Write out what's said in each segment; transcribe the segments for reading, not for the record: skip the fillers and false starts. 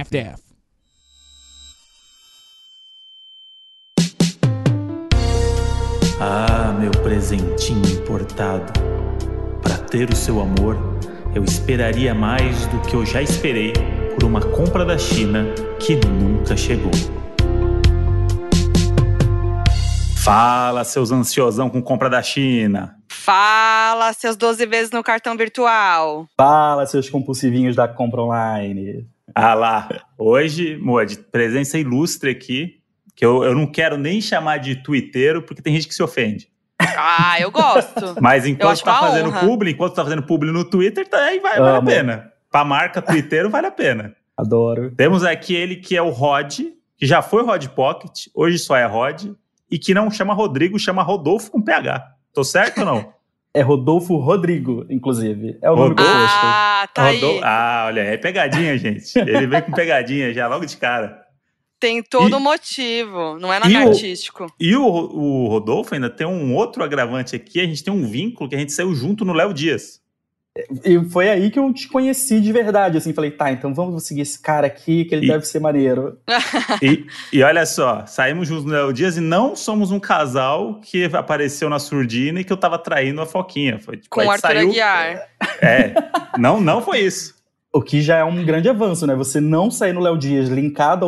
half-daff. Ah, meu presentinho importado. Para ter o seu amor, eu esperaria mais do que eu já esperei por uma compra da China que nunca chegou. Fala, seus ansiosão com compra da China. Fala, seus 12 vezes no cartão virtual. Fala, seus compulsivinhos da compra online. Ah lá, hoje, Moa, de presença ilustre aqui, que eu não quero nem chamar de twitteiro, porque tem gente que se ofende. Ah, eu gosto. Mas enquanto tá fazendo honra. publi, no Twitter, aí vale a pena. Pra marca twitteiro, vale a pena. Adoro. Temos aqui ele que é o Rod, que já foi Rod Pocket, hoje só é Rod, e que não chama Rodrigo, chama Rodolfo com PH. Tô certo ou não? É Rodolfo Rodrigo, inclusive. É o nome que eu gosto. Ah, tá aí. Ah, olha, é pegadinha, gente. Ele vem com pegadinha já, logo de cara. Tem todo motivo, não é nome artístico. E o Rodolfo ainda tem um outro agravante aqui, a gente tem um vínculo que a gente saiu junto no Léo Dias. E foi aí que eu te conheci de verdade, assim, falei, tá, então vamos seguir esse cara aqui, que ele deve ser maneiro. E olha só, saímos juntos no Léo Dias e não somos um casal que apareceu na surdina e que eu tava traindo a Foquinha. Foi, tipo, com o Arthur Aguiar. Não foi isso. O que já é um grande avanço, né? Você não sair no Léo Dias linkado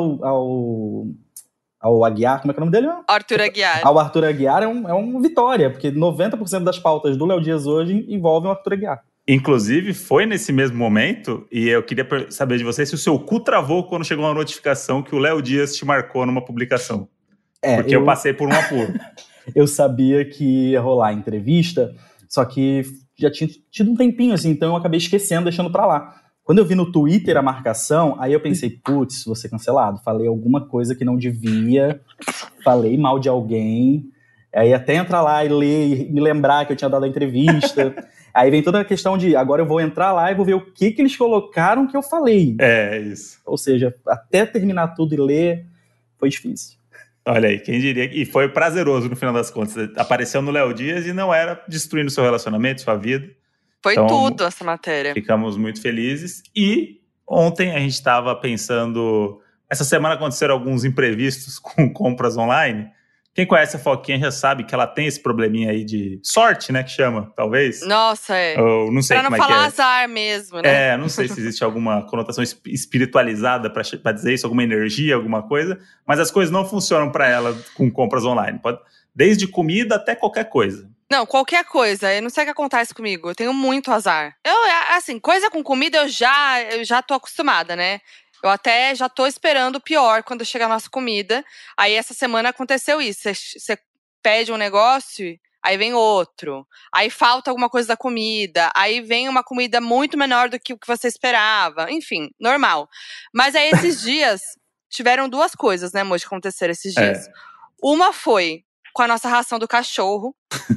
ao Aguiar, como é que é o nome dele? Arthur Aguiar. Ao Arthur Aguiar é uma vitória, porque 90% das pautas do Léo Dias hoje envolvem o Arthur Aguiar. Inclusive, foi nesse mesmo momento, e eu queria saber de você se o seu cu travou quando chegou uma notificação que o Léo Dias te marcou numa publicação. Porque eu passei por um apuro. Eu sabia que ia rolar a entrevista, só que já tinha tido um tempinho, assim, então eu acabei esquecendo, deixando pra lá. Quando eu vi no Twitter a marcação, aí eu pensei, putz, vou ser cancelado. Falei alguma coisa que não devia, falei mal de alguém, aí até entrar lá e ler e me lembrar que eu tinha dado a entrevista. Aí vem toda a questão de, agora eu vou entrar lá e vou ver o que eles colocaram que eu falei. É, isso. Ou seja, até terminar tudo e ler, foi difícil. Olha aí, quem diria. E foi prazeroso no final das contas. Apareceu no Léo Dias e não era destruindo seu relacionamento, sua vida. Foi então, tudo essa matéria. Ficamos muito felizes. E ontem a gente estava pensando... Essa semana aconteceram alguns imprevistos com compras online. Quem conhece a Foquinha já sabe que ela tem esse probleminha aí de sorte, né, que chama, talvez. Nossa, é. Ou não sei pra como não é que é. falar azar mesmo, né? Não sei se existe alguma conotação espiritualizada para dizer isso, alguma energia, alguma coisa, mas as coisas não funcionam para ela com compras online. Desde comida até qualquer coisa. Não, qualquer coisa. Eu não sei o que acontece comigo. Eu tenho muito azar. Assim, coisa com comida eu já tô acostumada, né? Eu até já tô esperando o pior quando chega a nossa comida. Aí essa semana aconteceu isso. Você pede um negócio, aí vem outro. Aí falta alguma coisa da comida. Aí vem uma comida muito menor do que o que você esperava. Enfim, normal. Mas aí esses dias tiveram duas coisas, né, amor, que aconteceram esses dias. Uma foi com a nossa ração do cachorro.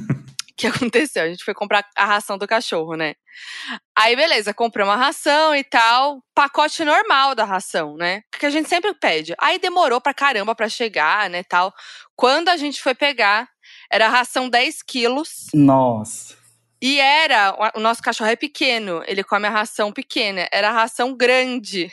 Que aconteceu? A gente foi comprar a ração do cachorro, né? Aí, beleza, compramos a ração e tal. Pacote normal da ração, né? Que a gente sempre pede. Aí demorou pra caramba pra chegar, né, tal. Quando a gente foi pegar, era a ração 10 quilos. Nossa. E o nosso cachorro é pequeno, ele come a ração pequena. Era a ração grande.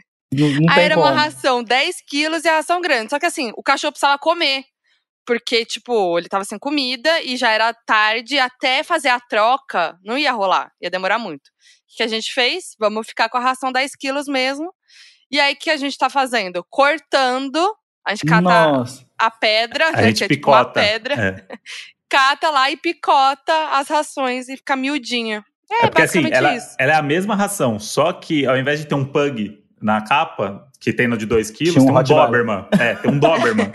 Não aí era como. uma ração 10 quilos e a ração grande. Só que assim, o cachorro precisava comer. Porque, tipo, ele tava sem comida e já era tarde, até fazer a troca não ia rolar, ia demorar muito. O que a gente fez? Vamos ficar com a ração 10 quilos mesmo. E aí, o que a gente tá fazendo? Cortando, a gente cata a pedra, a gente que é picota. tipo uma pedra, cata lá e picota as rações e fica miudinha. Porque assim, isso. ela é a mesma ração, só que ao invés de ter um pug na capa, que tem no de 2 quilos, tem um Doberman. Tem um Doberman.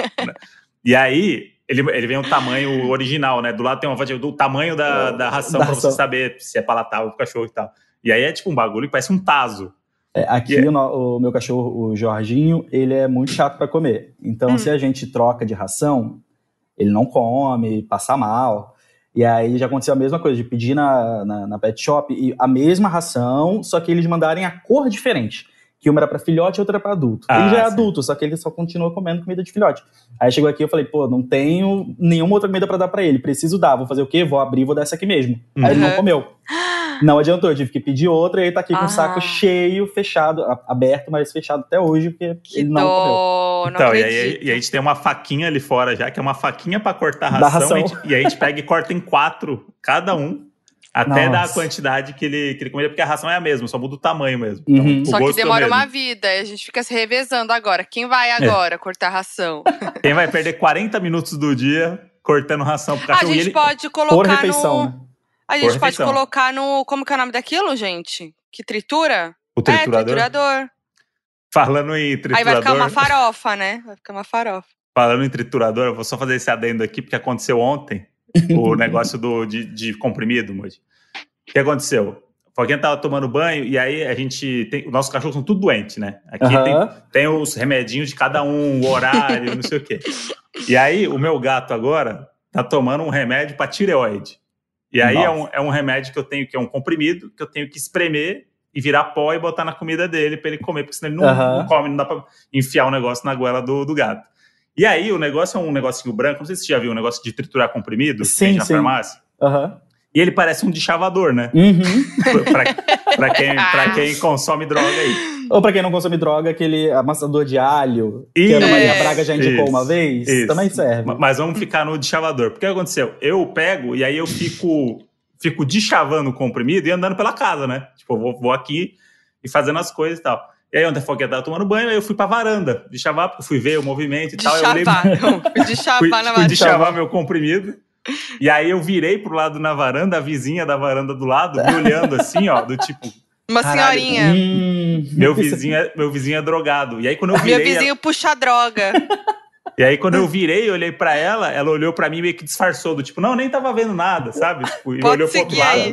E aí, ele vem o tamanho original, né? Do lado tem uma foto do tamanho da ração pra você saber se é palatável pro cachorro e tal. E aí é tipo um bagulho que parece um taso. Aqui o meu cachorro, o Jorginho, ele é muito chato pra comer. Então, se a gente troca de ração, ele não come, passa mal. E aí já aconteceu a mesma coisa, de pedir na pet shop e a mesma ração, só que eles mandarem a cor diferente. Que uma era pra filhote e outra era pra adulto. Ele já é adulto, só que ele só continua comendo comida de filhote. Aí chegou aqui, eu falei, não tenho nenhuma outra comida pra dar pra ele. Preciso dar, vou fazer o quê? Vou abrir, vou dar essa aqui mesmo. Aí ele não comeu. Não adiantou, eu tive que pedir outra e ele tá aqui com o saco cheio, fechado, aberto, mas fechado até hoje, porque Que ele não comeu. Então, e a gente tem uma faquinha ali fora já, que é uma faquinha pra cortar a ração. E a gente pega e corta em 4, cada um, até dar a quantidade que ele comia, porque a ração é a mesma, só muda o tamanho mesmo. Então, só que demora uma vida, e a gente fica se revezando agora. Quem vai agora cortar ração? Quem vai perder 40 minutos do dia cortando ração pro cachorro? A gente pode colocar por refeição, né? A gente pode colocar no... Como que é o nome daquilo, gente? Que tritura? O triturador? Triturador. Falando em triturador... Aí vai ficar uma farofa, né? Vai ficar uma farofa. Falando em triturador, eu vou só fazer esse adendo aqui, porque aconteceu ontem o negócio de comprimido, Moji. O que aconteceu? Alguém tava tomando banho e aí a gente tem... Os nossos cachorros são tudo doentes, né? Aqui tem os remedinhos de cada um, o horário, não sei o quê. E aí o meu gato agora tá tomando um remédio para tireoide. E aí é um remédio que eu tenho, que é um comprimido, que eu tenho que espremer e virar pó e botar na comida dele pra ele comer, porque senão ele não come, não dá pra enfiar o negócio na goela do gato. E aí o negócio é um negocinho branco, não sei se você já viu um negócio de triturar comprimido, que tem na farmácia. E ele parece um deschavador, né? Pra quem consome droga aí. Ou pra quem não consome droga, aquele amassador de alho, que a Maria Braga já indicou uma vez, também serve. Mas vamos ficar no deschavador. Porque o que aconteceu? Eu pego e aí eu fico deschavando o comprimido e andando pela casa, né? Tipo, eu vou aqui e fazendo as coisas e tal. E aí ontem eu tava tomando banho, aí eu fui pra varanda dechavar, porque eu fui ver o movimento e tal. Fui dechavar meu comprimido. E aí eu virei pro lado na varanda, a vizinha da varanda do lado, me olhando assim, ó, do tipo... Uma senhorinha. Meu vizinho é drogado. E aí quando eu virei... Meu vizinho puxa droga. E aí quando eu virei e olhei pra ela, ela olhou pra mim meio que disfarçou, do tipo, não, nem tava vendo nada, sabe? Tipo, e olhou pro outro lado.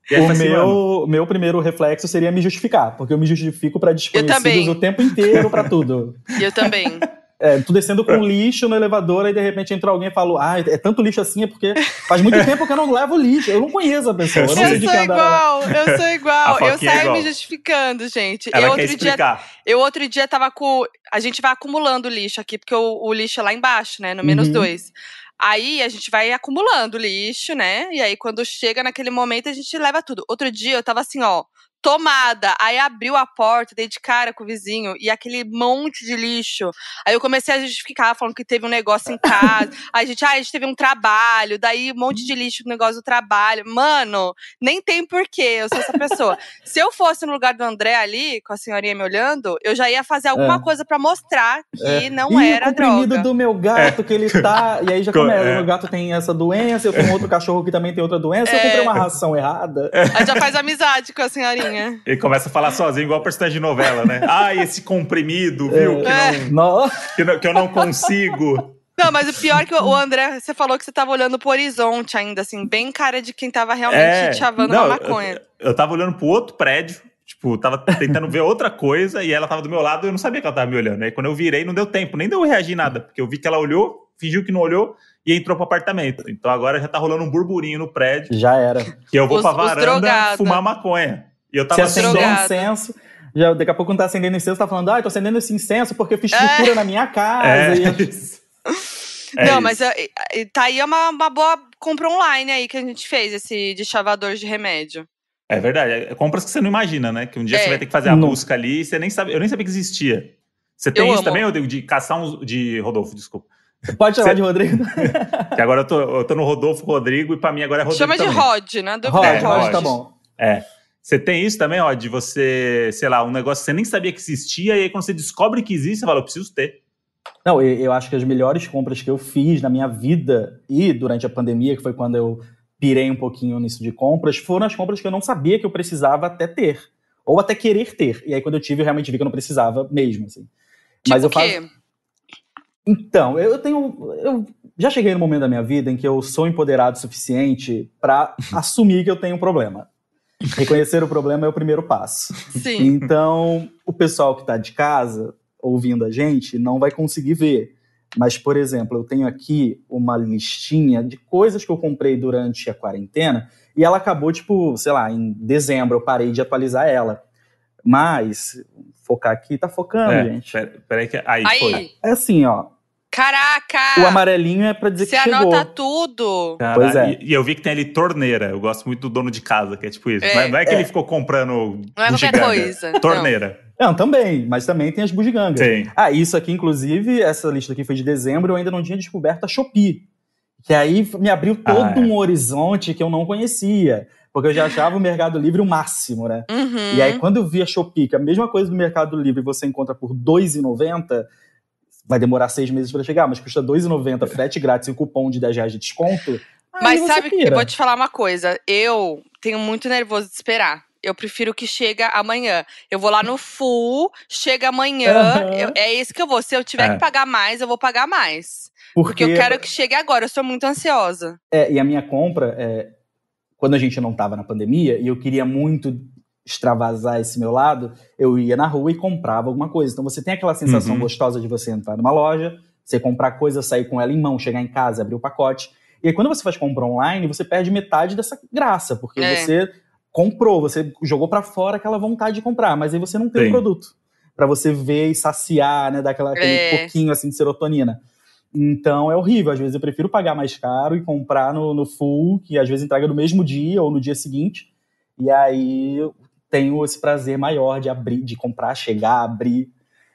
O meu primeiro reflexo seria me justificar, porque eu me justifico pra desconhecidos o tempo inteiro, pra tudo. Eu também. Tu descendo com lixo no elevador, aí de repente entrou alguém e falou, é tanto lixo assim, é porque faz muito tempo que eu não levo lixo. Eu não conheço a pessoa. Eu sou igual. Eu saio me justificando, gente. Ela quer explicar. Eu outro dia tava com... A gente vai acumulando lixo aqui, porque o lixo é lá embaixo, né? No -2. Aí a gente vai acumulando lixo, né? E aí quando chega naquele momento a gente leva tudo. Outro dia eu tava assim, ó, tomada. Aí abriu a porta, dei de cara com o vizinho e aquele monte de lixo. Aí eu comecei a justificar, falando que teve um negócio em casa. Aí a gente teve um trabalho, daí um monte de lixo no negócio do trabalho. Mano, nem tem porquê, eu sou essa pessoa. Se eu fosse no lugar do André ali, com a senhorinha me olhando, eu já ia fazer alguma coisa pra mostrar que não era droga. E o comprimido do meu gato, que ele tá... E aí já começa, meu gato tem essa doença, eu tenho outro cachorro que também tem outra doença, eu comprei uma ração errada. Aí já faz amizade com a senhorinha. Ele começa a falar sozinho, igual personagem de novela, né? Esse comprimido, viu? Que eu não consigo. Não, mas o pior é que o André, você falou que você tava olhando pro horizonte ainda, assim, bem cara de quem tava realmente chavando uma maconha. Eu tava olhando pro outro prédio, tipo, tava tentando ver outra coisa, e ela tava do meu lado e eu não sabia que ela tava me olhando. Aí quando eu virei, não deu tempo, nem deu eu reagir nada, porque eu vi que ela olhou, fingiu que não olhou, e entrou pro apartamento. Então agora já tá rolando um burburinho no prédio. Já era. Que eu vou pra varanda fumar maconha. E eu tava acendendo incenso. Já, daqui a pouco não tá acendendo incenso, tá falando, tô acendendo esse incenso porque eu fiz fritura na minha casa. Mas tá aí uma boa compra online aí que a gente fez, esse deschavador de remédio. É verdade, é compras que você não imagina, né? Que um dia você vai ter que fazer a busca ali e você nem sabe. Eu nem sabia que existia. Você tem isso também, Rodrigo, de caçar de Rodolfo, desculpa. Pode chamar de Rodrigo. Que agora eu tô no Rodolfo Rodrigo e pra mim agora é Rodrigo. Chama também. De Rod, né? Rod, tá bom. Você tem isso também, ó, de você, sei lá, um negócio que você nem sabia que existia, e aí quando você descobre que existe, você fala, eu preciso ter. Não, eu acho que as melhores compras que eu fiz na minha vida e durante a pandemia, que foi quando eu pirei um pouquinho nisso de compras, foram as compras que eu não sabia que eu precisava até ter. Ou até querer ter. E aí quando eu tive, eu realmente vi que eu não precisava mesmo, assim. Mas eu faço... Então, eu já cheguei no momento da minha vida em que eu sou empoderado o suficiente para assumir que eu tenho um problema. Reconhecer o problema é o primeiro passo. Sim. Então, o pessoal que está de casa, ouvindo a gente, não vai conseguir ver. Mas, por exemplo, eu tenho aqui uma listinha de coisas que eu comprei durante a quarentena e ela acabou, sei lá, em dezembro eu parei de atualizar ela. Mas, focar aqui, tá focando, gente. Peraí que... Aí, foi. É assim, ó. Caraca! O amarelinho é pra dizer Você que chegou. anota tudo. Cara, Pois é. E eu vi que tem ali torneira. Eu gosto muito do dono de casa, que é tipo isso. É. Não é que ele ficou comprando Não é qualquer bugiganga. coisa. Não. Torneira. Não, também, mas também tem as bugigangas. Sim. Isso aqui, inclusive, essa lista aqui foi de dezembro, eu ainda não tinha descoberto a Shopee. Que aí me abriu todo um horizonte que eu não conhecia. Porque eu já achava o Mercado Livre o máximo, né? Uhum. E aí, quando eu vi a Shopee, que é a mesma coisa do Mercado Livre, você encontra por R$ 2,90, vai demorar 6 meses para chegar, mas custa R$ 2,90, frete grátis e cupom de R$10 de desconto. Mas sabe, eu vou te falar uma coisa. Eu tenho muito nervoso de esperar. Eu prefiro que chegue amanhã. Eu vou lá no full, chega amanhã. É isso que eu vou. Se eu tiver que pagar mais, eu vou pagar mais. Porque eu quero que chegue agora. Eu sou muito ansiosa. E a minha compra, quando a gente não estava na pandemia, e eu queria muito extravasar esse meu lado, eu ia na rua e comprava alguma coisa. Então você tem aquela sensação gostosa de você entrar numa loja, você comprar coisa, sair com ela em mão, chegar em casa, abrir o pacote. E aí quando você faz compra online, você perde metade dessa graça, porque você comprou, você jogou pra fora aquela vontade de comprar, mas aí você não tem o produto pra você ver e saciar, né, dar aquele pouquinho assim de serotonina. Então é horrível, às vezes eu prefiro pagar mais caro e comprar no full, que às vezes entrega no mesmo dia ou no dia seguinte, e aí eu tenho esse prazer maior de abrir, de comprar, chegar, abrir.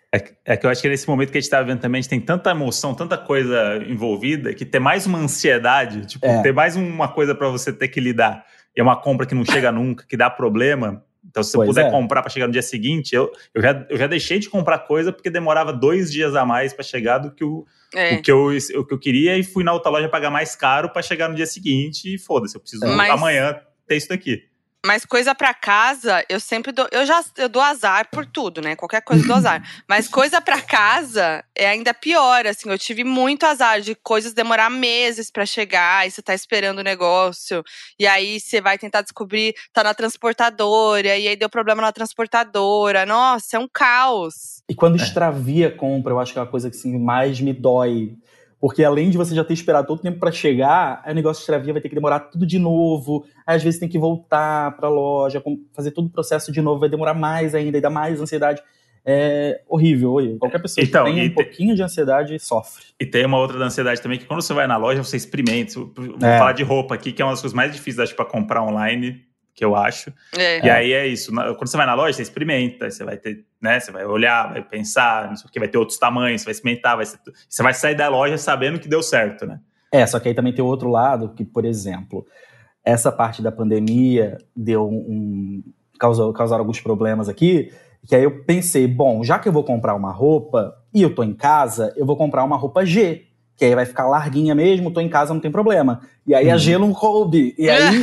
É que eu acho que nesse momento que a gente tá vendo também, a gente tem tanta emoção, tanta coisa envolvida, que ter mais uma ansiedade, tipo, ter mais uma coisa pra você ter que lidar, e é uma compra que não chega nunca, que dá problema. Então, se você puder comprar para chegar no dia seguinte, eu já deixei de comprar coisa porque demorava 2 dias a mais para chegar do que o que eu queria, e fui na outra loja pagar mais caro para chegar no dia seguinte, e foda-se, eu preciso amanhã ter isso daqui. Mas coisa pra casa, eu sempre dou. Eu dou azar por tudo, né? Qualquer coisa eu dou azar. Mas coisa pra casa é ainda pior, assim. Eu tive muito azar de coisas demorar meses pra chegar, e você tá esperando o negócio. E aí você vai tentar descobrir, tá na transportadora, e aí deu problema na transportadora. Nossa, é um caos. E quando extravia a compra, eu acho que é a coisa que assim, mais me dói. Porque além de você já ter esperado todo o tempo para chegar, aí o negócio de extravia vai ter que demorar tudo de novo. Aí às vezes tem que voltar para a loja, fazer todo o processo de novo, vai demorar mais ainda, e dá mais ansiedade. É horrível. Qualquer pessoa que tem um pouquinho de ansiedade sofre. E tem uma outra ansiedade também, que quando você vai na loja, você experimenta. Vou falar de roupa aqui, que é uma das coisas mais difíceis, acho, para comprar online, que eu acho. E aí é isso. Quando você vai na loja, você experimenta, você vai ter, né? Você vai olhar, vai pensar, não sei o que, vai ter outros tamanhos, você vai experimentar, você vai sair da loja sabendo que deu certo, né? Só que aí também tem o outro lado, que, por exemplo, essa parte da pandemia deu causaram alguns problemas aqui, que aí eu pensei, bom, já que eu vou comprar uma roupa e eu tô em casa, eu vou comprar uma roupa G, que aí vai ficar larguinha mesmo, tô em casa, não tem problema. E aí a G não coube. E aí...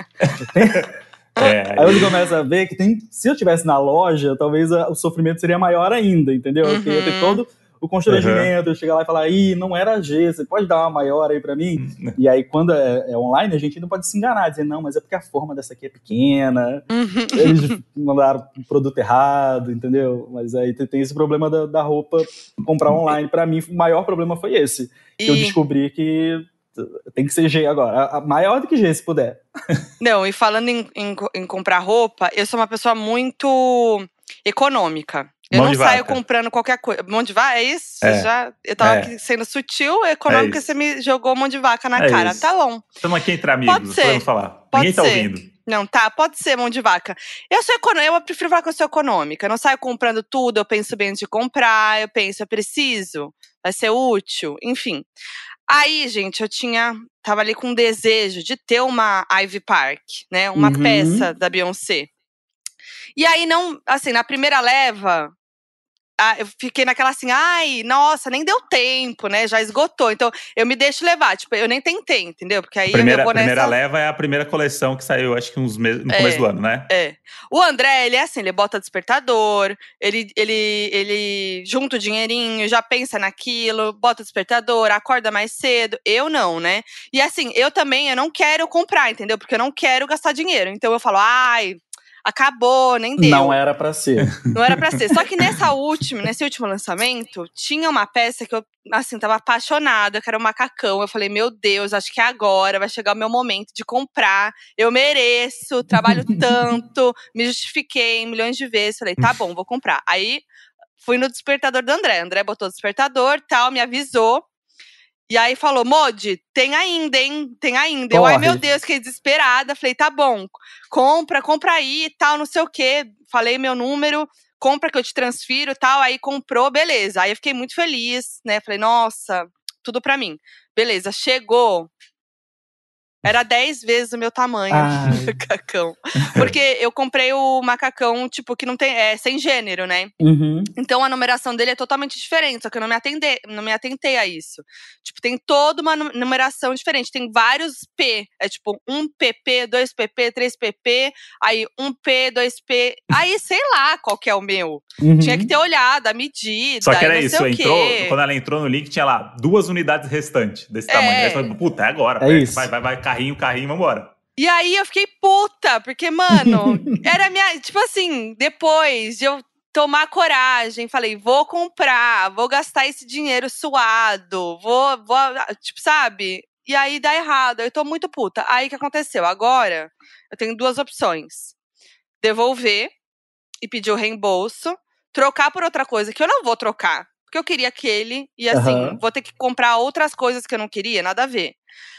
Aí eu começo a ver que se eu estivesse na loja, talvez o sofrimento seria maior ainda, entendeu? Porque ia ter todo o constrangimento, eu chegar lá e falar, não era a G, você pode dar uma maior aí pra mim? E aí quando é online, a gente não pode se enganar, dizer, não, mas é porque a forma dessa aqui é pequena, eles mandaram o produto errado, entendeu? Mas aí tem esse problema da roupa comprar online. Pra mim, o maior problema foi esse, que eu descobri que tem que ser G agora. Maior do que G, se puder. Não, e falando em comprar roupa, eu sou uma pessoa muito econômica. Eu não saio comprando qualquer coisa. Mão de vaca, é isso? Eu tava aqui sendo sutil, econômica, você me jogou mão de vaca na cara. Isso. Tá bom. Estamos aqui entre amigos, podemos falar. Ninguém tá ouvindo. Não, pode ser mão de vaca. Eu prefiro falar que eu sou econômica. Eu não saio comprando tudo, eu penso bem antes de comprar, eu preciso, vai ser útil, enfim. Aí, gente, tava ali com um desejo de ter uma Ivy Park, né? Uma peça da Beyoncé. E aí, não, assim, na primeira leva, eu fiquei naquela assim, nossa, nem deu tempo, né? Já esgotou. Então, eu me deixo levar. Tipo, eu nem tentei, entendeu? Porque aí a primeira leva é a primeira coleção que saiu, acho que no começo do ano, né? O André, ele é assim, ele bota despertador, ele junta o dinheirinho, já pensa naquilo, bota despertador, acorda mais cedo. Eu não, né? E assim, eu não quero comprar, entendeu? Porque eu não quero gastar dinheiro. Então, eu falo, acabou, nem deu. Não era pra ser. Não era pra ser. Só que nesse último lançamento, tinha uma peça que eu, assim, tava apaixonada, que era um macacão. Eu falei, meu Deus, acho que agora vai chegar o meu momento de comprar. Eu mereço, trabalho tanto, me justifiquei milhões de vezes. Falei, tá bom, vou comprar. Aí, fui no despertador do André. André botou o despertador, tal, me avisou. E aí falou, Modi, tem ainda, hein? Tem ainda. Eu, ai, meu Deus, fiquei desesperada. Falei, tá bom, compra aí e tal, não sei o quê. Falei meu número, compra que eu te transfiro e tal. Aí comprou, beleza. Aí eu fiquei muito feliz, né? Falei, nossa, tudo pra mim. Beleza, chegou. Era 10 vezes o meu tamanho de macacão. Porque eu comprei o macacão, tipo, que não tem, sem gênero, né? Uhum. Então a numeração dele é totalmente diferente, só que eu não me atentei a isso. Tipo, tem toda uma numeração diferente. Tem vários P. É tipo 1PP, 2PP, 3PP, aí 1P, 2P. Aí sei lá qual que é o meu. Uhum. Tinha que ter olhado a medida. Só que era não isso, sei quando ela entrou no link, tinha lá 2 unidades restantes desse tamanho. Aí você falou, puta, é agora. É isso. Vai, carrinho, vambora. E aí eu fiquei puta, porque, mano, era minha. Tipo assim, depois de eu tomar coragem, falei, vou comprar, vou gastar esse dinheiro suado, vou, tipo, sabe? E aí dá errado, eu tô muito puta. Aí o que aconteceu? Agora eu tenho 2 opções: devolver e pedir o reembolso, trocar por outra coisa que eu não vou trocar, porque eu queria aquele, e assim, vou ter que comprar outras coisas que eu não queria, nada a ver.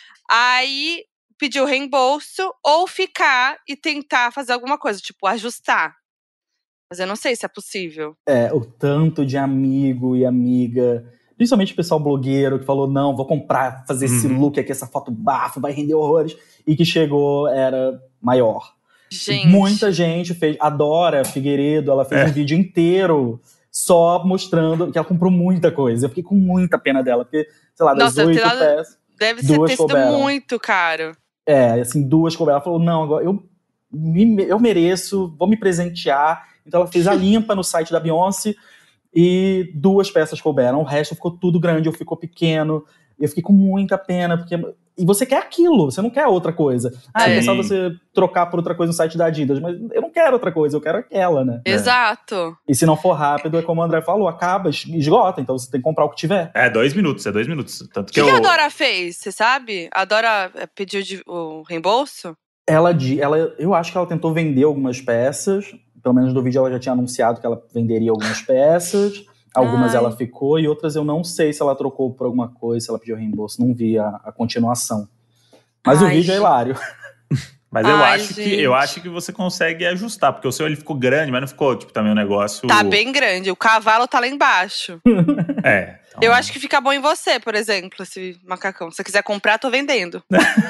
Aí pedir o reembolso ou ficar e tentar fazer alguma coisa, tipo, ajustar. Mas eu não sei se é possível. O tanto de amigo e amiga, principalmente o pessoal blogueiro que falou, não, vou comprar, fazer esse look aqui, essa foto bafo, vai render horrores. E que chegou, era maior. Gente. Muita gente fez. A Dora Figueiredo, ela fez um vídeo inteiro só mostrando que ela comprou muita coisa. Eu fiquei com muita pena dela, porque, sei lá, das 8 peças, deve ter sido muito caro. Assim, 2 couberam. Ela falou, não, agora eu mereço, vou me presentear. Então ela fez a limpa no site da Beyoncé e 2 peças couberam. O resto ficou tudo grande, ficou pequeno. Eu fiquei com muita pena, porque... E você quer aquilo, você não quer outra coisa. É só você trocar por outra coisa no site da Adidas. Mas eu não quero outra coisa, eu quero aquela, né? Exato. E se não for rápido, é como o André falou, acaba, esgota. Então você tem que comprar o que tiver. 2 minutos, é 2 minutos. Tanto que o que a Dora fez, você sabe? A Dora pediu o reembolso? Eu acho que ela tentou vender algumas peças. Pelo menos no vídeo ela já tinha anunciado que ela venderia algumas peças. Algumas ela ficou e outras eu não sei se ela trocou por alguma coisa, se ela pediu reembolso. Não vi a continuação. Mas o vídeo é hilário. Mas eu acho que você consegue ajustar, porque o seu ele ficou grande, mas não ficou, tipo, também um negócio... Tá bem grande, o cavalo tá lá embaixo. Então... Eu acho que fica bom em você, por exemplo, esse macacão. Se você quiser comprar, tô vendendo.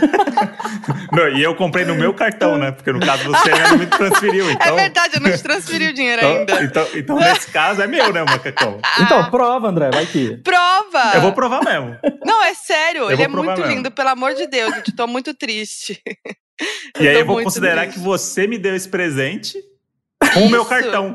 Não, e eu comprei no meu cartão, né? Porque no caso você ainda não me transferiu, então... É verdade, eu não te transferi o dinheiro ainda. Então, nesse caso, é meu, né, o macacão. Então, prova, André, vai que... Prova! Eu vou provar mesmo. Não, é sério, ele é muito mesmo. lindo, pelo amor de Deus, gente, tô muito triste. E aí eu vou considerar que você me deu esse presente com o meu cartão.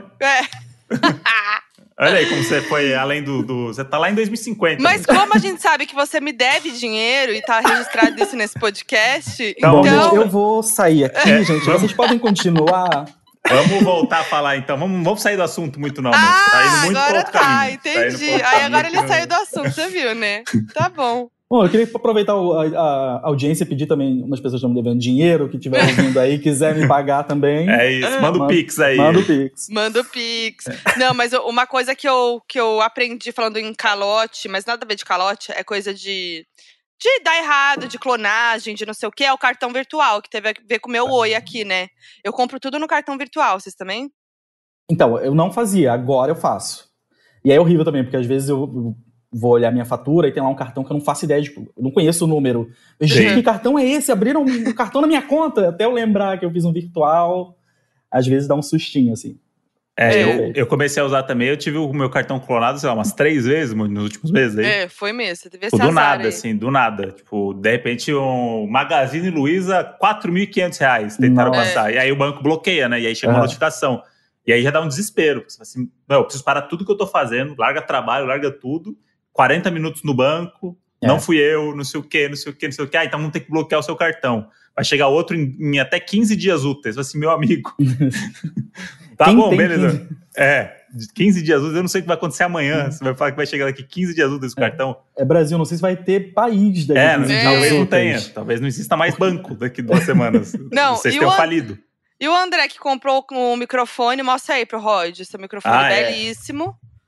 Olha aí como você foi além do... Você tá lá em 2050. Mas como a gente sabe que você me deve dinheiro e tá registrado isso nesse podcast, então... Gente, eu vou sair aqui, gente. Vocês podem continuar... Vamos voltar a falar, então. Vamos sair do assunto muito, não. Tá indo muito agora pro outro caminho. Entendi. Aí agora ele saiu do assunto, você viu, né? Tá bom. Bom, eu queria aproveitar a audiência e pedir também, umas pessoas que estão me devendo dinheiro, que estiver ouvindo aí, quiser me pagar também. É isso, manda o Pix aí. Manda o Pix. Manda o Pix. Não, mas uma coisa que eu aprendi falando em calote, mas nada a ver de calote, é coisa de dar errado, de clonagem, de não sei o que, é o cartão virtual, que teve a ver com o meu Oi aqui, né? Eu compro tudo no cartão virtual, vocês também? Então, eu não fazia, agora eu faço. E é horrível também, porque às vezes eu vou olhar minha fatura e tem lá um cartão que eu não faço ideia, eu não conheço o número. Gente, que cartão é esse? Abriram um cartão na minha conta, até eu lembrar que eu fiz um virtual. Às vezes dá um sustinho, assim. Eu comecei a usar também, eu tive o meu cartão clonado, sei lá, umas 3 vezes nos últimos meses. Aí. Foi mesmo, você devia ser do nada, assim, do nada. Tipo, de repente, um Magazine Luiza, R$4.500 tentaram passar. E aí o banco bloqueia, né? E aí chega uma notificação. E aí já dá um desespero. Você fala assim, eu preciso parar tudo que eu tô fazendo, larga trabalho, larga tudo. 40 minutos no banco, não fui eu, não sei o quê. Então vamos ter que bloquear o seu cartão. Vai chegar outro em até 15 dias úteis. Assim, meu amigo. Tá bom, beleza. 15 dias úteis, eu não sei o que vai acontecer amanhã. Você vai falar que vai chegar daqui 15 dias úteis o cartão. Brasil, não sei se vai ter país daqui 15 dias talvez úteis. Não tenha. Talvez não exista mais banco daqui 2 semanas. Não, vocês tenham falido. E o André que comprou o microfone, mostra aí pro Rod. Esse microfone belíssimo.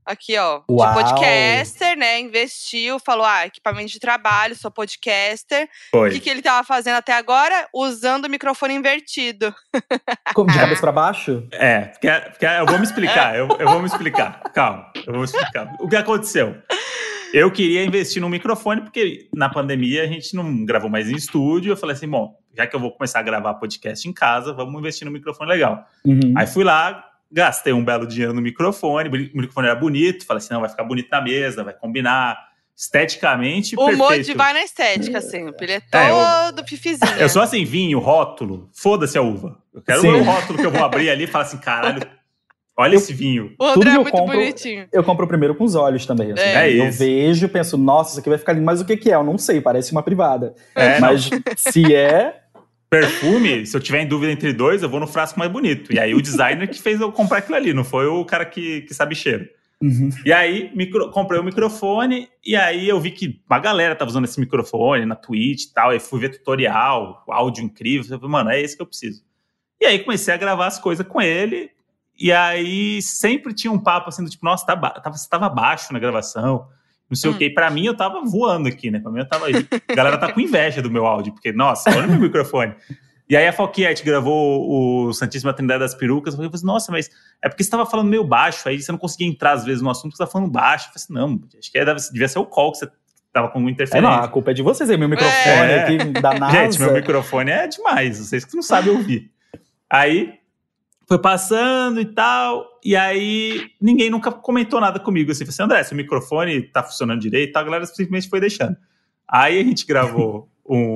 Aqui, ó, Uau. de podcaster, né? Investiu, falou, equipamento de trabalho, sou podcaster. Foi. O que ele tava fazendo até agora? Usando o microfone invertido. Como, de cabeça pra baixo? Porque eu vou me explicar, eu vou me explicar. Calma, eu vou me explicar. O que aconteceu? Eu queria investir num microfone, porque na pandemia a gente não gravou mais em estúdio. Eu falei assim, bom, já que eu vou começar a gravar podcast em casa, vamos investir num microfone legal. Aí fui lá, gastei um belo dinheiro no microfone, o microfone era bonito, falei assim, não, vai ficar bonito na mesa, vai combinar esteticamente, o perfeito. O Moody vai na estética, assim, ele é todo pifizinho. Eu sou assim, vinho, rótulo, foda-se a uva. Eu quero ver o rótulo que eu vou abrir ali e falar assim, caralho, olha esse vinho. O André é muito bonitinho. Eu compro primeiro com os olhos também. Assim, eu vejo, penso, nossa, isso aqui vai ficar lindo, mas o que é? Eu não sei, parece uma privada. Mas se é... Perfume, se eu tiver em dúvida entre dois, eu vou no frasco mais bonito. E aí o designer que fez eu comprar aquilo ali, não foi o cara que sabe cheiro. E aí comprei o microfone, e aí eu vi que uma galera tava usando esse microfone na Twitch e tal, aí fui ver tutorial, áudio incrível, eu falei, mano, é esse que eu preciso. E aí comecei a gravar as coisas com ele, e aí sempre tinha um papo assim, do tipo, nossa, você tava baixo na gravação, não sei o quê. Pra mim, eu tava voando aqui, né? Pra mim, a galera tá com inveja do meu áudio, porque, nossa, olha o meu microfone. E aí a Foquinha gravou o Santíssima Trindade das Perucas. Eu falei assim, nossa, mas é porque você tava falando meio baixo, aí você não conseguia entrar às vezes no assunto que você tava falando baixo. Eu falei assim, não, acho que devia ser o call que você tava com interferência. Não, a culpa é de vocês aí, meu microfone aqui da NASA. Gente, meu microfone é demais, vocês que não sabem ouvir. Aí foi passando e tal, e aí ninguém nunca comentou nada comigo, assim, falei assim, André, seu microfone tá funcionando direito, a galera simplesmente foi deixando. Aí a gente gravou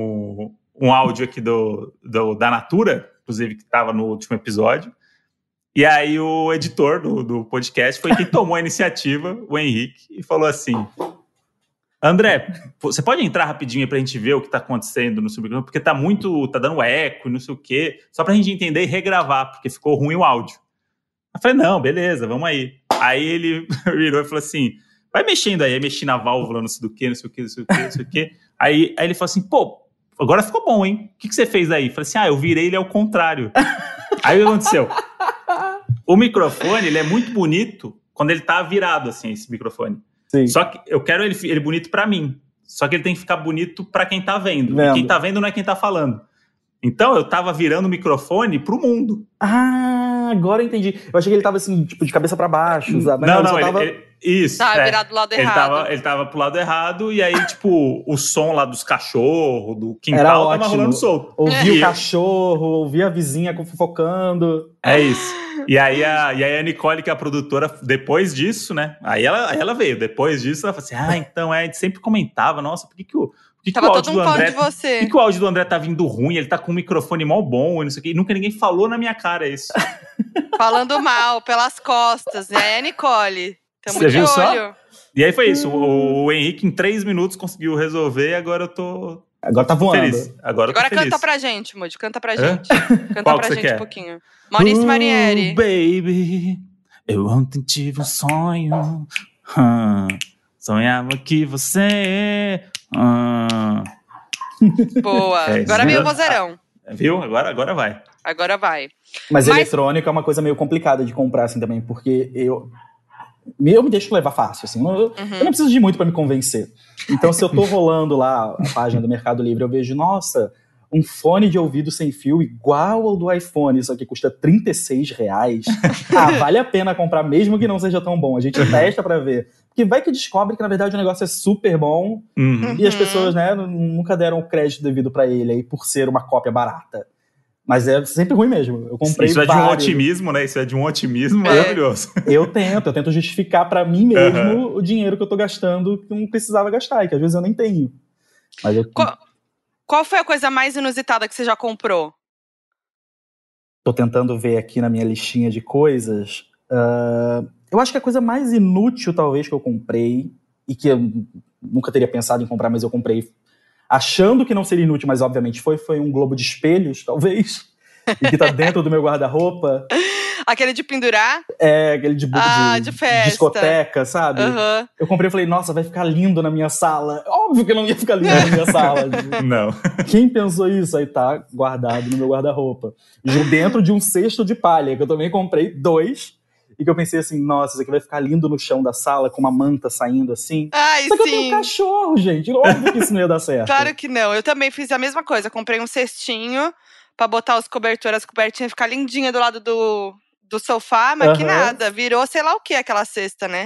um áudio aqui da Natura, inclusive que tava no último episódio, e aí o editor do podcast foi quem tomou a iniciativa, o Henrique, e falou assim, André, você pode entrar rapidinho aí pra gente ver o que tá acontecendo no seu microfone, porque tá dando eco e não sei o quê, só pra gente entender e regravar, porque ficou ruim o áudio. Eu falei, não, beleza, vamos aí. Aí ele virou e falou assim, vai mexendo aí mexi na válvula, não sei do que, não sei o que, não sei o que, não sei o que. Aí ele falou assim, pô, agora ficou bom, hein? O que você fez aí? Eu falei assim, eu virei ele ao contrário. Aí o que aconteceu? O microfone, ele é muito bonito quando ele tá virado, assim, esse microfone. Sim. Só que eu quero ele bonito pra mim. Só que ele tem que ficar bonito pra quem tá vendo. E quem tá vendo não é quem tá falando. Então eu tava virando o microfone pro mundo. Agora eu entendi. Eu achei que ele tava assim, tipo, de cabeça pra baixo. Sabe? Isso. Tava virado do lado errado. Ele tava pro lado errado, e aí, tipo, o som lá dos cachorros, do quintal, tava rolando solto. Ouvi o cachorro, ouvi a vizinha fofocando. É isso. E aí a Nicole, que é a produtora, depois disso, né? Aí ela veio. Depois disso, ela falou assim, então, a gente sempre comentava, nossa, por que o áudio do André... Por que o áudio do André tá vindo ruim? Ele tá com um microfone mó bom, e não sei o quê. E nunca ninguém falou na minha cara isso. Falando mal, pelas costas, né, Nicole? Tamo de olho. Só? E aí foi isso. O Henrique, em 3 minutos, conseguiu resolver, e agora eu tô... Agora tá voando. Feliz. Agora canta pra gente, Moody. Canta pra gente. Canta pra gente um pouquinho. Maurício Manieri. Baby, eu ontem tive um sonho. Sonhava que você... Boa. Agora veio o vozeirão. Viu? Agora vai. Agora vai. Mas eletrônico é uma coisa meio complicada de comprar, assim, também, porque eu me deixo levar fácil, assim. Eu não preciso de muito pra me convencer. Então, se eu tô rolando lá a página do Mercado Livre, eu vejo, nossa, um fone de ouvido sem fio igual ao do iPhone, isso aqui custa R$36. Vale a pena comprar, mesmo que não seja tão bom. A gente testa pra ver. Porque vai que descobre que, na verdade, o negócio é super bom e as pessoas, né, nunca deram o crédito devido pra ele aí por ser uma cópia barata. Mas é sempre ruim mesmo. Eu comprei Isso é de um otimismo, né? Isso é de um otimismo maravilhoso. Eu tento justificar pra mim mesmo o dinheiro que eu tô gastando que não precisava gastar, e que às vezes eu nem tenho. Mas Qual foi a coisa mais inusitada que você já comprou? Tô tentando ver aqui na minha listinha de coisas. Eu acho que a coisa mais inútil, talvez, que eu comprei, e que eu nunca teria pensado em comprar, mas eu comprei achando que não seria inútil, mas obviamente foi um globo de espelhos, talvez, e que tá dentro do meu guarda-roupa. Aquele de pendurar? Aquele de festa. Discoteca, sabe? Eu comprei e falei, nossa, vai ficar lindo na minha sala. Óbvio que não ia ficar lindo na minha sala. Não. Quem pensou isso? Aí tá guardado no meu guarda-roupa. Dentro de um cesto de palha, que eu também comprei 2. e que eu pensei assim, nossa, isso aqui vai ficar lindo no chão da sala, com uma manta saindo assim. Ai, Só que eu sim. tenho cachorro, gente. Óbvio que isso não ia dar certo. Claro que não. Eu também fiz a mesma coisa. Comprei um cestinho pra botar os cobertores, as cobertinhas, ficar lindinha do lado do sofá, mas que nada. Virou sei lá o que aquela cesta, né?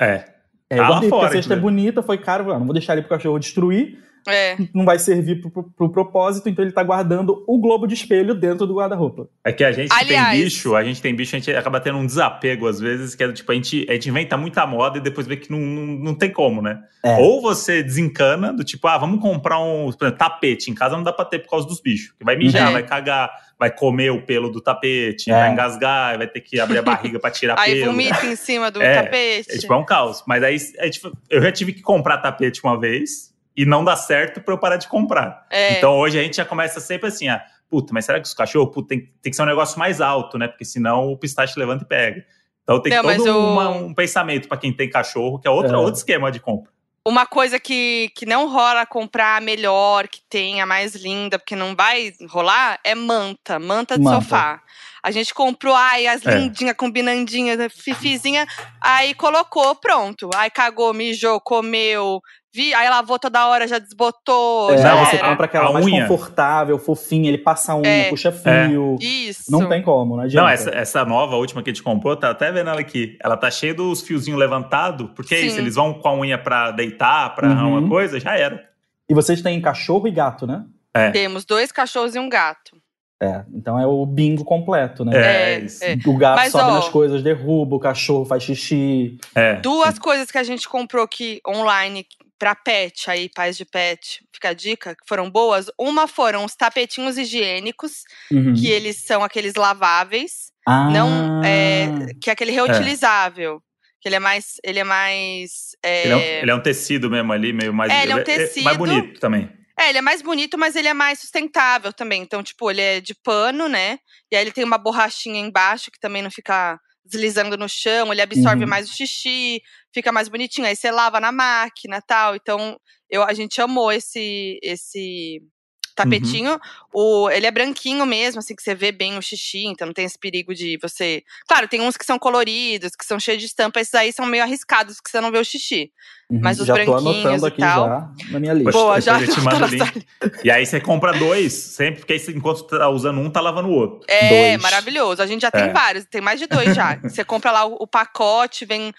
Eu guardei, porque a fora, cesta é bonita, foi caro, não vou deixar ele pro cachorro destruir. Não vai servir pro propósito, então ele tá guardando o globo de espelho dentro do guarda-roupa. É que a gente tem bicho, a gente acaba tendo um desapego às vezes, que é tipo, a gente inventa muita moda e depois vê que não tem como, né? Ou você desencana, do tipo, vamos comprar por exemplo, tapete. Em casa não dá pra ter por causa dos bichos. Que vai mijar, vai cagar, vai comer o pelo do tapete, vai engasgar, vai ter que abrir a barriga pra tirar pelo. Aí vomita em cima do tapete. É um caos. Mas aí eu já tive que comprar tapete uma vez e não dá certo pra eu parar de comprar. Então hoje a gente já começa sempre assim, puta, mas será que os cachorros tem que ser um negócio mais alto, né? Porque senão o pistache levanta e pega. Então tem um pensamento pra quem tem cachorro, que é outro esquema de compra. Uma coisa que não rola comprar a melhor, que tem a mais linda, porque não vai rolar, é manta de sofá. A gente comprou, as lindinhas, combinandinhas, fifizinha, aí colocou, pronto. Aí cagou, mijou, comeu, aí lavou toda hora, já desbotou, você compra aquela mais confortável, fofinha, ele passa a unha, puxa fio. Isso. Não tem como, não adianta. Não, essa nova, a última que a gente comprou, tá até vendo ela aqui. Ela tá cheia dos fiozinhos levantados, porque é isso, eles vão com a unha pra deitar, pra uma coisa, já era. E vocês têm cachorro e gato, né? Temos 2 cachorros e um gato. Então é o bingo completo, né? Isso. O gato sobe nas coisas, derruba, o cachorro faz xixi. 2 coisas que a gente comprou aqui online pra pet, aí, pais de pet, fica a dica, que foram boas. Uma foram os tapetinhos higiênicos, que eles são aqueles laváveis. Que é aquele reutilizável. Que ele é mais. Ele é um tecido mesmo ali, meio mais. Ele é um tecido. Mais bonito também. Ele é mais bonito, mas ele é mais sustentável também. Então, tipo, ele é de pano, né? E aí ele tem uma borrachinha embaixo que também não fica deslizando no chão. Ele absorve mais o xixi, fica mais bonitinho. Aí você lava na máquina e tal. Então, a gente amou esse tapetinho. Ele é branquinho mesmo, assim, que você vê bem o xixi. Então, não tem esse perigo de você... Claro, tem uns que são coloridos, que são cheios de estampa. Esses aí são meio arriscados, que você não vê o xixi. Mas os já branquinhos tô anotando aqui tal, já na minha lista. Boa, já te mando o link. E aí você compra 2 sempre, porque aí enquanto você tá usando um, tá lavando o outro. 2. Maravilhoso. A gente já tem vários, tem mais de 2 já. Você compra lá o pacote, vem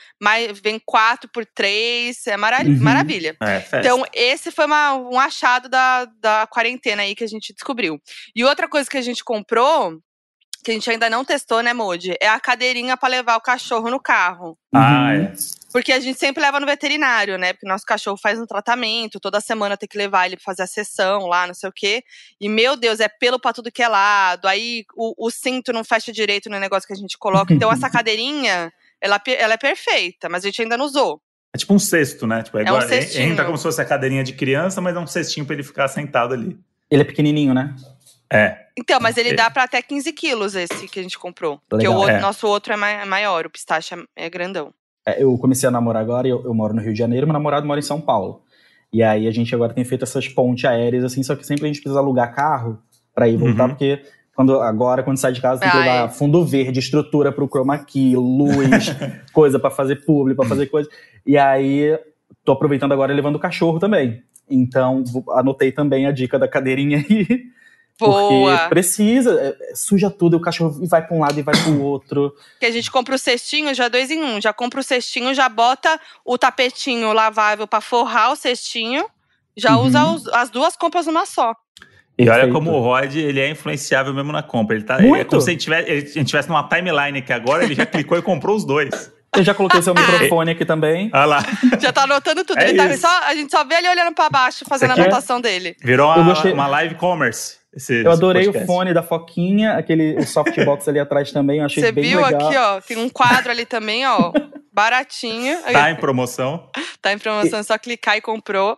4 por 3, é maravilha. Então, esse foi um achado da quarentena aí que a gente descobriu. E outra coisa que a gente comprou, que a gente ainda não testou, né, Modi? É a cadeirinha pra levar o cachorro no carro. Porque a gente sempre leva no veterinário, né? Porque nosso cachorro faz um tratamento, toda semana tem que levar ele pra fazer a sessão lá, não sei o quê. E, meu Deus, é pelo pra tudo que é lado. Aí o cinto não fecha direito no negócio que a gente coloca. Então, essa cadeirinha, ela é perfeita, mas a gente ainda não usou. É tipo um cesto, né? Tipo, um cestinho. Entra como se fosse a cadeirinha de criança, mas é um cestinho pra ele ficar sentado ali. Ele é pequenininho, né? Então, mas ele dá pra até 15 quilos esse que a gente comprou. Legal. Porque nosso outro é maior, o pistache é grandão. Eu comecei a namorar agora, eu moro no Rio de Janeiro, meu namorado mora em São Paulo. E aí a gente agora tem feito essas pontes aéreas, assim, só que sempre a gente precisa alugar carro pra ir voltar, porque quando sai de casa tem que levar fundo verde, estrutura pro chroma key, luz, coisa pra fazer publi, pra fazer coisa. E aí tô aproveitando agora e levando o cachorro também. Então anotei também a dica da cadeirinha aí. Boa. Porque precisa, suja tudo, o cachorro vai pra um lado e vai pro outro. Que a gente compra o cestinho já 2 em 1. Já compra o cestinho, já bota o tapetinho lavável pra forrar o cestinho. Já usa as 2 compras numa só. E olha como o Rod, ele é influenciável mesmo na compra. Ele é como se a gente tivesse numa timeline aqui agora, ele já clicou e comprou os 2. Eu já coloquei seu microfone aqui também. Olha lá. Já tá anotando tudo. A gente só vê ele olhando pra baixo, fazendo a anotação dele. Virou uma live commerce. Eu adorei o fone da Foquinha, o softbox ali atrás também, eu achei bem legal. Você viu aqui, ó, tem um quadro ali também, ó, baratinho. Tá em promoção. Tá em promoção, é só clicar e comprou.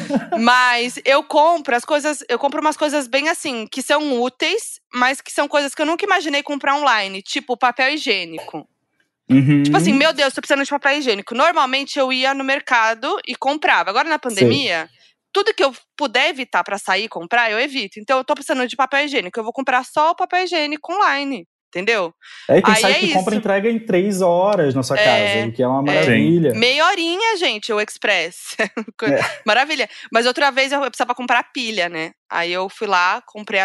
Mas eu compro umas coisas bem assim, que são úteis, mas que são coisas que eu nunca imaginei comprar online, tipo papel higiênico. Tipo assim, meu Deus, tô precisando de papel higiênico. Normalmente eu ia no mercado e comprava. Agora na pandemia, tudo que eu puder evitar pra sair e comprar, eu evito. Então eu tô precisando de papel higiênico. Eu vou comprar só o papel higiênico online. entendeu? Aí tem Aí site é que compra e isso. entrega em 3 horas na sua casa, o que é uma maravilha. Meia horinha, gente, o Express. É. Maravilha. Mas outra vez eu precisava comprar pilha, né? Aí eu fui lá, comprei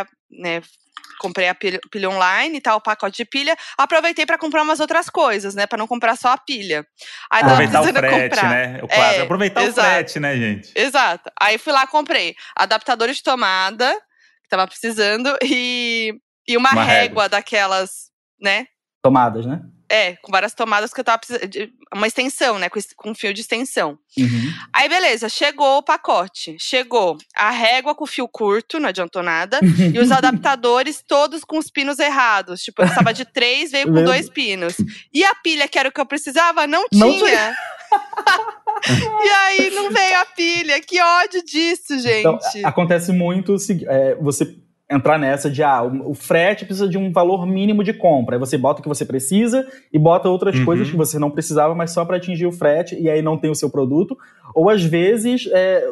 a pilha online e tal, o pacote de pilha. Aproveitei pra comprar umas outras coisas, né? Pra não comprar só a pilha. Aí tava Aproveitar o precisando frete, comprar. né? O clássico. Aproveitar o frete, né, gente? Exato. Aí fui lá, comprei adaptador de tomada, que tava precisando, e uma régua daquelas, né? Tomadas, né? Com várias tomadas que eu tava precisando. Uma extensão, né? Com fio de extensão. Uhum. Aí, beleza, chegou o pacote. Chegou a régua com fio curto, não adiantou nada. E os adaptadores todos com os pinos errados. Tipo, eu precisava de 3, veio com 2 pinos. E a pilha, que era o que eu precisava, não tinha. E aí, não veio a pilha. Que ódio disso, gente. Então, acontece muito você entrar nessa de, o frete precisa de um valor mínimo de compra. Aí você bota o que você precisa e bota outras coisas que você não precisava, mas só para atingir o frete, e aí não tem o seu produto. Ou às vezes,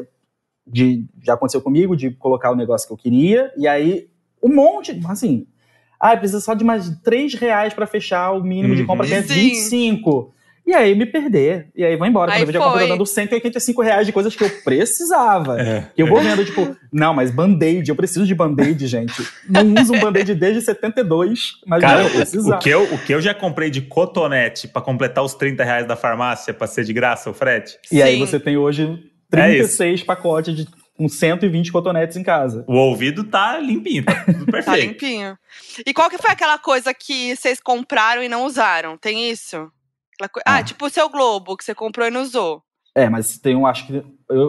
já aconteceu comigo, de colocar o negócio que eu queria, e aí um monte, assim, precisa só de mais R$3 para fechar o mínimo de compra, que é 25. E aí me perder. E aí vou embora. Quando eu vejo a compra dando R$185 de coisas que eu precisava. Que eu vou vendo, tipo, não, mas Band-Aid, eu preciso de Band-Aid, gente. Não uso um Band-Aid desde 72, mas cara, eu precisava. O que eu já comprei de cotonete pra completar os R$30 da farmácia pra ser de graça o frete. E aí você tem hoje 36 pacotes com 120 cotonetes em casa. O ouvido tá limpinho, tá tudo perfeito. Tá limpinho. E qual que foi aquela coisa que vocês compraram e não usaram? Tem isso? Tipo o seu Globo, que você comprou e não usou. Mas tem acho que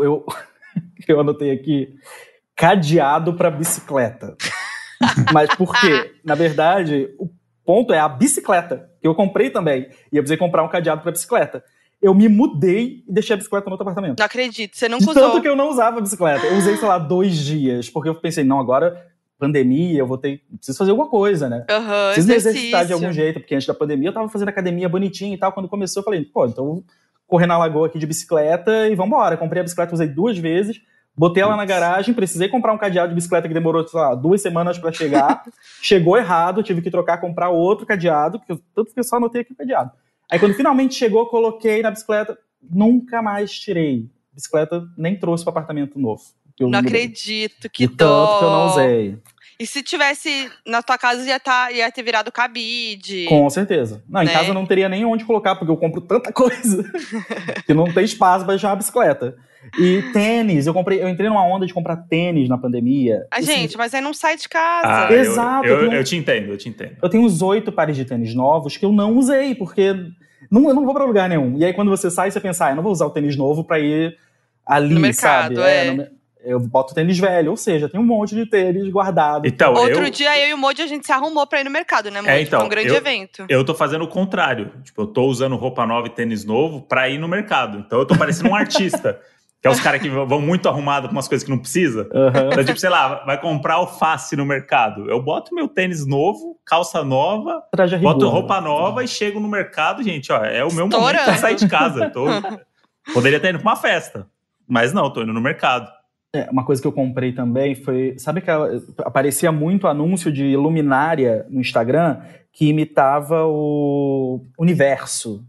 eu anotei aqui, cadeado para bicicleta. Mas por quê? Na verdade, o ponto é a bicicleta, que eu comprei também. E eu precisei comprar um cadeado para bicicleta. Eu me mudei e deixei a bicicleta no outro apartamento. Não acredito, você nunca usou. Tanto que eu não usava a bicicleta. Eu usei, sei lá, 2 dias, porque eu pensei, não, agora... pandemia, eu preciso fazer alguma coisa, né? Preciso me exercitar de algum jeito, porque antes da pandemia eu tava fazendo academia bonitinha e tal, quando começou eu falei, então eu vou correr na lagoa aqui de bicicleta e vambora. Comprei a bicicleta, usei 2 vezes, botei ela na garagem, precisei comprar um cadeado de bicicleta que demorou, sei lá, 2 semanas pra chegar, chegou errado, tive que comprar outro cadeado, tanto que eu só anotei aqui o cadeado. Aí quando finalmente chegou, coloquei na bicicleta, nunca mais tirei. Bicicleta nem trouxe pro apartamento novo. Não acredito, que dó. Tanto que eu não usei. E se tivesse na tua casa, ia ter virado cabide. Com certeza. Não, em casa não teria nem onde colocar, porque eu compro tanta coisa que não tem espaço para deixar uma bicicleta. E tênis, eu entrei numa onda de comprar tênis na pandemia. Gente, mas aí não sai de casa. Exato. Eu te entendo. Eu tenho uns 8 pares de tênis novos que eu não usei, porque eu não vou para lugar nenhum. E aí quando você sai, você pensa, eu não vou usar o tênis novo para ir ali, no mercado, sabe? Eu boto tênis velho, ou seja, tem um monte de tênis guardado. Então, Outro dia eu e o Modi, a gente se arrumou pra ir no mercado, né, Modi? Foi um grande evento. Eu tô fazendo o contrário. Tipo, eu tô usando roupa nova e tênis novo pra ir no mercado. Então eu tô parecendo um artista. Que é os caras que vão muito arrumados com umas coisas que não precisa. Então, tipo, sei lá, vai comprar alface no mercado. Eu boto meu tênis novo, calça nova, boto roupa nova e chego no mercado, gente, ó, é o meu momento pra sair de casa. Poderia ter ido pra uma festa. Mas não, tô indo no mercado. Uma coisa que eu comprei também foi... Sabe que aparecia muito anúncio de luminária no Instagram que imitava o universo.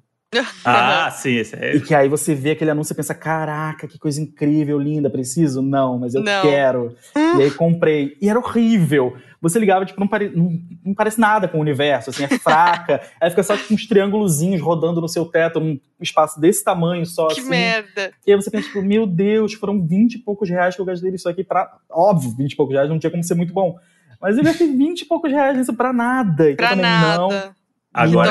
Sim, esse é... E que aí você vê aquele anúncio e pensa, caraca, que coisa incrível, linda, preciso? Não, mas eu quero. E aí comprei. E era horrível. Você ligava, tipo, não parece nada com o universo, assim, é fraca. Aí fica só, tipo, uns triângulozinhos rodando no seu teto, num espaço desse tamanho só, que assim. merda. E aí você pensa, tipo, meu Deus, foram 20 e poucos reais que eu gastei nisso aqui pra... Óbvio, 20 e poucos reais não tinha como ser muito bom. Mas eu gastei 20 e poucos reais nisso pra nada. Então pra também nada. Agora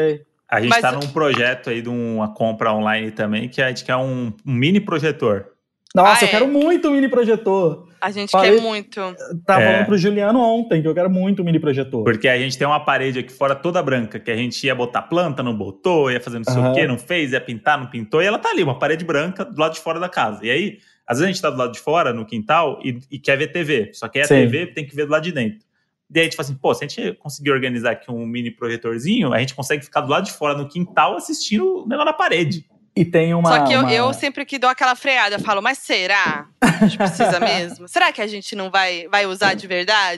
a gente tá num projeto aí de uma compra online também, que a gente quer um mini projetor. Nossa, eu quero muito um mini projetor. A gente quer muito. Tava falando pro Juliano ontem que eu quero muito um mini projetor. Porque a gente tem uma parede aqui fora toda branca, que a gente ia botar planta, não botou, ia fazer não sei o quê, não fez, ia pintar, não pintou, e ela tá ali, uma parede branca do lado de fora da casa. E aí, às vezes a gente tá do lado de fora, no quintal, e quer ver TV. Só que aí a TV tem que ver do lado de dentro. Daí a gente fala assim, se a gente conseguir organizar aqui um mini projetorzinho, a gente consegue ficar do lado de fora, no quintal, assistindo o negócio na parede. E tem uma... Só que eu sempre que dou aquela freada, eu falo, mas será? A gente precisa mesmo? Será que a gente não vai usar de verdade?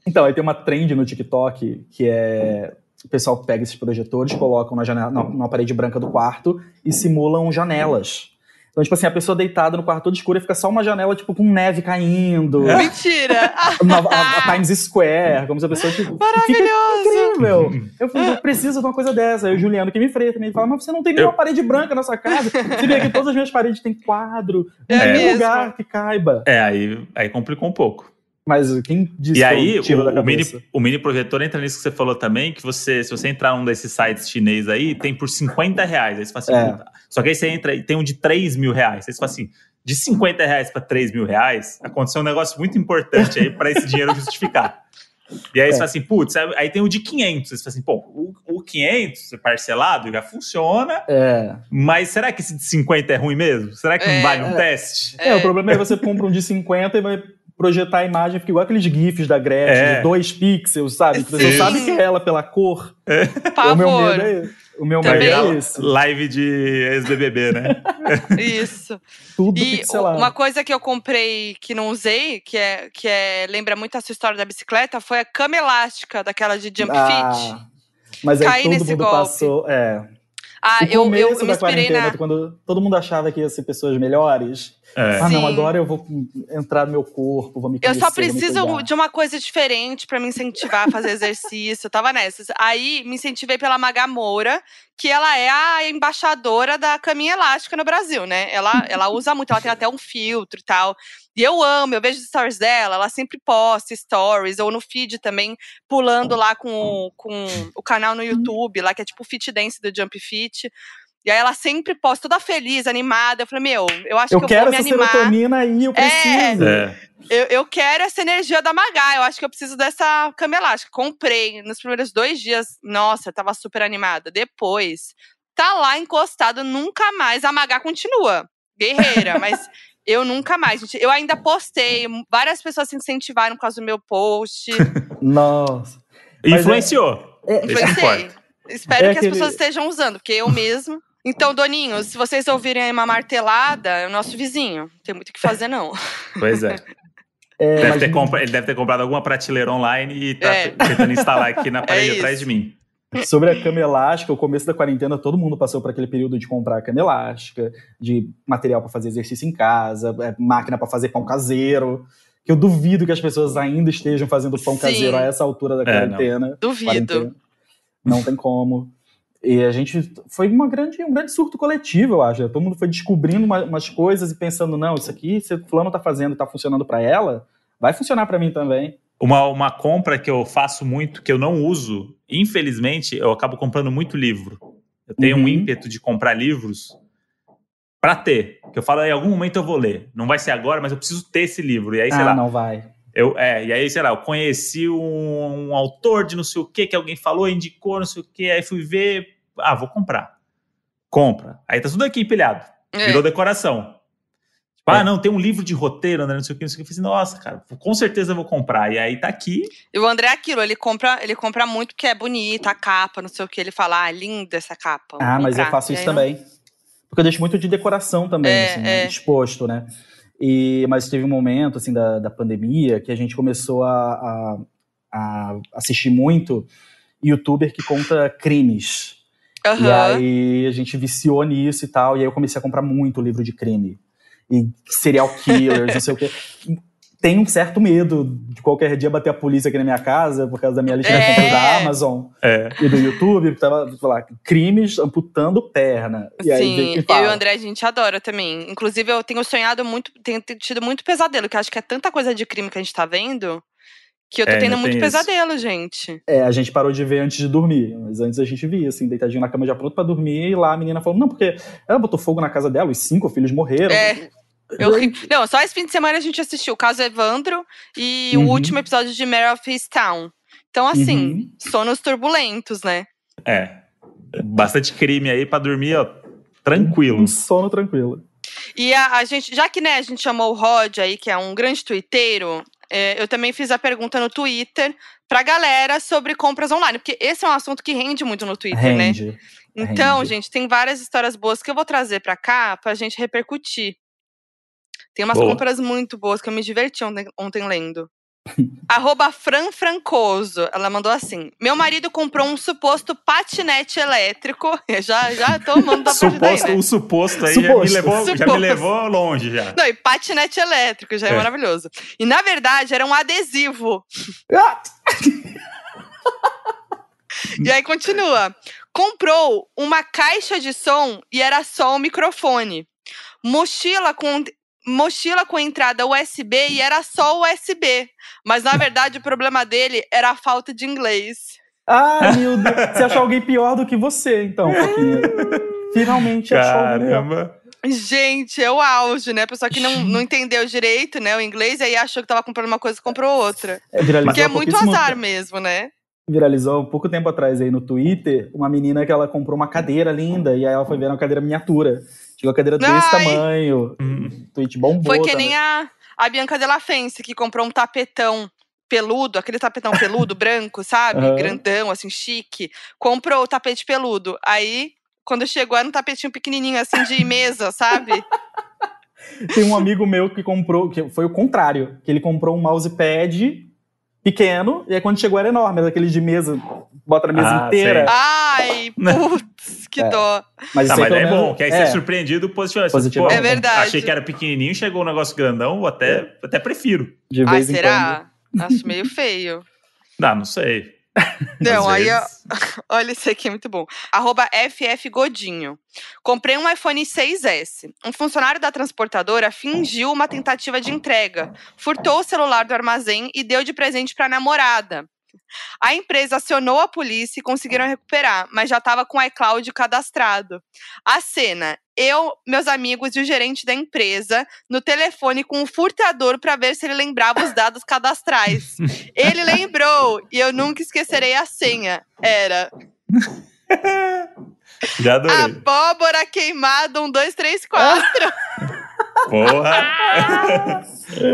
Então, aí tem uma trend no TikTok que é… O pessoal pega esses projetores, colocam na janela, na parede branca do quarto e simulam janelas. Então, tipo assim, a pessoa deitada no quarto todo escuro e fica só uma janela, tipo, com neve caindo. Mentira! A Times Square, como se a pessoa, tipo… Maravilhoso! Fica incrível! Eu preciso de uma coisa dessa. Aí o Juliano, que me freia também, fala, mas você não tem nenhuma parede branca na sua casa? Você vê que todas as minhas paredes têm quadro. Não tem nenhum lugar que caiba. Aí complicou um pouco. Mas quem disse e aí, o mini projetor entra nisso que você falou também, que se você entrar num desses sites chinês aí, tem por R$50. Aí você fala assim, puta. Só que aí você entra e tem um de R$3.000. Aí você fala assim, de R$50 para R$3.000, aconteceu um negócio muito importante aí para esse dinheiro justificar. E aí você fala assim, putz, aí tem o de 500. Aí você fala assim, pô, o 500 parcelado já funciona, mas será que esse de 50 é ruim mesmo? Será que não vale um teste? O problema é que você compra um de 50 e vai projetar a imagem, fica igual aqueles GIFs da Gretchen, de 2 pixels, sabe? Você sabe que é ela pela cor. O meu medo é esse. O meu medo é esse. Live de ex-BBB, né? Isso. Tudo e pixelado. Uma coisa que eu comprei que não usei, que lembra muito essa história da bicicleta, foi a cama elástica, daquela de Jump Fit. Mas aí Caí todo nesse mundo golpe. passou… Eu me da inspirei quarentena, quando todo mundo achava que ia ser pessoas melhores… não, agora eu vou entrar no meu corpo, vou me conhecer, eu só preciso de uma coisa diferente pra me incentivar a fazer exercício. Eu tava nessas. Aí me incentivei pela Maga Moura, que ela é a embaixadora da caminha elástica no Brasil, né? Ela usa muito, ela tem até um filtro e tal. E eu amo, eu vejo os stories dela, ela sempre posta stories, ou no feed também, pulando lá com o canal no YouTube, lá que é tipo o Fit Dance do Jump Fit. E aí ela sempre posta toda feliz, animada. Eu falei, eu acho que eu vou me animar. Eu quero essa serotonina aí, eu preciso. Eu quero essa energia da Magá. Eu acho que eu preciso dessa cama elástica. Comprei nos primeiros 2 dias. Nossa, eu tava super animada. Depois, tá lá encostado, nunca mais. A Magá continua guerreira, mas eu nunca mais, gente. Eu ainda postei. Várias pessoas se incentivaram por causa do meu post. Nossa. Influenciou. Influenciei. Espero que as pessoas estejam usando, porque eu mesmo… Então, Doninho, se vocês ouvirem aí uma martelada, é o nosso vizinho. Não tem muito o que fazer, não. Pois é. Ele deve ter comprado alguma prateleira online e tá tentando instalar aqui na parede atrás de mim. Sobre a cama elástica, o começo da quarentena, todo mundo passou por aquele período de comprar a cama elástica, de material para fazer exercício em casa, máquina para fazer pão caseiro. Que eu duvido que as pessoas ainda estejam fazendo pão caseiro a essa altura da quarentena. Não. Duvido. Não tem como. E a gente… Foi um grande surto coletivo, eu acho. Todo mundo foi descobrindo umas coisas e pensando, não, isso aqui, se o fulano tá fazendo e tá funcionando para ela, vai funcionar para mim também. Uma compra que eu faço muito, que eu não uso, infelizmente, eu acabo comprando muito livro. Eu tenho um ímpeto de comprar livros para ter. Que eu falo, em algum momento eu vou ler. Não vai ser agora, mas eu preciso ter esse livro. E aí, sei lá… não vai. E aí, sei lá, eu conheci um autor de não sei o que alguém falou, indicou, não sei o que, aí fui ver, vou comprar. Compra. Aí tá tudo aqui empilhado. Virou decoração. Tipo, não, tem um livro de roteiro, não sei o que, não sei o que. Eu falei assim, nossa, cara, com certeza eu vou comprar. E aí tá aqui. E o André é aquilo, ele compra muito porque é bonito, a capa, não sei o que. Ele fala, linda essa capa. Mas eu faço isso também. Porque eu deixo muito de decoração também, exposto, né? Mas teve um momento, assim, da pandemia que a gente começou a assistir muito youtuber que conta crimes. E aí a gente viciou nisso e tal, e aí eu comecei a comprar muito livro de crime. E serial killers, não sei o quê. Tenho um certo medo de qualquer dia bater a polícia aqui na minha casa por causa da minha lista de compras da Amazon e do YouTube, que tava lá, crimes amputando perna. E aí, eu e o André, a gente adora também. Inclusive, eu tenho sonhado muito, tenho tido muito pesadelo, que eu acho que é tanta coisa de crime que a gente tá vendo, que eu tô tendo muito pesadelo, gente. A gente parou de ver antes de dormir. Mas antes a gente via, assim, deitadinho na cama já pronto pra dormir, e lá a menina falou, não, porque ela botou fogo na casa dela, os 5 filhos morreram. Não, só esse fim de semana a gente assistiu o caso Evandro e o último episódio de Mare of Easttown. Então, assim, sonos turbulentos, né? Bastante crime aí pra dormir, ó, tranquilo. Um sono tranquilo. E a gente, já que, né, a gente chamou o Rod aí, que é um grande twitteiro, eu também fiz a pergunta no Twitter pra galera sobre compras online, porque esse é um assunto que rende muito no Twitter, né? Então, gente, tem várias histórias boas que eu vou trazer pra cá pra gente repercutir. Tem umas compras muito boas que eu me diverti ontem lendo. @franfrancoso. Ela mandou assim: meu marido comprou um suposto patinete elétrico. Já tô mandando da parte daí, né? O suposto aí Suposto. já me levou longe já. Não, e patinete elétrico já é maravilhoso. E na verdade era um adesivo. E aí continua. Comprou uma caixa de som e era só o microfone. Mochila com entrada USB e era só USB. Mas na verdade o problema dele era a falta de inglês. Ai, meu Deus. Você achou alguém pior do que você, então, Foquinha. Finalmente achou alguém pior. Caramba. Gente, é o auge, né? A pessoa que não entendeu direito, né, o inglês, e aí achou que tava comprando uma coisa e comprou outra. Porque é muito azar mesmo, né? Viralizou um pouco tempo atrás aí no Twitter, uma menina que ela comprou uma cadeira linda, e aí ela foi ver uma cadeira miniatura. Chegou a cadeira desse tamanho. Tweet bombou. Foi que nem a Bianca Della Fence, que comprou um tapetão peludo, aquele tapetão peludo, branco, sabe? Grandão, assim, chique. Comprou o tapete peludo. Aí, quando chegou, era um tapetinho pequenininho, assim, de mesa, sabe? Tem um amigo meu que comprou, que foi o contrário, que ele comprou um mousepad pequeno, e aí quando chegou era enorme, daquele de mesa, bota na mesa inteira. Sei. Ai, putz, que dó. Mas é bom, que aí você é surpreendido positivamente. É verdade. Achei que era pequenininho, chegou um negócio grandão, até prefiro. De vez em será? quando. Acho meio feio. Não sei. Não, aí, olha, isso aqui é muito bom. @FFGodinho. Comprei um iPhone 6S. Um funcionário da transportadora fingiu uma tentativa de entrega. Furtou o celular do armazém e deu de presente para a namorada. A empresa acionou a polícia e conseguiram recuperar, mas já estava com o iCloud cadastrado. A cena: eu, meus amigos e o gerente da empresa no telefone com o furtador para ver se ele lembrava os dados cadastrais. Ele lembrou e eu nunca esquecerei a senha. Era... Já adorei. Abóbora queimada 1, 2, 3, 4. Porra!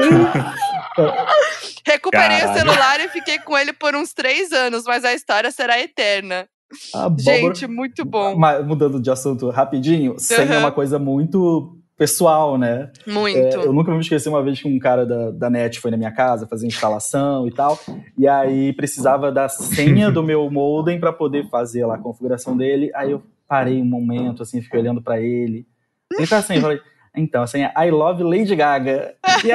Recuperei o celular e fiquei com ele por uns 3 anos, mas a história será eterna. Gente, muito bom. Mas, mudando de assunto rapidinho, senha é uma coisa muito pessoal, né? Muito. Eu nunca me esqueci uma vez que um cara da NET foi na minha casa fazer instalação e tal, e aí precisava da senha do meu modem para poder fazer lá a configuração dele. Aí eu parei um momento, assim, fiquei olhando para ele. Ele tá assim, eu falei, então, a senha é I love Lady Gaga.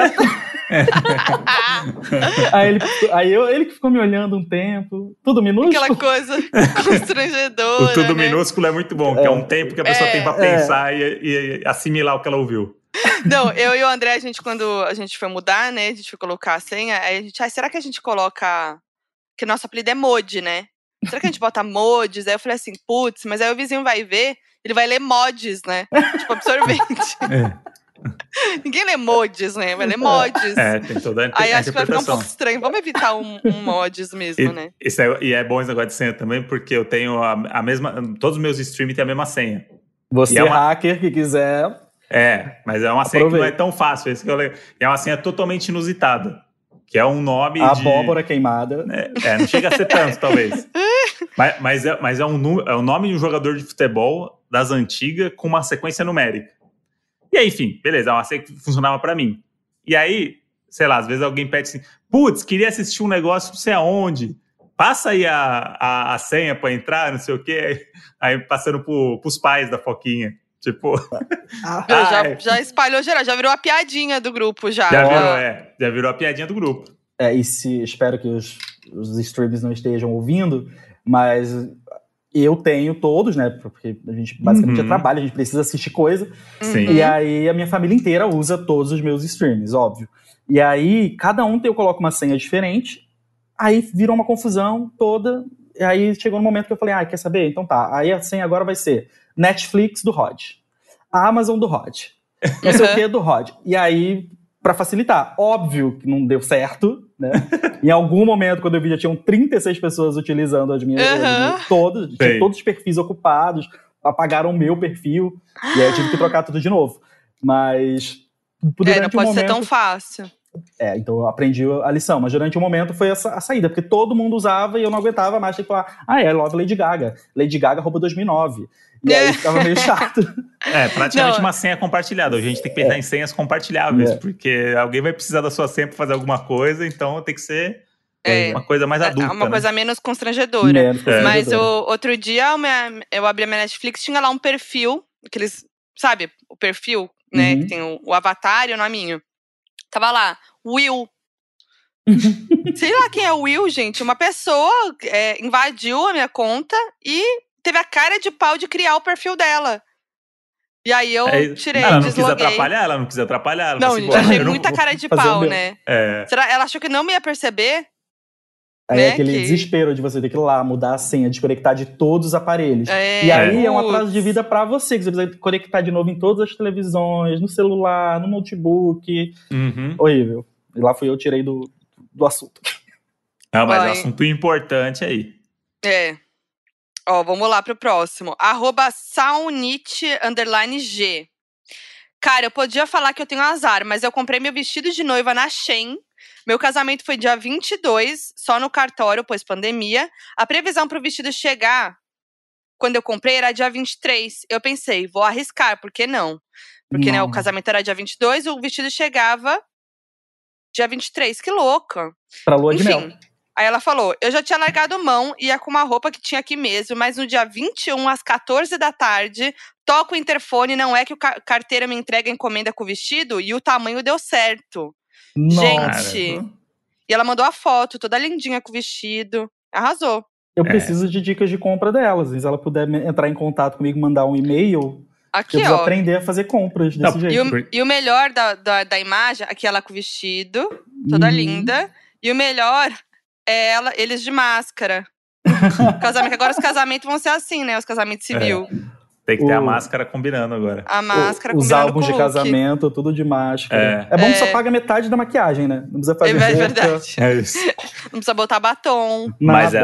E ele que ficou me olhando um tempo, tudo minúsculo. Aquela coisa constrangedora. O tudo né? minúsculo é muito bom, que é um tempo que a pessoa tem pra pensar e assimilar o que ela ouviu. Não, eu e o André, quando a gente foi mudar, né, a gente foi colocar a senha, aí a gente, será que a gente coloca, que nosso apelido é Mod, né? Será que a gente bota mods? Aí eu falei assim, putz, mas aí o vizinho vai ver, ele vai ler mods, né? Tipo, absorvente. Ninguém lê mods, né? Vai ler mods. Tem toda a interpretação. Aí acho que vai ficar um pouco estranho. Vamos evitar um mods mesmo, né? E é bom esse negócio de senha também, porque eu tenho a mesma... Todos os meus streams têm a mesma senha. Você hacker que quiser... mas é uma senha que não é tão fácil. Esse que é uma senha totalmente inusitada. Que é um nome Abóbora queimada. Não chega a ser tanto, talvez. Mas é um nome de um jogador de futebol das antigas com uma sequência numérica. E aí, enfim, beleza, é uma senha que funcionava pra mim. E aí, sei lá, às vezes alguém pede assim, putz, queria assistir um negócio não sei aonde, passa aí a senha pra entrar, não sei o quê. Aí passando pros pais da Foquinha. Tipo... já espalhou geral, já virou a piadinha do grupo, já. Já virou a piadinha do grupo. E espero que os streamers não estejam ouvindo, mas eu tenho todos, né? Porque a gente basicamente trabalha, a gente precisa assistir coisa. Sim. E aí a minha família inteira usa todos os meus streams, óbvio. E aí, cada um eu coloco uma senha diferente, aí virou uma confusão toda. E aí chegou no momento que eu falei, quer saber? Então tá, aí a senha agora vai ser Netflix do Rod, a Amazon do Rod, não sei o que do Rod. E aí, pra facilitar, óbvio que não deu certo, né? Em algum momento, quando eu vi, já tinham 36 pessoas utilizando as minhas todos, tinha todos os perfis ocupados, apagaram o meu perfil, e aí eu tive que trocar tudo de novo. Mas durante não pode ser tão fácil. Então eu aprendi a lição, mas durante um momento foi a saída, porque todo mundo usava e eu não aguentava mais ter que falar, I love Lady Gaga. Lady Gaga @2009. E aí ficava meio chato. Praticamente uma senha compartilhada. Hoje a gente tem que pensar em senhas compartilháveis, porque alguém vai precisar da sua senha para fazer alguma coisa, então tem que ser uma coisa mais adulta. Uma coisa menos constrangedora. Mas outro dia eu abri a minha Netflix, tinha lá um perfil, aqueles, sabe, o perfil, né, que tem o avatar e o nominho. Tava lá, Will. Sei lá quem é o Will, gente. Uma pessoa invadiu a minha conta e teve a cara de pau de criar o perfil dela. E aí eu tirei, ela não desloguei. Ela não quis atrapalhar. Não, gente, achei muita cara de pau, né? Será ela achou que não me ia perceber? Aí é aquele desespero de você ter que ir lá, mudar a senha, desconectar de todos os aparelhos. E aí é um atraso de vida pra você, que você precisa conectar de novo em todas as televisões, no celular, no notebook. Horrível. E lá fui eu, tirei do assunto. Não, mas é um assunto importante aí. Vamos lá pro próximo. @saunit_g. Cara, eu podia falar que eu tenho azar, mas eu comprei meu vestido de noiva na Shein. Meu casamento foi dia 22, só no cartório, pois pandemia. A previsão pro vestido chegar, quando eu comprei, era dia 23. Eu pensei, vou arriscar, por que não? Porque né, o casamento era dia 22, o vestido chegava dia 23. Que louca. Pra lua de mel. Aí ela falou, eu já tinha largado mão, ia com uma roupa que tinha aqui mesmo, mas no dia 21, às 14 da tarde, toco o interfone, não é que o carteiro me entrega a encomenda com o vestido, e o tamanho deu certo. Gente! E ela mandou a foto, toda lindinha com o vestido. Arrasou. Eu preciso de dicas de compra delas. Se ela puder entrar em contato comigo, mandar um e-mail, aqui, eu preciso aprender a fazer compras desse jeito. E o melhor da imagem, aqui ela com o vestido, toda linda. E o melhor é eles de máscara. Agora os casamentos vão ser assim, né? Os casamentos civil. Tem que ter a máscara combinando agora. A máscara combinando os álbuns de casamento, tudo de máscara. É bom que só paga metade da maquiagem, né? Não precisa fazer roupa. Verdade. É isso. Não precisa botar batom. Mas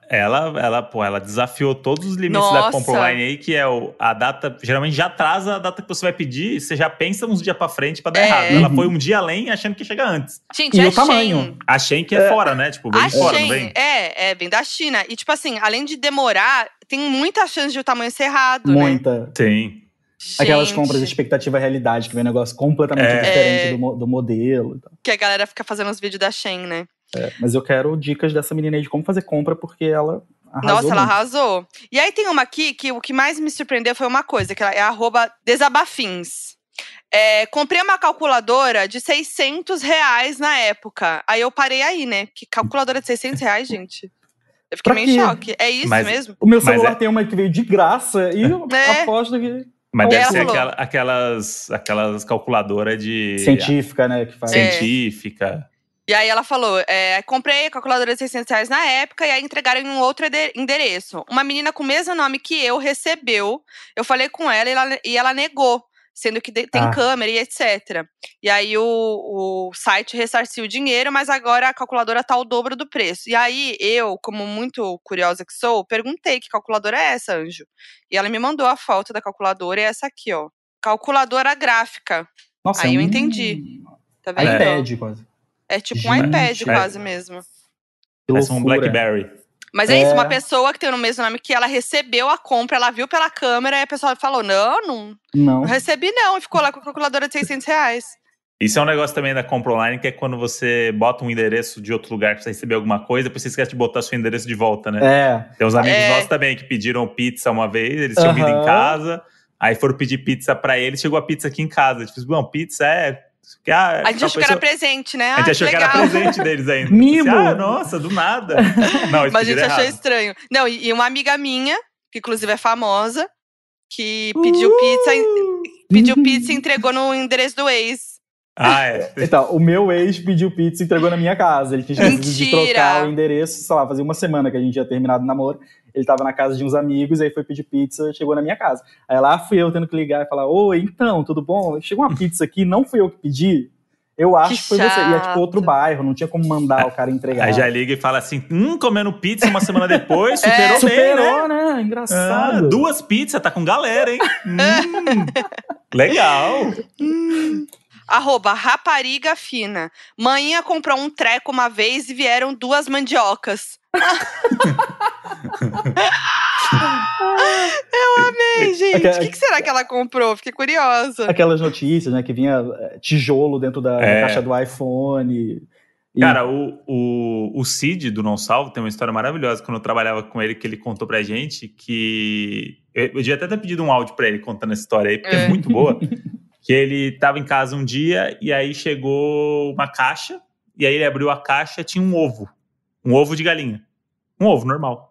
ela desafiou todos os limites da compra online aí, que é a data, geralmente já atrasa a data que você vai pedir, você já pensa uns dias pra frente pra dar errado. Ela foi um dia além, achando que ia chegar antes. Gente, e o tamanho. A Shein que é fora, né? Tipo, vem de fora, não vem? Vem da China. E tipo assim, além de demorar, tem muita chance de o tamanho ser errado, Muita. né? Tem. Aquelas compras de expectativa e realidade, que vem um negócio completamente diferente do modelo. Que a galera fica fazendo os vídeos da Shein, né? Mas eu quero dicas dessa menina aí de como fazer compra, porque ela arrasou. Nossa, ela arrasou. E aí tem uma aqui que o que mais me surpreendeu foi uma coisa, que é @desabafins. Comprei uma calculadora de R$600 na época. Aí eu parei aí, né? Que calculadora de R$600, gente? Eu fiquei meio em choque. É isso mesmo? O meu celular tem uma que veio de graça e eu aposto que... Mas deve ser aquelas calculadoras de... científica, né? Que faz. Científica. E aí ela falou, comprei a calculadora de R$600 na época e aí entregaram em um outro endereço. Uma menina com o mesmo nome que eu recebeu. Eu falei com ela e ela negou, sendo que tem câmera e etc. E aí o site ressarciu o dinheiro, mas agora a calculadora tá o dobro do preço. E aí eu, como muito curiosa que sou, perguntei que calculadora é essa, Anjo? E ela me mandou a foto da calculadora e é essa aqui, ó. Calculadora gráfica. Nossa, aí eu entendi. Tá vendo? iPad quase. É tipo um iPad quase mesmo. Parece um BlackBerry. Mas é isso, uma pessoa que tem o mesmo nome que ela recebeu a compra, ela viu pela câmera e a pessoa falou, não recebi não. E ficou lá com a calculadora de R$600. Isso é um negócio também da compra online, que é quando você bota um endereço de outro lugar pra você receber alguma coisa, depois você esquece de botar seu endereço de volta, né? Tem uns amigos nossos também que pediram pizza uma vez, eles tinham vindo em casa, aí foram pedir pizza pra eles, chegou a pizza aqui em casa. Tipo, não, pizza a gente achou que era presente, né? A gente achou que era presente deles ainda. Mimo! Nossa, do nada. Não, mas a gente achou estranho. Não, e uma amiga minha, que inclusive é famosa, que pediu pizza e entregou no endereço do ex. Então, o meu ex pediu pizza e entregou na minha casa. Ele tinha esquecido de trocar o endereço, sei lá, fazia uma semana que a gente tinha terminado o namoro. Ele tava na casa de uns amigos, aí foi pedir pizza, chegou na minha casa. Aí lá fui eu tendo que ligar e falar, oi, então, tudo bom? Chegou uma pizza aqui, não fui eu que pedi? Eu acho que foi você. E é tipo outro bairro, não tinha como mandar o cara entregar. Aí já liga e fala assim, comendo pizza uma semana depois, superou, né? Engraçado. 2 pizzas, tá com galera, hein? Legal. @rapariga fina. Manhã comprou um treco uma vez e vieram 2 mandiocas. Eu amei, gente. O que será que ela comprou? Fiquei curiosa. Aquelas notícias, né, que vinha tijolo dentro da caixa do iPhone. Cara, o Cid, do Não Salvo, tem uma história maravilhosa. Quando eu trabalhava com ele, que ele contou pra gente que... Eu devia até ter pedido um áudio pra ele contando essa história aí, porque é muito boa. Que ele tava em casa um dia e aí chegou uma caixa, e aí ele abriu a caixa, tinha um ovo de galinha. Um ovo normal.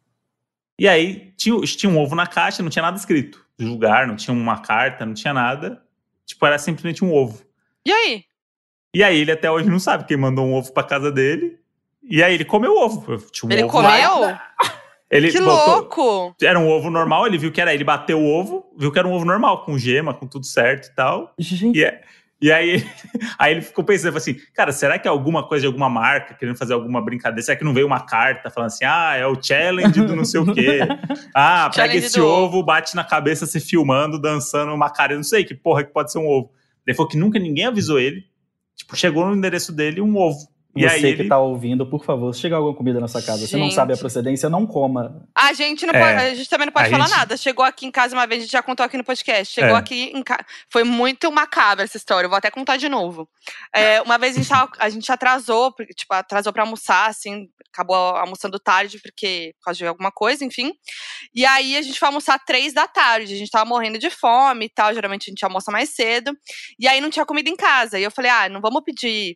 E aí tinha um ovo na caixa, não tinha nada escrito. Julgar, não tinha uma carta, não tinha nada. Tipo, era simplesmente um ovo. E aí? E aí ele até hoje não sabe quem mandou um ovo pra casa dele. E aí ele comeu o ovo. Tinha um Ele ovo comeu? lá. Ele que botou, louco! Era um ovo normal, ele viu que era. Ele bateu o ovo, viu que era um ovo normal, com gema, com tudo certo e tal. Gente. E aí ele ficou pensando assim, cara, será que é alguma coisa de alguma marca querendo fazer alguma brincadeira? Será que não veio uma carta falando assim, é o challenge do não sei o quê? Pega esse ovo, bate na cabeça se filmando, dançando uma cara, eu não sei que porra que pode ser um ovo. Ele falou que nunca ninguém avisou ele. Tipo, chegou no endereço dele um ovo. E você aí que tá ouvindo, por favor, se chegar alguma comida na sua casa, você não sabe a procedência, não coma. A gente também não pode falar nada. Chegou aqui em casa uma vez, a gente já contou aqui no podcast. Chegou aqui em casa. Foi muito macabra essa história, eu vou até contar de novo. Uma vez a gente atrasou pra almoçar, assim, acabou almoçando tarde, por causa de alguma coisa, enfim. E aí a gente foi almoçar 3h, a gente tava morrendo de fome e tal, geralmente a gente almoça mais cedo. E aí não tinha comida em casa. E eu falei, não vamos pedir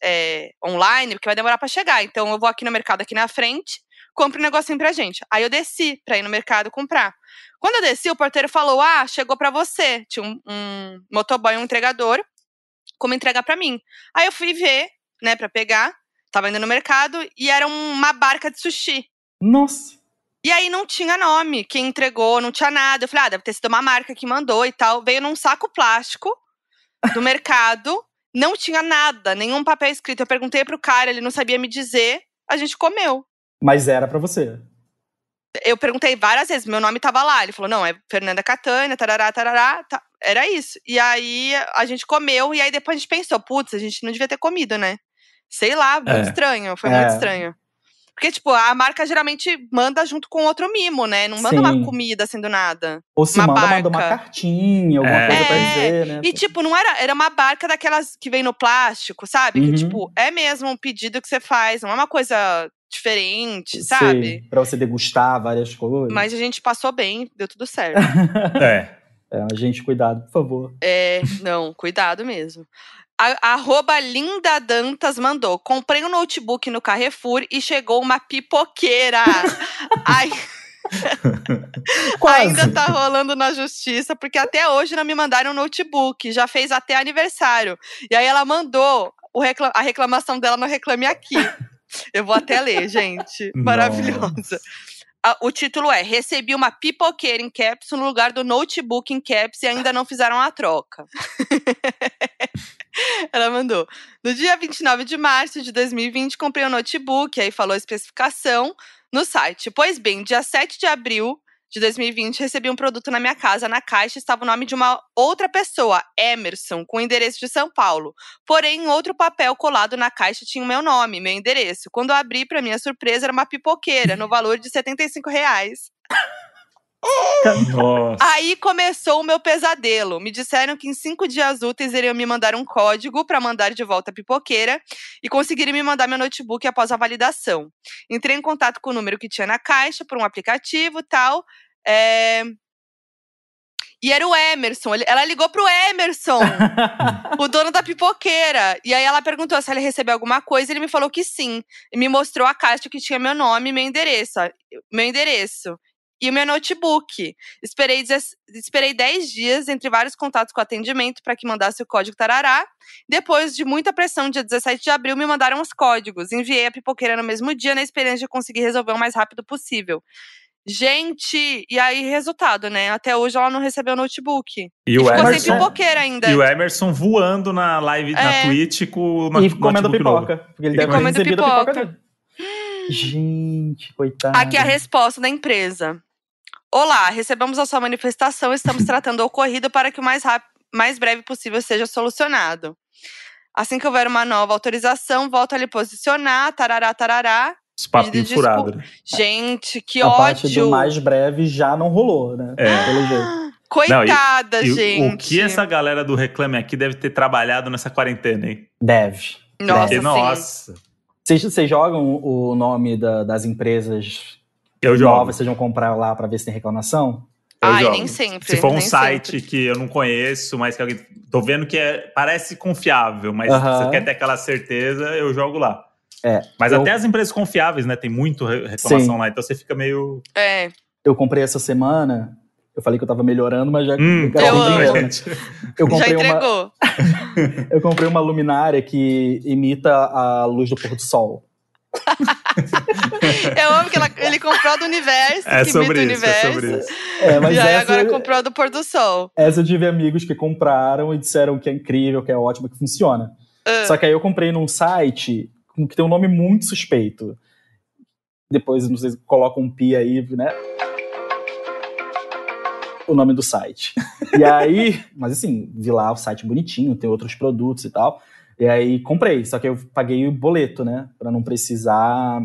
online, porque vai demorar pra chegar. Então eu vou aqui no mercado, aqui na frente, compro um negocinho pra gente. Aí eu desci pra ir no mercado comprar. Quando eu desci, o porteiro falou, chegou pra você. Tinha um motoboy, um entregador, como entregar pra mim. Aí eu fui ver, né, pra pegar. Tava indo no mercado e era uma barca de sushi. Nossa! E aí não tinha nome, quem entregou, não tinha nada. Eu falei, deve ter sido uma marca que mandou e tal. Veio num saco plástico do mercado. Não tinha nada, nenhum papel escrito. Eu perguntei pro cara, ele não sabia me dizer. A gente comeu. Mas era pra você? Eu perguntei várias vezes, meu nome tava lá. Ele falou, não, é Fernanda Catânia, tarará, tarará. Era isso. E aí a gente comeu, e aí depois a gente pensou, putz, a gente não devia ter comido, né? Sei lá, muito estranho, foi muito estranho. Porque, tipo, a marca geralmente manda junto com outro mimo, né? Não manda uma comida assim do nada. Ou se manda uma cartinha, alguma coisa pra dizer, né? E, tipo, não era uma barca daquelas que vem no plástico, sabe? Que, tipo, é mesmo um pedido que você faz, não é uma coisa diferente, sabe? Pra você degustar várias coisas. Mas a gente passou bem, deu tudo certo. Gente, cuidado, por favor. Não, cuidado mesmo. @lindadantas mandou. Comprei um notebook no Carrefour e chegou uma pipoqueira. Ainda tá rolando na justiça, porque até hoje não me mandaram um notebook. Já fez até aniversário. E aí ela mandou a reclamação dela no Reclame Aqui. Eu vou até ler, gente. Maravilhosa. O título é: recebi uma pipoqueira em caps no lugar do notebook em caps e ainda não fizeram a troca. Ela mandou: no dia 29 de março de 2020, comprei um notebook, aí falou a especificação no site. Pois bem, dia 7 de abril de 2020, recebi um produto na minha casa. Na caixa estava o nome de uma outra pessoa, Emerson, com endereço de São Paulo. Porém, em outro papel colado na caixa tinha o meu nome, meu endereço. Quando eu abri, para minha surpresa, era uma pipoqueira, no valor de R$75. Nossa. Aí começou o meu pesadelo. Me disseram que em 5 dias úteis iriam me mandar um código para mandar de volta a pipoqueira e conseguirem me mandar meu notebook após a validação. Entrei em contato com o número que tinha na caixa por um aplicativo e tal. E era o Emerson. Ela ligou pro Emerson, o dono da pipoqueira. E aí ela perguntou se ele recebeu alguma coisa. Ele me falou que sim. E me mostrou a caixa que tinha meu nome e meu endereço. E o meu notebook. Esperei 10 dias entre vários contatos com atendimento para que mandasse o código tarará. Depois de muita pressão, dia 17 de abril, me mandaram os códigos. Enviei a pipoqueira no mesmo dia, na esperança de conseguir resolver o mais rápido possível. Gente, e aí resultado, né? Até hoje ela não recebeu o notebook. E ficou Emerson, sem pipoqueira ainda. E o Emerson voando na live, na Twitch com o e comendo pipoca. Novo. Porque ele deve ter recebido a pipoca dele. Gente, coitado. Aqui a resposta da empresa. Olá, recebemos a sua manifestação e estamos tratando o ocorrido para que o mais mais breve possível seja solucionado. Assim que houver uma nova autorização, volto a lhe posicionar, tarará, tarará. Os papinhos furados, né? Gente, que A ódio! parte do mais breve já não rolou, né? Pelo jeito. Coitada, Não, gente. O que essa galera do Reclame Aqui deve ter trabalhado nessa quarentena, hein? Deve. Nossa, Porque, sim. nossa. Vocês jogam o nome das empresas Eu jogo. novas, vocês vão comprar lá pra ver se tem reclamação? Eu jogo. Nem sempre. Se for um nem site sempre. que eu não conheço, mas que alguém. Tô vendo que parece confiável, mas se você quer ter aquela certeza, eu jogo lá. Mas até as empresas confiáveis, né? Tem muito reclamação lá, então você fica meio. Eu comprei essa semana. Eu falei que eu tava melhorando, mas já gastei dinheiro, né? Eu Já comprei entregou. Eu comprei uma luminária que imita a luz do pôr do sol. Eu amo que ele comprou do universo, que imita o universo. É sobre isso. Mas e aí agora comprou do pôr do sol. Essa eu tive amigos que compraram e disseram que é incrível, que é ótimo, que funciona. Só que aí eu comprei num site que tem um nome muito suspeito. Depois, não sei se coloca um pi aí, né? O nome do site. E aí, mas assim, vi lá o site bonitinho, tem outros produtos e tal. E aí comprei, só que eu paguei o boleto, né? Pra não precisar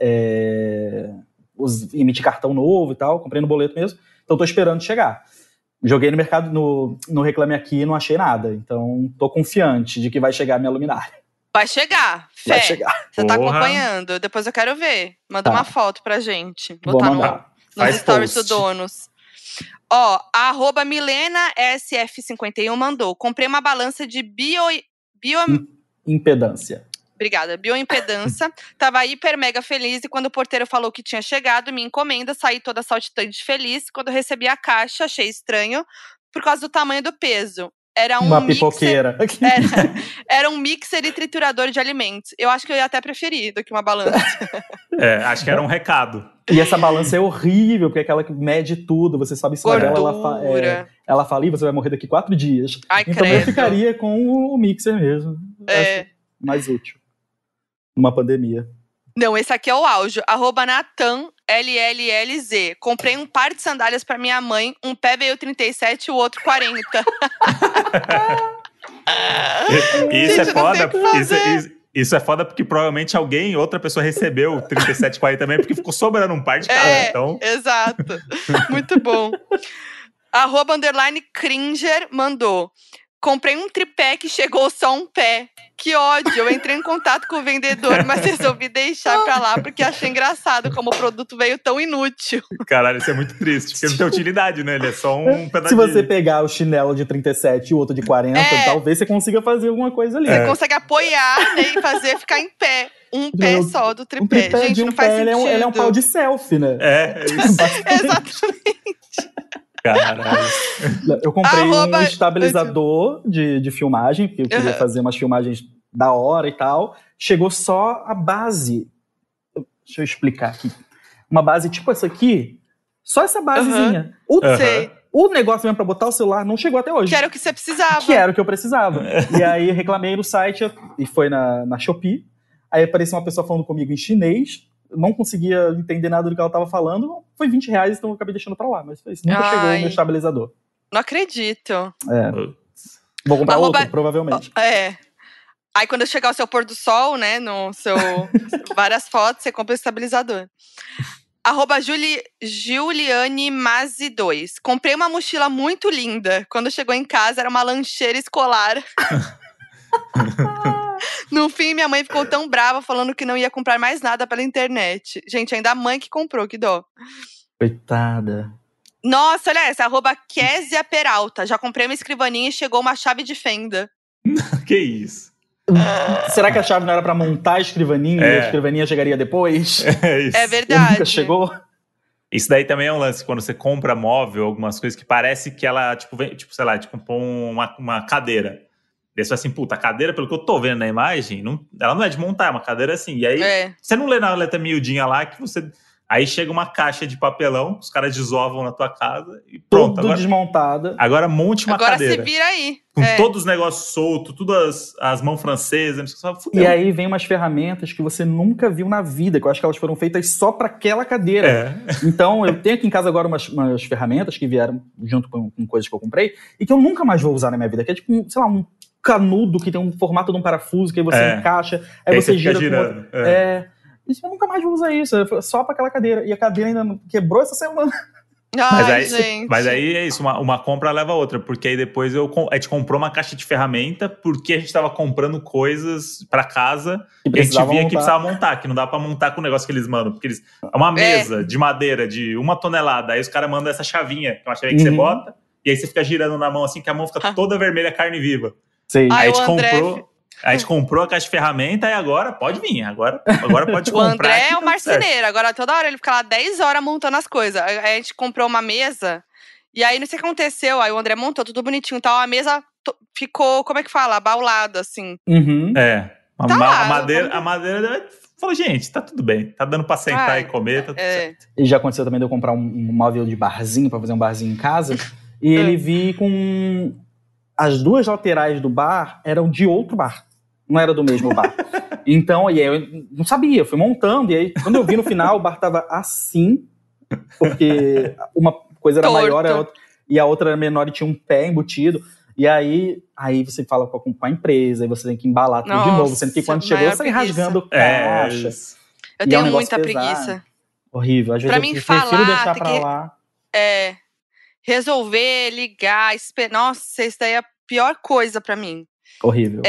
emitir cartão novo e tal. Comprei no boleto mesmo. Então tô esperando chegar. Joguei no mercado, no Reclame Aqui e não achei nada. Então tô confiante de que vai chegar a minha luminária. Vai chegar, fé. Vai chegar. Você tá acompanhando. Depois eu quero ver. Manda uma foto pra gente. Vou mandar. Nos stories do Donos. Ó, a @MilenaSF51 mandou. Comprei uma balança de impedância. Obrigada. Bioimpedância. Tava hiper mega feliz e quando o porteiro falou que tinha chegado, minha encomenda, saí toda saltitante feliz. Quando eu recebi a caixa, achei estranho por causa do tamanho do peso. Era uma pipoqueira. Era um mixer e triturador de alimentos. Eu acho que eu ia até preferir do que uma balança. Acho que era um recado. E essa balança é horrível, porque é aquela que mede tudo, você sobe em cima dela, ela fala, você vai morrer daqui 4 dias. Ai, então credo. eu ficaria com o mixer mesmo. Acho mais útil. Numa pandemia. Não, esse aqui é o auge. @NatanLLLZ. Comprei um par de sandálias pra minha mãe. Um pé veio 37 e o outro 40. Isso é foda. Isso é foda porque provavelmente outra pessoa recebeu 37, 40 também, porque ficou sobrando um par de cada. Então... Exato. Muito bom. @_Cringer mandou. Comprei um tripé que chegou só um pé. Que ódio, eu entrei em contato com o vendedor, mas resolvi deixar pra lá porque achei engraçado como o produto veio tão inútil. Caralho, isso é muito triste, porque não tem utilidade, né? Ele é só um pedaço. Se você pegar o chinelo de 37 e o outro de 40, talvez você consiga fazer alguma coisa ali. Você consegue apoiar, né, e fazer ficar em pé. Um pé só do tripé. Um tripé. Gente, de não faz sentido. Ele é um pau de selfie, né? É isso. Exatamente. Caralho. Eu comprei um estabilizador de filmagem, porque eu queria fazer umas filmagens da hora e tal. Chegou só a base. Deixa eu explicar aqui. Uma base tipo essa aqui. Só essa basezinha. O negócio mesmo pra botar o celular não chegou até hoje. Que era o que você precisava. Que era o que eu precisava. E aí reclamei no site e foi na Shopee. Aí apareceu uma pessoa falando comigo em chinês. Não conseguia entender nada do que ela tava falando. Foi R$20, então eu acabei deixando pra lá. Mas nunca chegou o meu estabilizador. Não acredito. Vou comprar outro, provavelmente. Aí quando chegar o seu pôr do sol, né, no seu várias fotos, você compra o estabilizador. @JulianeMazi2. Comprei uma mochila muito linda. Quando chegou em casa, era uma lancheira escolar. No fim, minha mãe ficou tão brava, falando que não ia comprar mais nada pela internet. Gente, ainda a mãe que comprou, que dó. Coitada. Nossa, olha essa, @Késia Peralta. Já comprei uma escrivaninha e chegou uma chave de fenda. Que isso? Será que a chave não era pra montar a escrivaninha e a escrivaninha chegaria depois? É isso. É verdade. Nunca chegou? Isso daí também é um lance, quando você compra móvel, algumas coisas que parece que ela, vem, sei lá, comprou uma cadeira. Daí você fala assim, puta, a cadeira, pelo que eu tô vendo na imagem, ela não é de montar, é uma cadeira assim. E aí, você não lê na letra miudinha lá que você... Aí chega uma caixa de papelão, os caras desovam na tua casa e pronto. Tudo desmontada. Agora monte uma cadeira. Agora se vira aí. Com todos os negócios soltos, todas as mãos francesas. E aí vem umas ferramentas que você nunca viu na vida, que eu acho que elas foram feitas só para aquela cadeira. Então, eu tenho aqui em casa agora umas ferramentas que vieram junto com coisas que eu comprei e que eu nunca mais vou usar na minha vida, que é tipo, sei lá, um canudo que tem um formato de um parafuso, que aí você encaixa, aí você gira girando. Isso eu nunca mais vou usar isso, só para aquela cadeira. E a cadeira ainda quebrou essa semana. Mas aí é isso, uma compra leva a outra, porque aí depois a gente comprou uma caixa de ferramenta porque a gente tava comprando coisas pra casa que a gente via que precisava montar, que não dá pra montar com o negócio que eles mandam, porque é uma mesa de madeira de 1 tonelada, aí os caras mandam essa chavinha, que é uma chavinha que você bota, e aí você fica girando na mão assim, que a mão fica toda vermelha, carne viva. Sim. Aí a gente comprou a caixa de ferramenta e agora pode vir. Agora pode comprar. O André é o marceneiro. Agora toda hora ele fica lá 10 horas montando as coisas. Aí a gente comprou uma mesa e aí não sei o que aconteceu. Aí o André montou tudo bonitinho e tal. A mesa ficou, como é que fala? Abaulada, assim. A madeira falou, gente, tá tudo bem. Tá dando pra sentar e comer, tá tudo certo. E já aconteceu também de eu comprar um móvel de barzinho pra fazer um barzinho em casa. E ele vi com... As duas laterais do bar eram de outro bar. Não era do mesmo bar. Então, e aí eu não sabia, fui montando. E aí, quando eu vi no final, o bar tava assim. Porque uma coisa era maior e a outra era menor e tinha um pé embutido. E aí você fala com a empresa, aí você tem que embalar tudo de novo. Sendo que quando chegou, eu saí rasgando caixa. Eu tenho muita preguiça. Horrível. Às vezes pra mim, eu prefiro deixar pra lá. Resolver, ligar, esperar. Nossa, isso daí é a pior coisa pra mim. Horrível.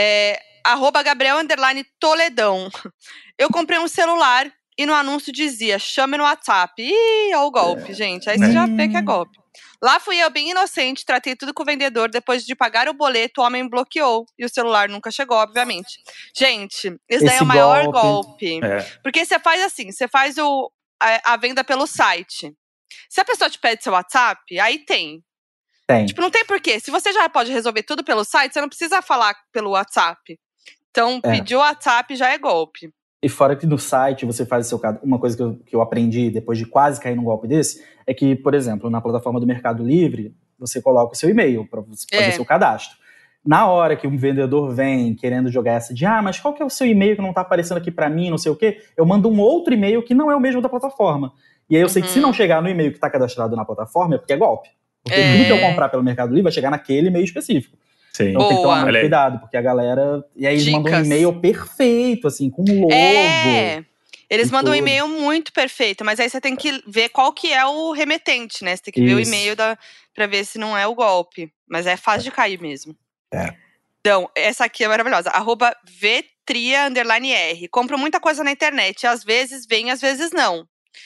@Gabriel_Toledão. Eu comprei um celular e no anúncio dizia, chame no WhatsApp. Ih, olha o golpe, gente. Aí você já vê que é golpe. Lá fui eu, bem inocente, tratei tudo com o vendedor. Depois de pagar o boleto, o homem bloqueou. E o celular nunca chegou, obviamente. Gente, esse daí é o maior golpe. Porque você faz assim, você faz a venda pelo site. Se a pessoa te pede seu WhatsApp, aí tem. Tipo, não tem porquê. Se você já pode resolver tudo pelo site, você não precisa falar pelo WhatsApp. Então, pedir o WhatsApp já é golpe. E fora que no site você faz o seu cadastro. Uma coisa que eu aprendi depois de quase cair num golpe desse é que, por exemplo, na plataforma do Mercado Livre, você coloca o seu e-mail para você fazer seu cadastro. Na hora que um vendedor vem querendo jogar essa de mas qual que é o seu e-mail que não tá aparecendo aqui para mim, não sei o quê, eu mando um outro e-mail que não é o mesmo da plataforma. E aí eu sei que se não chegar no e-mail que tá cadastrado na plataforma é porque é golpe. Porque tudo que eu comprar pelo Mercado Livre vai chegar naquele e-mail específico. Sim. Então tem que tomar muito cuidado, porque a galera... E aí eles mandam um e-mail perfeito, assim, com logo. Eles mandam um e-mail muito perfeito, mas aí você tem que ver qual que é o remetente, né? Você tem que ver o e-mail pra ver se não é o golpe. Mas é fácil de cair mesmo. Então, essa aqui é maravilhosa. @Vetria_R. Compro muita coisa na internet. Às vezes vem, às vezes não.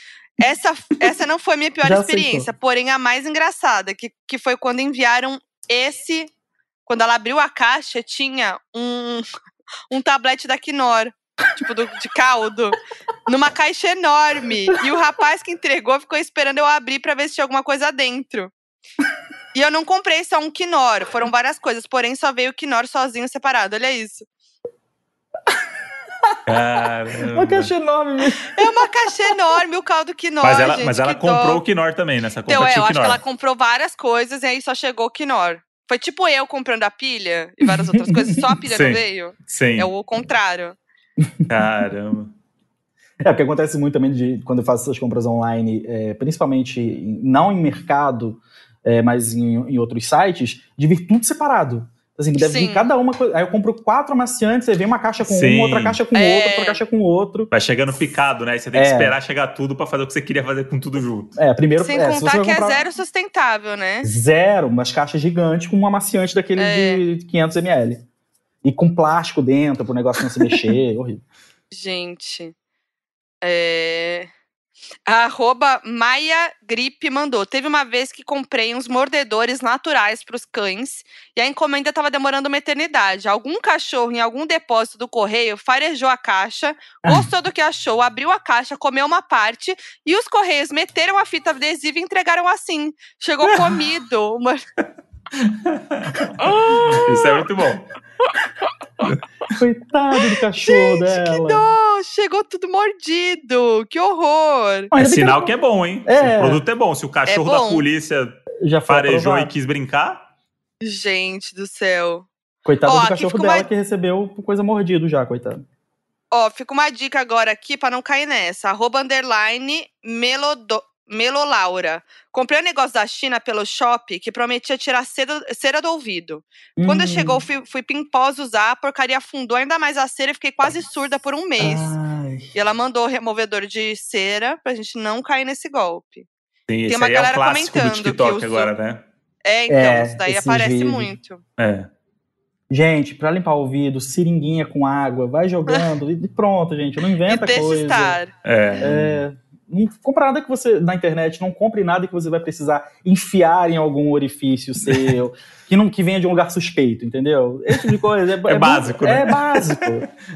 Essa não foi a minha pior experiência, porém a mais engraçada, que foi quando enviaram esse... Quando ela abriu a caixa, tinha um tablete da Knorr, tipo de caldo, numa caixa enorme. E o rapaz que entregou ficou esperando eu abrir pra ver se tinha alguma coisa dentro. E eu não comprei só um Knorr, foram várias coisas, porém só veio o Knorr sozinho, separado, olha isso. Caramba. Uma caixa enorme mesmo. É uma caixa enorme, o caldo Knorr, mas ela comprou o Knorr também, nessa compra. Então, eu acho que ela comprou várias coisas e aí só chegou o Knorr. Foi tipo eu comprando a pilha e várias outras coisas, só a pilha não veio. Sim. É o contrário. Caramba. Porque acontece muito também quando eu faço essas compras online, principalmente não em mercado, mas em outros sites, de vir tudo separado. Assim, deve vir cada uma coisa. Aí eu compro 4 amaciantes, aí vem uma caixa com um, outra caixa com outro, outra caixa com outro. Vai chegando picado, né? Você tem que esperar chegar tudo pra fazer o que você queria fazer com tudo junto. Primeiro... Sem contar que é zero sustentável, né? Zero, umas caixas gigantes com um amaciante daquele de 500 ml. E com plástico dentro, pro negócio não se mexer, horrível. Gente... A @MaiaGripe mandou. Teve uma vez que comprei uns mordedores naturais para os cães e a encomenda estava demorando uma eternidade. Algum cachorro em algum depósito do correio farejou a caixa, gostou do que achou, abriu a caixa, comeu uma parte e os correios meteram a fita adesiva e entregaram assim. Chegou comido. Isso é muito bom. Coitado do cachorro dela. Que dó! Chegou tudo mordido! Que horror! É sinal que é bom, hein? Se o produto é bom. Se o cachorro da polícia já farejou e quis brincar... Gente do céu. Coitado do cachorro dela que recebeu coisa mordido já, coitado. Fica uma dica agora aqui pra não cair nessa. @_melolaura. Comprei um negócio da China pelo Shopee que prometia tirar cera do ouvido. Quando chegou, fui pimposa usar, a porcaria afundou ainda mais a cera e fiquei quase surda por um mês. E ela mandou removedor de cera pra gente não cair nesse golpe. Sim, tem uma galera comentando do TikTok que agora, né? Então, isso daí aparece muito. Gente, pra limpar o ouvido, seringuinha com água, vai jogando e pronto, gente. Não inventa coisa. Não compra nada que você, na internet, não compre nada que você vai precisar enfiar em algum orifício seu, que venha de um lugar suspeito, entendeu? Esse tipo de coisa é básico, né? É básico.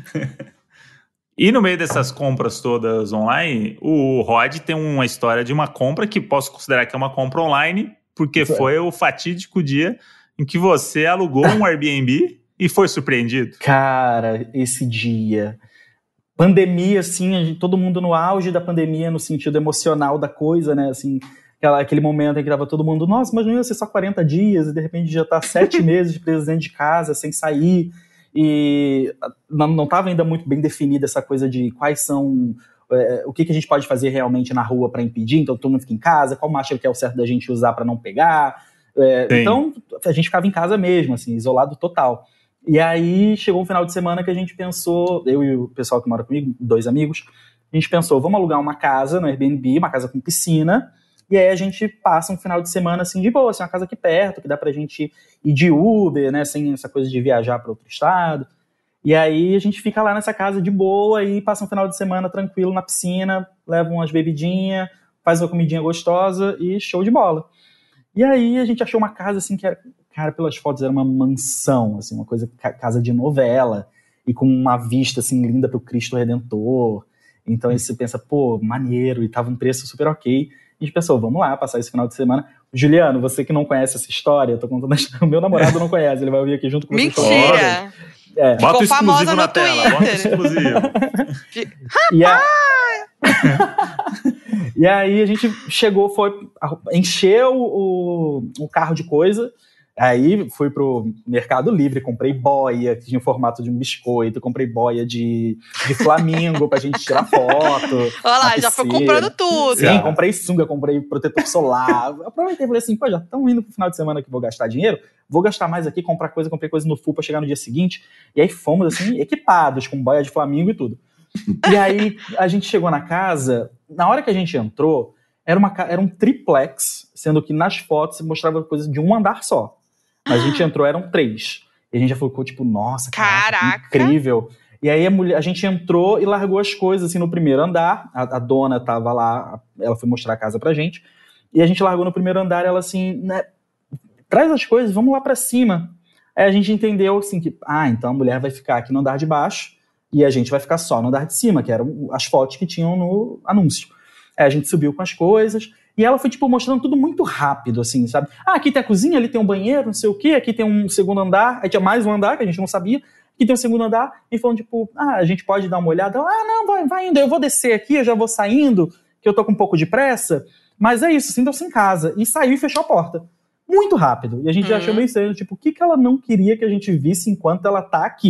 E no meio dessas compras todas online, o Rod tem uma história de uma compra que posso considerar que é uma compra online, porque foi o fatídico dia em que você alugou um Airbnb e foi surpreendido. Cara, esse dia... Pandemia, assim, todo mundo no auge da pandemia, no sentido emocional da coisa, né, assim, aquele momento em que tava todo mundo, nossa, mas não ia ser só 40 dias, e de repente já tá 7 meses preso dentro de casa, sem sair, e não tava ainda muito bem definida essa coisa de quais são, o que a gente pode fazer realmente na rua para impedir, então todo mundo fica em casa, qual máscara que é o certo da gente usar para não pegar, então a gente ficava em casa mesmo, assim, isolado total. E aí chegou um final de semana que a gente pensou, eu e o pessoal que mora comigo, 2 amigos, a gente pensou, vamos alugar uma casa no Airbnb, uma casa com piscina, e aí a gente passa um final de semana assim de boa, assim, uma casa aqui perto, que dá pra gente ir de Uber, né, sem essa coisa de viajar para outro estado. E aí a gente fica lá nessa casa de boa e passa um final de semana tranquilo na piscina, leva umas bebidinhas, faz uma comidinha gostosa e show de bola. E aí a gente achou uma casa assim que era... Cara, pelas fotos era uma mansão, assim, uma coisa, casa de novela, e com uma vista, assim, linda pro Cristo Redentor. Então aí você pensa, pô, maneiro, e tava um preço super ok. E a gente pensou, vamos lá, passar esse final de semana. Juliano, você que não conhece essa história, eu tô contando a história, o meu namorado não conhece, ele vai ouvir aqui junto com você. Mentira! Bota o exclusivo na tela, bota o exclusivo. E aí a gente chegou, encheu o carro de coisa. Aí fui pro Mercado Livre, comprei boia, que tinha o formato de um biscoito, comprei boia de flamingo pra gente tirar foto. Olha lá, já foi comprando tudo. Sim, comprei sunga, comprei protetor solar. Aproveitei e falei assim, pô, já estão indo pro final de semana que vou gastar dinheiro, vou gastar mais aqui, comprei coisa no Full pra chegar no dia seguinte. E aí fomos, assim, equipados, com boia de flamingo e tudo. E aí a gente chegou na casa, na hora que a gente entrou, era um triplex, sendo que nas fotos mostrava coisa de um andar só. Mas a gente entrou, eram 3. E a gente já ficou tipo, nossa, caraca, incrível. E aí a gente entrou e largou as coisas assim no primeiro andar. A dona tava lá, ela foi mostrar a casa pra gente. E a gente largou no primeiro andar, ela assim, né, traz as coisas, vamos lá pra cima. Aí a gente entendeu assim que, então a mulher vai ficar aqui no andar de baixo e a gente vai ficar só no andar de cima, que eram as fotos que tinham no anúncio. Aí a gente subiu com as coisas. E ela foi, tipo, mostrando tudo muito rápido, assim, sabe? Aqui tem a cozinha, ali tem um banheiro, não sei o quê, aqui tem um segundo andar, aí tinha mais um andar, que a gente não sabia, aqui tem um segundo andar, e falando, tipo, a gente pode dar uma olhada? Ela, não, vai indo, eu vou descer aqui, eu já vou saindo, que eu tô com um pouco de pressa, mas é isso, sintam-se em casa. E saiu e fechou a porta. Muito rápido. E a gente já achou meio estranho, tipo, o que ela não queria que a gente visse enquanto ela tá aqui?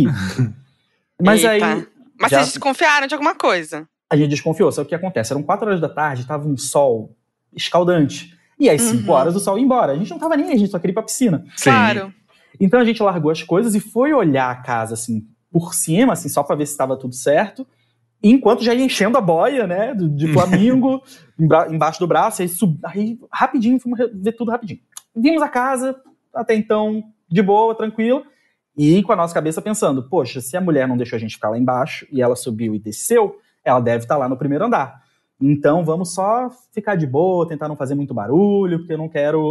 Mas Eita. aí... Mas vocês desconfiaram de alguma coisa? A gente desconfiou, sabe o que acontece? Eram 4 horas da tarde, tava um sol escaldante. E às 5 horas o sol ia embora. A gente não tava nem aí, a gente só queria ir pra piscina. Claro. Então a gente largou as coisas e foi olhar a casa, assim, por cima, assim, só pra ver se estava tudo certo. Enquanto já ia enchendo a boia, né, de flamingo, embaixo do braço. Aí rapidinho, fomos ver tudo rapidinho. Vimos a casa, até então, de boa, tranquilo. E com a nossa cabeça pensando, poxa, se a mulher não deixou a gente ficar lá embaixo e ela subiu e desceu, ela deve estar lá no primeiro andar. Então vamos só ficar de boa, tentar não fazer muito barulho, porque eu não quero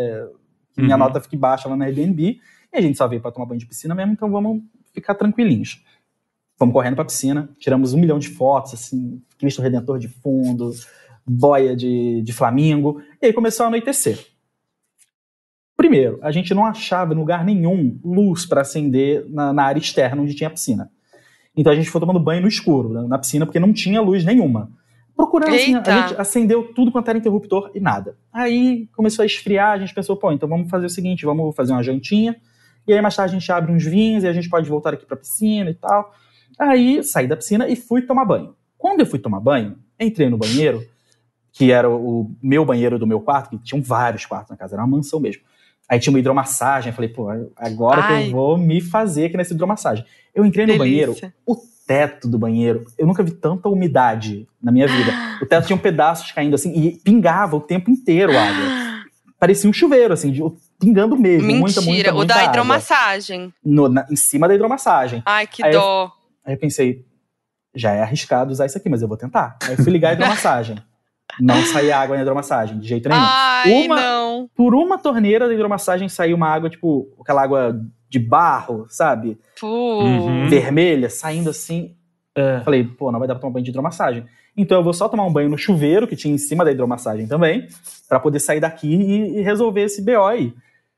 que minha nota fique baixa lá na Airbnb. E a gente só veio para tomar banho de piscina mesmo, então vamos ficar tranquilinhos. Fomos correndo pra piscina, tiramos 1 milhão de fotos, assim, Cristo Redentor de fundo, boia de flamingo, e aí começou a anoitecer. Primeiro, a gente não achava em lugar nenhum luz para acender na área externa onde tinha a piscina. Então a gente foi tomando banho no escuro, na piscina, porque não tinha luz nenhuma. Procurando assim, a gente acendeu tudo quanto era interruptor e nada. Aí começou a esfriar, a gente pensou, pô, então vamos fazer o seguinte, vamos fazer uma jantinha, e aí mais tarde a gente abre uns vinhos e a gente pode voltar aqui pra piscina e tal. Aí saí da piscina e fui tomar banho. Quando eu fui tomar banho, entrei no banheiro, que era o meu banheiro do meu quarto, que tinham vários quartos na casa, era uma mansão mesmo. Aí tinha uma hidromassagem, falei, pô, agora que eu vou me fazer aqui nessa hidromassagem. Eu entrei no banheiro, o teto do banheiro, eu nunca vi tanta umidade na minha vida. O teto tinha pedaços caindo assim, e pingava o tempo inteiro a água. Parecia um chuveiro, assim, pingando mesmo. Mentira, muita o da água. hidromassagem. Em cima da hidromassagem. Ai, que dó. Aí eu pensei, já é arriscado usar isso aqui, mas eu vou tentar. Aí eu fui ligar a hidromassagem. Não saía água na hidromassagem, de jeito nenhum. Ai, não. Por uma torneira da hidromassagem saiu uma água, tipo, aquela água de barro, sabe? Vermelha, saindo assim. Falei, pô, não vai dar pra tomar banho de hidromassagem. Então eu vou só tomar um banho no chuveiro, que tinha em cima da hidromassagem também, pra poder sair daqui e resolver esse BO aí.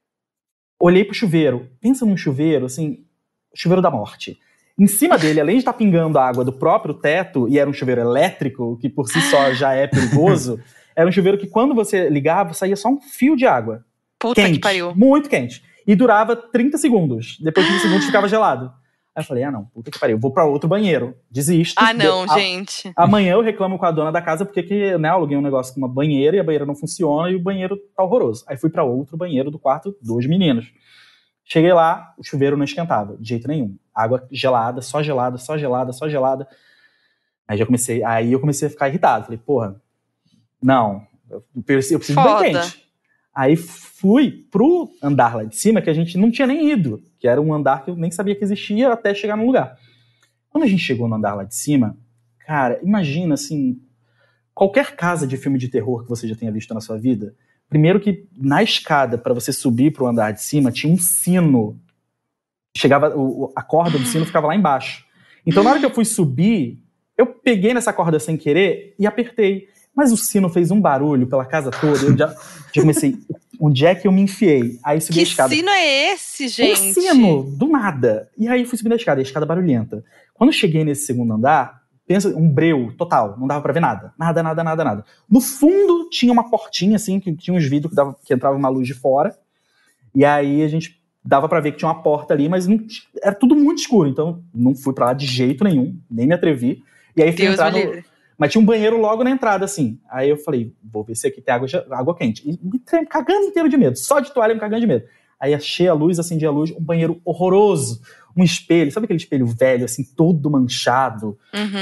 Olhei pro chuveiro. Pensa num chuveiro, assim, chuveiro da morte. Em cima dele, além de estar pingando a água do próprio teto, e era um chuveiro elétrico, que por si só já é perigoso, era um chuveiro que quando você ligava, saía só um fio de água. Puta quente, que pariu. Muito quente. E durava 30 segundos. Depois de 30 segundos ficava gelado. Aí eu falei, não, puta que pariu, vou pra outro banheiro. Desisto. Gente. Amanhã eu reclamo com a dona da casa porque eu aluguei um negócio com uma banheira e a banheira não funciona e o banheiro tá horroroso. Aí fui pra outro banheiro do quarto dos meninos. Cheguei lá, o chuveiro não esquentava, de jeito nenhum. Água gelada, só gelada, só gelada, só gelada. Aí eu comecei a ficar irritado. Falei, porra, não, eu preciso de banho quente. Aí fui pro andar lá de cima, que a gente não tinha nem ido, que era um andar que eu nem sabia que existia até chegar no lugar. Quando a gente chegou no andar lá de cima, cara, imagina, assim, qualquer casa de filme de terror que você já tenha visto na sua vida. Primeiro que na escada, para você subir pro andar de cima, tinha um sino. Chegava, a corda do sino ficava lá embaixo. Então, na hora que eu fui subir, eu peguei nessa corda sem querer e apertei. Mas o sino fez um barulho pela casa toda. Eu já comecei, onde é que eu me enfiei? Aí subi a escada. Que sino é esse, gente? Um sino, do nada. E aí fui subindo a escada barulhenta. Quando eu cheguei nesse segundo andar, pensa, um breu total, não dava pra ver nada. Nada. No fundo tinha uma portinha, assim, que tinha uns vidros que entrava uma luz de fora. E aí a gente dava pra ver que tinha uma porta ali, mas era tudo muito escuro. Então não fui pra lá de jeito nenhum, nem me atrevi. E aí fui entrar Mas tinha um banheiro logo na entrada, assim. Aí eu falei, vou ver se aqui tem água quente. E me cagando inteiro de medo, só de toalha me cagando de medo. Aí achei a luz, acendi a luz, um banheiro horroroso. Um espelho, sabe aquele espelho velho, assim, todo manchado?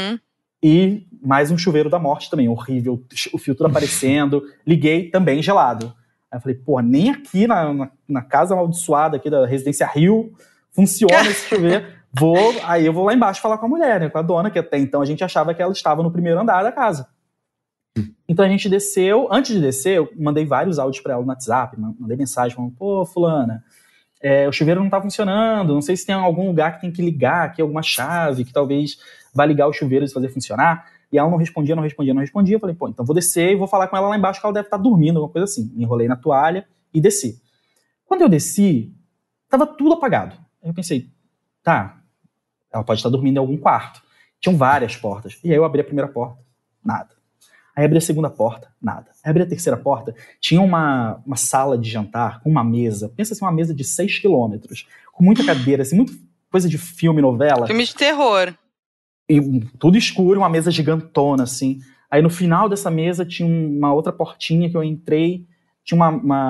E mais um chuveiro da morte também, horrível, o fio todo aparecendo. Liguei, também gelado. Aí eu falei, pô, nem aqui na casa amaldiçoada aqui da Residência Rio funciona esse chuveiro. Aí eu vou lá embaixo falar com a mulher, né, com a dona, que até então a gente achava que ela estava no primeiro andar da casa. Então a gente desceu, antes de descer, eu mandei vários áudios pra ela no WhatsApp, mandei mensagem falando, pô, fulana, o chuveiro não tá funcionando, não sei se tem algum lugar que tem que ligar aqui, alguma chave que talvez vá ligar o chuveiro e fazer funcionar. E ela não respondia. Eu falei, pô, então vou descer e vou falar com ela lá embaixo que ela deve estar dormindo, alguma coisa assim. Me enrolei na toalha e desci. Quando eu desci, tava tudo apagado. Aí eu pensei, tá, ela pode estar dormindo em algum quarto. Tinham várias portas. E aí eu abri a primeira porta, nada. Aí abri a segunda porta, nada. Aí abri a terceira porta, tinha uma sala de jantar com uma mesa, pensa assim, uma mesa de 6 quilômetros, com muita cadeira, assim, muita coisa de filme, novela. Filme de terror. E tudo escuro, uma mesa gigantona, assim. Aí no final dessa mesa tinha uma outra portinha que eu entrei, tinha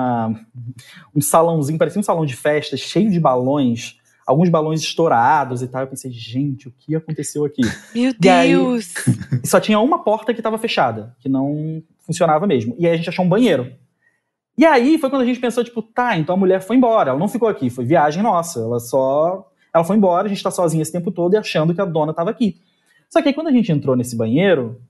um salãozinho, parecia um salão de festa, cheio de balões, alguns balões estourados e tal. Eu pensei, gente, o que aconteceu aqui? Meu Deus! Aí, só tinha uma porta que estava fechada, que não funcionava mesmo. E aí a gente achou um banheiro. E aí foi quando a gente pensou, tipo, tá, então a mulher foi embora, ela não ficou aqui, foi viagem nossa, ela foi embora, a gente tá sozinha esse tempo todo e achando que a dona tava aqui. Só que aí quando a gente entrou nesse banheiro,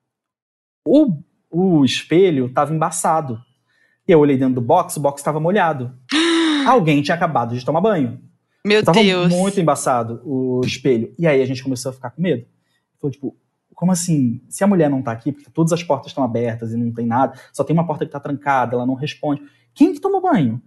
o espelho tava embaçado. E eu olhei dentro do box, o box tava molhado. Alguém tinha acabado de tomar banho. Meu tava Deus. Muito embaçado o espelho. E aí a gente começou a ficar com medo. Foi tipo, como assim? Se a mulher não tá aqui, porque todas as portas estão abertas e não tem nada, só tem uma porta que tá trancada, ela não responde. Quem que tomou banho?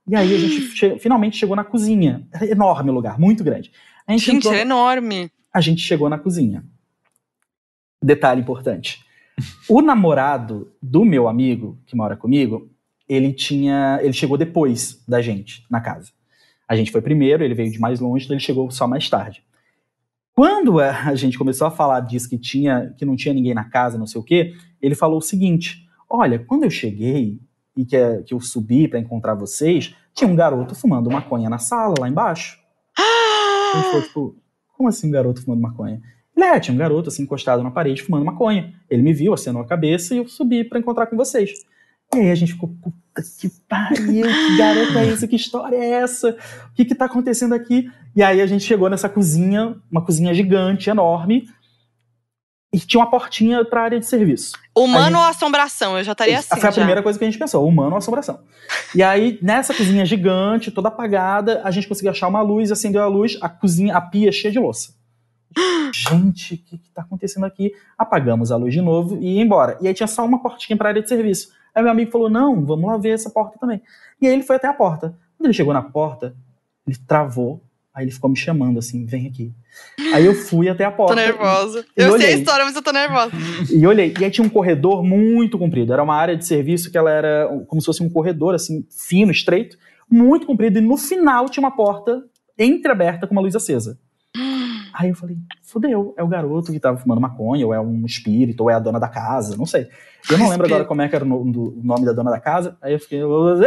E aí a gente finalmente chegou na cozinha. Enorme o lugar, muito grande. Gente, é enorme. A gente chegou na cozinha. Detalhe importante. O namorado do meu amigo, que mora comigo, ele chegou depois da gente na casa. A gente foi primeiro, ele veio de mais longe, então ele chegou só mais tarde. Quando a gente começou a falar disso, que não tinha ninguém na casa, não sei o quê, ele falou o seguinte: olha, quando eu cheguei e que eu subi pra encontrar vocês, tinha um garoto fumando maconha na sala, lá embaixo. A gente falou, tipo, como assim um garoto fumando maconha? Ele, tinha um garoto assim encostado na parede fumando maconha. Ele me viu, acenou a cabeça e eu subi pra encontrar com vocês. E aí a gente ficou, puta que pariu, que garoto é esse? Que história é essa? O que tá acontecendo aqui? E aí a gente chegou nessa cozinha, uma cozinha gigante, enorme, e tinha uma portinha pra área de serviço. Humano ou assombração? Eu já estaria assim. Foi a primeira coisa que a gente pensou, humano ou assombração. E aí, nessa cozinha gigante, toda apagada, a gente conseguiu achar uma luz, acendeu a luz, a pia cheia de louça. Gente, o que tá acontecendo aqui? Apagamos a luz de novo e ia embora. E aí tinha só uma portinha pra área de serviço. Aí meu amigo falou, não, vamos lá ver essa porta também. E aí ele foi até a porta. Quando ele chegou na porta, ele travou. Aí ele ficou me chamando assim, vem aqui. Aí eu fui até a porta. Tô nervosa. Eu sei olhei. a história, mas eu tô nervosa. E olhei. E aí tinha um corredor muito comprido. Era uma área de serviço que ela era como se fosse um corredor, assim, fino, estreito, muito comprido. E no final tinha uma porta entreaberta com uma luz acesa. Aí eu falei, fudeu, é o garoto que tava fumando maconha, ou é um espírito, ou é a dona da casa, não sei. Eu não lembro agora como é que era o nome da dona da casa. Aí eu fiquei,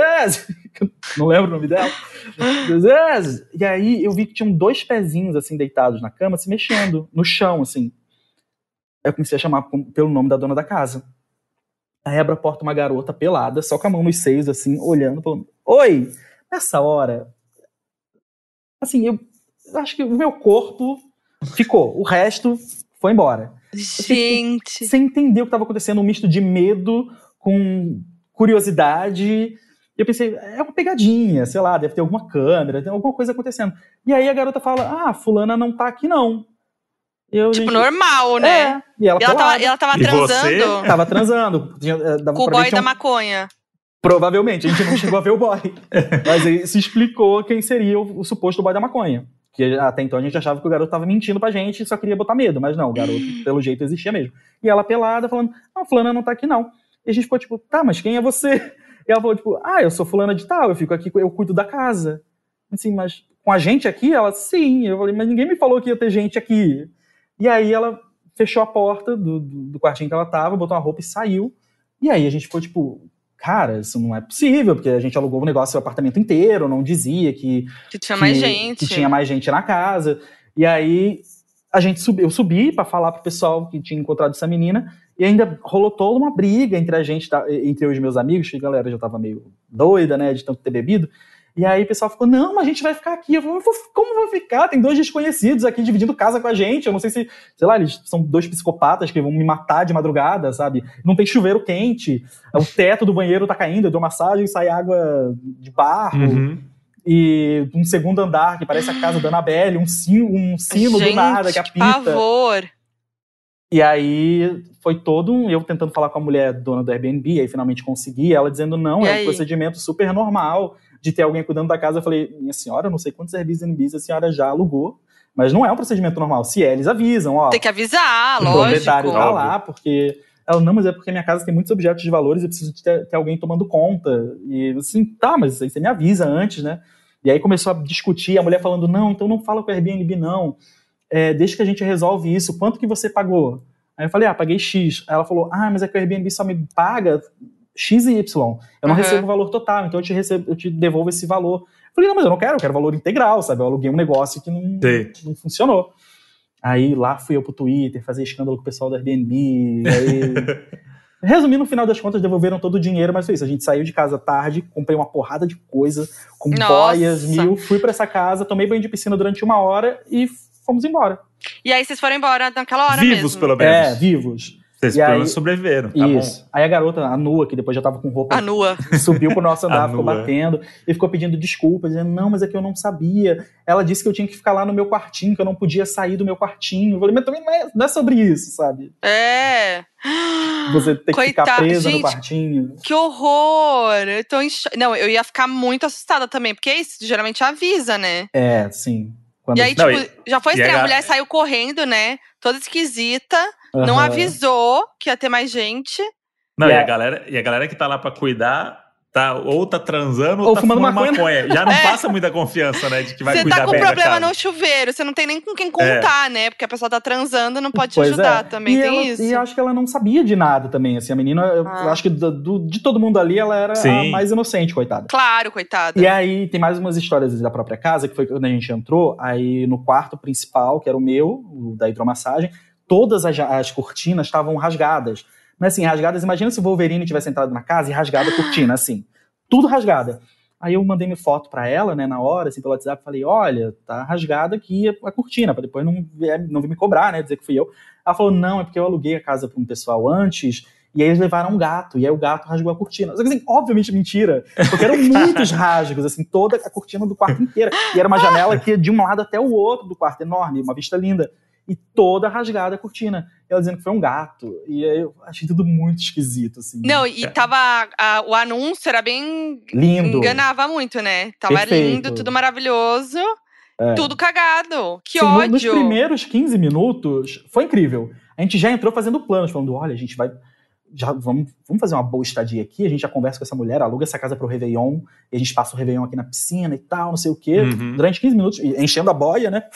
não lembro o nome dela. E aí eu vi que tinham 2 pezinhos assim deitados na cama, se mexendo no chão, assim. Aí eu comecei a chamar pelo nome da dona da casa. Aí abre a porta uma garota pelada, só com a mão nos seios, assim, olhando, falando, oi! Nessa hora, assim, eu acho que o meu corpo ficou, o resto foi embora. Gente! Sem entender o que estava acontecendo, um misto de medo com curiosidade. E eu pensei, é uma pegadinha, sei lá, deve ter alguma câmera, tem alguma coisa acontecendo. E aí a garota fala, fulana não tá aqui não. Normal, né? E ela tava transando? Você? Tava transando. Com o boy da maconha. Provavelmente, a gente não chegou a ver o boy. Mas aí se explicou quem seria o suposto boy da maconha. Que até então a gente achava que o garoto tava mentindo pra gente e só queria botar medo. Mas não, o garoto, pelo jeito, existia mesmo. E ela pelada, falando, não, fulana não tá aqui não. E a gente ficou tipo, tá, mas quem é você? E ela falou tipo, eu sou fulana de tal, eu fico aqui, eu cuido da casa. Assim, mas com a gente aqui? Ela, sim. Eu falei, mas ninguém me falou que ia ter gente aqui. E aí ela fechou a porta do quartinho que ela tava, botou uma roupa e saiu. E aí a gente ficou tipo, cara, isso não é possível, porque a gente alugou o negócio, o apartamento inteiro, não dizia que tinha mais gente. Que tinha mais gente na casa. E aí eu subi pra falar pro pessoal que tinha encontrado essa menina, e ainda rolou toda uma briga entre entre eu e os meus amigos, que a galera já tava meio doida, né, de tanto ter bebido. E aí o pessoal ficou, não, mas a gente vai ficar aqui. Eu falei, como vou ficar? Tem 2 desconhecidos aqui dividindo casa com a gente. Eu não sei se, sei lá, eles são 2 psicopatas que vão me matar de madrugada, sabe? Não tem chuveiro quente. O teto do banheiro tá caindo, eu dou massagem e sai água de barro. Uhum. E um segundo andar que parece a casa da Annabelle, um sino gente, do nada que apita. Que pavor! E aí foi todo eu tentando falar com a mulher dona do Airbnb, aí finalmente consegui, ela dizendo não, é um procedimento super normal de ter alguém cuidando da casa. Eu falei, minha senhora, eu não sei quantos Airbnbs a senhora já alugou, mas não é um procedimento normal. Se eles avisam, ó. Tem que avisar, lógico. O proprietário tá lá, porque... Ela, não, mas é porque minha casa tem muitos objetos de valores e eu preciso de ter alguém tomando conta. E assim, tá, mas aí você me avisa antes, né? E aí começou a discutir, a mulher falando, não, então não fala com o Airbnb, não. Deixa que a gente resolve isso. Quanto que você pagou? Aí eu falei, paguei X. Aí ela falou, mas é que o Airbnb só me paga X e Y. Eu não recebo o valor total, então eu te devolvo esse valor. Eu falei, não, mas eu quero valor integral, sabe? Eu aluguei um negócio que não funcionou. Aí lá fui eu pro Twitter fazer escândalo com o pessoal do Airbnb. Aí... Resumindo, no final das contas, devolveram todo o dinheiro, mas foi isso. A gente saiu de casa tarde, comprei uma porrada de coisa, com boias, fui pra essa casa, tomei banho de piscina durante 1 hora e fomos embora. E aí vocês foram embora naquela hora vivos, mesmo? Pelo menos. Vivos. Vocês E pelo aí- menos sobreviveram, tá Isso. bom. Aí a garota, a Nua, que depois já tava com roupa, A nua. subiu pro nosso andar, A ficou Nua. batendo e ficou pedindo desculpas, dizendo, não, mas é que eu não sabia. Ela disse que eu tinha que ficar lá no meu quartinho, que eu não podia sair do meu quartinho. Eu falei, mas também não é sobre isso, sabe? É. Você tem que ficar Coitado, presa no gente. quartinho. Que horror! Eu tô Não, eu ia ficar muito assustada também, porque é isso, geralmente avisa, né? É, sim. Quando... E aí, Não, tipo, já foi e estranho. a A mulher saiu correndo, né? Toda esquisita, não Aham. avisou que ia ter mais gente. Não, E e a- a galera que tá lá pra cuidar, ou tá transando ou Ou tá fumando fumando maconha. maconha. Já não É. passa muita confiança, né, de que vai Você cuidar tá com bem da problema casa. no chuveiro, você não tem nem com quem contar, né? Porque a pessoa tá transando, não pode te Pois ajudar é. também, e tem ela, isso. E eu acho que ela não sabia de nada também, assim, a menina, eu Ah. acho que de todo mundo ali, ela era a Sim. mais inocente, coitada. Claro, coitada. E aí, tem mais umas histórias da própria casa, que foi quando a gente entrou, aí no quarto principal, que era o meu, o da hidromassagem, todas as cortinas estavam rasgadas. Mas assim, rasgadas, imagina se o Wolverine tivesse entrado na casa e rasgado a cortina, assim. Tudo rasgada. Aí eu mandei minha foto pra ela, né, na hora, assim, pelo WhatsApp, falei, olha, tá rasgada aqui a cortina, pra depois não vir me cobrar, né, dizer que fui eu. Ela falou, não, é porque eu aluguei a casa pra um pessoal antes, e aí eles levaram um gato, e aí o gato rasgou a cortina. Só que assim, obviamente mentira, porque eram muitos rasgos, assim, toda a cortina do quarto inteira. E era uma janela que ia de um lado até o outro do quarto, enorme, uma vista linda. E toda rasgada a cortina. Ela dizendo que foi um gato. E aí eu achei tudo muito esquisito, assim. Não, e tava. O anúncio era bem. Lindo. Enganava muito, né? Tava Perfeito. lindo, tudo maravilhoso. Tudo cagado. Que Sim, ódio. Nos primeiros 15 minutos, foi incrível. A gente já entrou fazendo planos, falando, olha, a gente vai... Vamos fazer uma boa estadia aqui, a gente já conversa com essa mulher, aluga essa casa pro Réveillon, e a gente passa o Réveillon aqui na piscina e tal, não sei o quê. Uhum. Durante 15 minutos, enchendo a boia, né?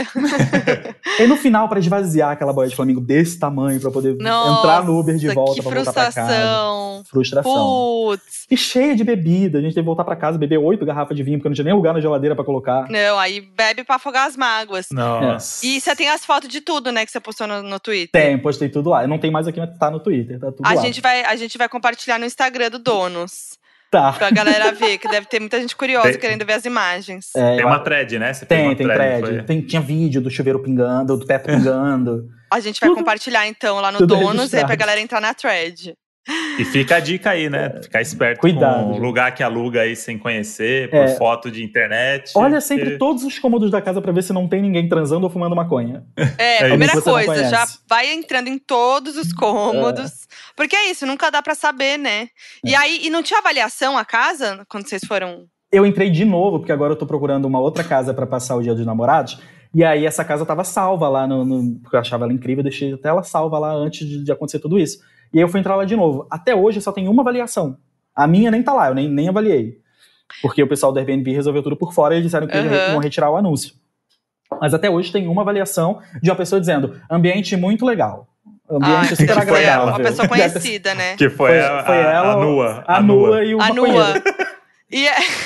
E no final, pra esvaziar aquela boia de Flamengo desse tamanho, pra poder entrar no Uber de volta, que pra voltar pra casa. frustração. Frustração. Putz. E cheia de bebida, a gente teve que voltar pra casa, beber 8 garrafas de vinho, porque não tinha nem lugar na geladeira pra colocar. Não, aí bebe pra afogar as mágoas. Nossa. E você tem as fotos de tudo, né, que você postou no Twitter. Tem, postei tudo lá. Eu não tenho mais aqui, mas tá no Twitter, tá tudo A lá. gente vai compartilhar no Instagram do Donos. Tá. Pra galera ver, que deve ter muita gente curiosa Tem. querendo ver as imagens. Tem uma thread, né? Você fez Tem uma thread. foi? Tinha vídeo do chuveiro pingando, do teto pingando. A gente vai Tudo- compartilhar, então, lá no tudo Donos, aí registrado. pra galera entrar na thread. E fica a dica aí, né? Ficar esperto Cuidado, com o gente. lugar que aluga aí sem conhecer, por É. foto de internet. Olha sempre porque- todos os cômodos da casa pra ver se não tem ninguém transando ou fumando maconha. É, É primeira isso que você não coisa, conhece. já vai entrando em todos os cômodos. Porque é isso, nunca dá pra saber, né? E aí, e não tinha avaliação a casa quando vocês foram. Eu entrei de novo, porque agora eu tô procurando uma outra casa pra passar o Dia dos Namorados. E aí essa casa tava salva lá, porque eu achava ela incrível, eu deixei até ela salva lá antes de acontecer tudo isso. E aí eu fui entrar lá de novo. Até hoje só tem uma avaliação. A minha nem tá lá, eu nem avaliei. Porque o pessoal do Airbnb resolveu tudo por fora e eles disseram que iam retirar o anúncio. Mas até hoje tem uma avaliação de uma pessoa dizendo, ambiente muito legal. Ambiente super que foi agradável. ela. Uma pessoa conhecida, né? Que foi ela, a Nua. A Nua e o A maconheiro. Nua. E,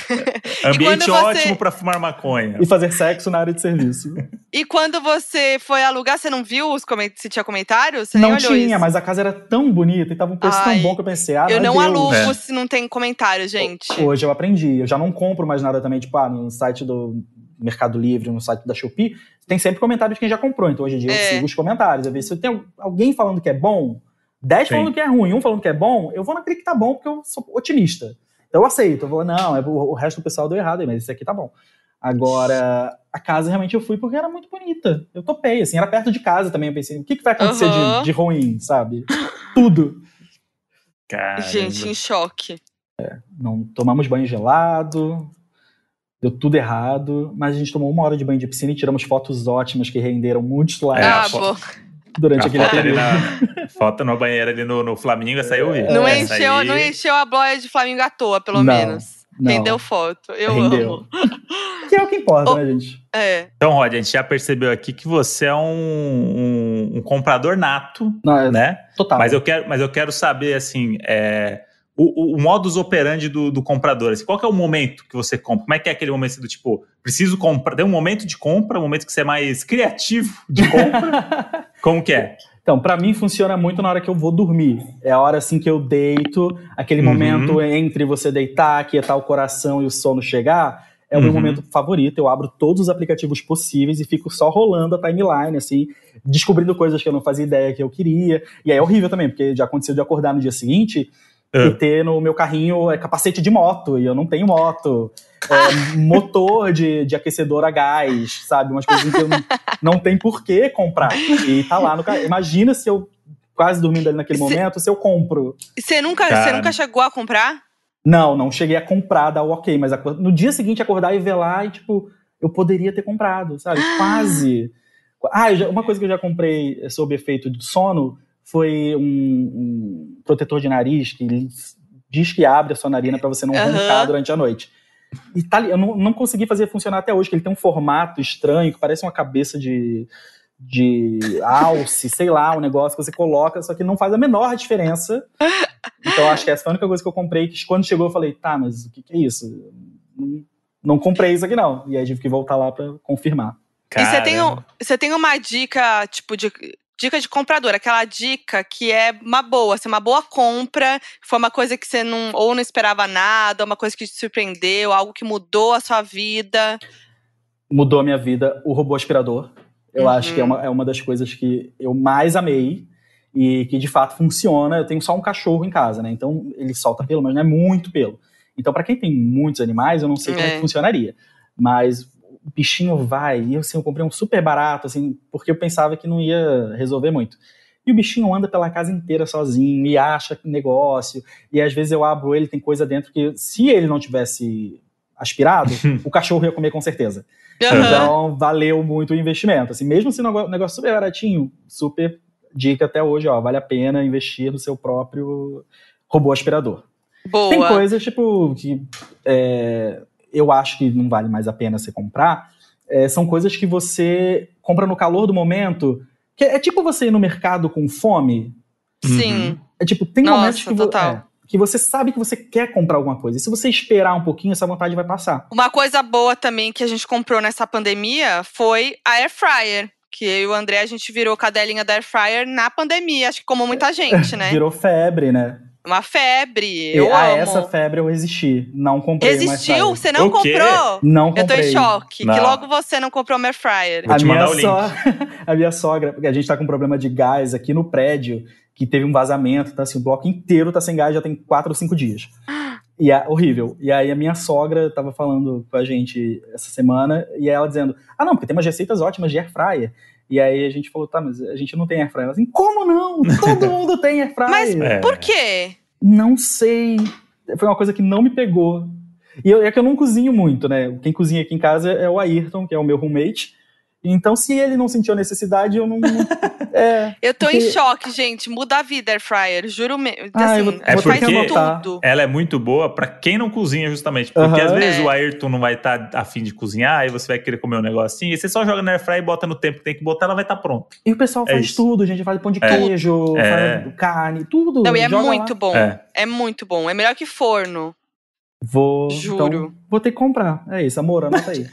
Ambiente quando ótimo pra fumar maconha. E fazer sexo na área de serviço. e quando você foi alugar, você não viu se tinha comentários? Você nem Não olhou tinha, isso? mas a casa era tão bonita e tava um preço tão Ai, bom que eu pensei, Eu não Deus. alugo se não tem comentário, gente. Hoje eu aprendi. Eu já não compro mais nada também, tipo, no site do Mercado Livre, no site da Shopee, tem sempre comentário de quem já comprou. Então hoje em dia eu sigo os comentários. Eu vejo se tem alguém falando que é bom, 10 Sim. falando que é ruim, um falando que é bom, eu vou naquele que tá bom porque eu sou otimista. Então eu aceito. Eu vou, não, o resto do pessoal deu errado aí, mas esse aqui tá bom. Agora, a casa realmente eu fui porque era muito bonita. Eu topei, assim, era perto de casa também. Eu pensei, o que vai acontecer de ruim, sabe? Tudo. Caramba. Gente, em choque. Não tomamos banho gelado, deu tudo errado, mas a gente tomou 1 hora de banho de piscina e tiramos fotos ótimas que renderam muitos likes a bom. durante A aquele foto ali período. foto no banheiro ali no Flamengo, essa aí eu vi. Não, Essa aí- não encheu a boia de Flamengo à toa, pelo Não, menos. não. Rendeu foto. Eu Rendeu. amo. Que é o que importa, né, gente? É. Então, Rod, a gente já percebeu aqui que você é um comprador nato, Não, é né? total. Mas eu quero saber, assim, o modus operandi do comprador. Assim, qual que é o momento que você compra? Como é que é aquele momento do tipo, preciso comprar? Tem um momento de compra, um momento que você é mais criativo de compra? Como que é? Então, pra mim funciona muito na hora que eu vou dormir. É a hora assim que eu deito, aquele momento entre você deitar, quietar o coração e o sono chegar. é o meu momento favorito. Eu abro todos os aplicativos possíveis e fico só rolando a timeline, assim, descobrindo coisas que eu não fazia ideia que eu queria. E aí é horrível também, porque já aconteceu de acordar no dia seguinte e ter no meu carrinho capacete de moto, e eu não tenho moto. Motor de aquecedor a gás, sabe? Umas coisas que eu não tem por que comprar. E tá lá no carro. Imagina se eu, quase dormindo ali naquele momento, se eu compro. Você nunca chegou a comprar? Não cheguei a comprar, dar o ok, mas no dia seguinte acordar e ver lá e, tipo, eu poderia ter comprado, sabe? Quase. Uma coisa que eu já comprei sob efeito de sono foi um protetor de nariz que diz que abre a sua narina pra você não roncar durante a noite. E eu não consegui fazer funcionar até hoje, que ele tem um formato estranho, que parece uma cabeça de alce, sei lá, um negócio que você coloca, só que não faz a menor diferença. Então acho que essa foi a única coisa que eu comprei, que quando chegou eu falei, tá, mas o que é isso? Não comprei isso aqui não. E aí tive que voltar lá pra confirmar. Caramba. E você tem uma dica, tipo, dica de comprador, aquela dica que é uma boa, assim, uma boa compra, foi uma coisa que você não esperava nada, uma coisa que te surpreendeu, algo que mudou a sua vida. Mudou a minha vida, o robô aspirador. Eu acho que é uma das coisas que eu mais amei e que de fato funciona. Eu tenho só um cachorro em casa, né? Então ele solta pelo, mas não é muito pelo. Então para quem tem muitos animais, eu não sei como é que funcionaria. Mas o bichinho vai, e assim, eu comprei um super barato, assim, porque eu pensava que não ia resolver muito. E o bichinho anda pela casa inteira sozinho e acha negócio. E às vezes eu abro ele, tem coisa dentro que, se ele não tivesse aspirado, o cachorro ia comer com certeza. Então, valeu muito o investimento. Assim, mesmo sendo um negócio super baratinho, super dica até hoje, ó, vale a pena investir no seu próprio robô aspirador. Boa. Tem coisas, tipo, que eu acho que não vale mais a pena você comprar. São coisas que você compra no calor do momento. Que é tipo você ir no mercado com fome. Sim. É tipo, tem momentos que total. Que você sabe que você quer comprar alguma coisa. E se você esperar um pouquinho, essa vontade vai passar. Uma coisa boa também que a gente comprou nessa pandemia foi a Air Fryer. Que eu e o André, a gente virou cadelinha da Air Fryer na pandemia. Acho que como muita gente, né? Virou febre, né? Uma febre. Eu amo. Essa febre eu resisti. Não comprei uma Air Fryer. Resistiu? Você não comprou? Não comprei. Eu tô em choque. Não. Que logo você não comprou uma Air Fryer. Vou te mandar o link. A minha sogra, porque a gente tá com problema de gás aqui no prédio, que teve um vazamento, tá assim, o bloco inteiro tá sem gás já tem 4 ou 5 dias. E é horrível. E aí a minha sogra tava falando com a gente essa semana, e ela dizendo, não, porque tem umas receitas ótimas de Air Fryer. E aí a gente falou, tá, mas a gente não tem Air Fryer. Ela assim, como não? Todo mundo tem Air Fryer. Mas por quê? Não sei. Foi uma coisa que não me pegou. E é que eu não cozinho muito, né? Quem cozinha aqui em casa é o Ayrton, que é o meu roommate. Então, se ele não sentiu a necessidade, eu não... Eu tô em choque, gente. Muda a vida, Air Fryer. Juro mesmo. Assim, porque tudo. Ela é muito boa pra quem não cozinha, justamente. Porque às vezes o Ayrton não vai estar a fim de cozinhar, aí você vai querer comer um negocinho, e você só joga na Air Fryer e bota no tempo que tem que botar, ela vai estar pronta. E o pessoal faz tudo, gente. Faz pão de queijo, faz carne, tudo. Não, e é muito bom. É muito bom. É melhor que forno. Juro. Então, vou ter que comprar. É isso, amor, anota aí.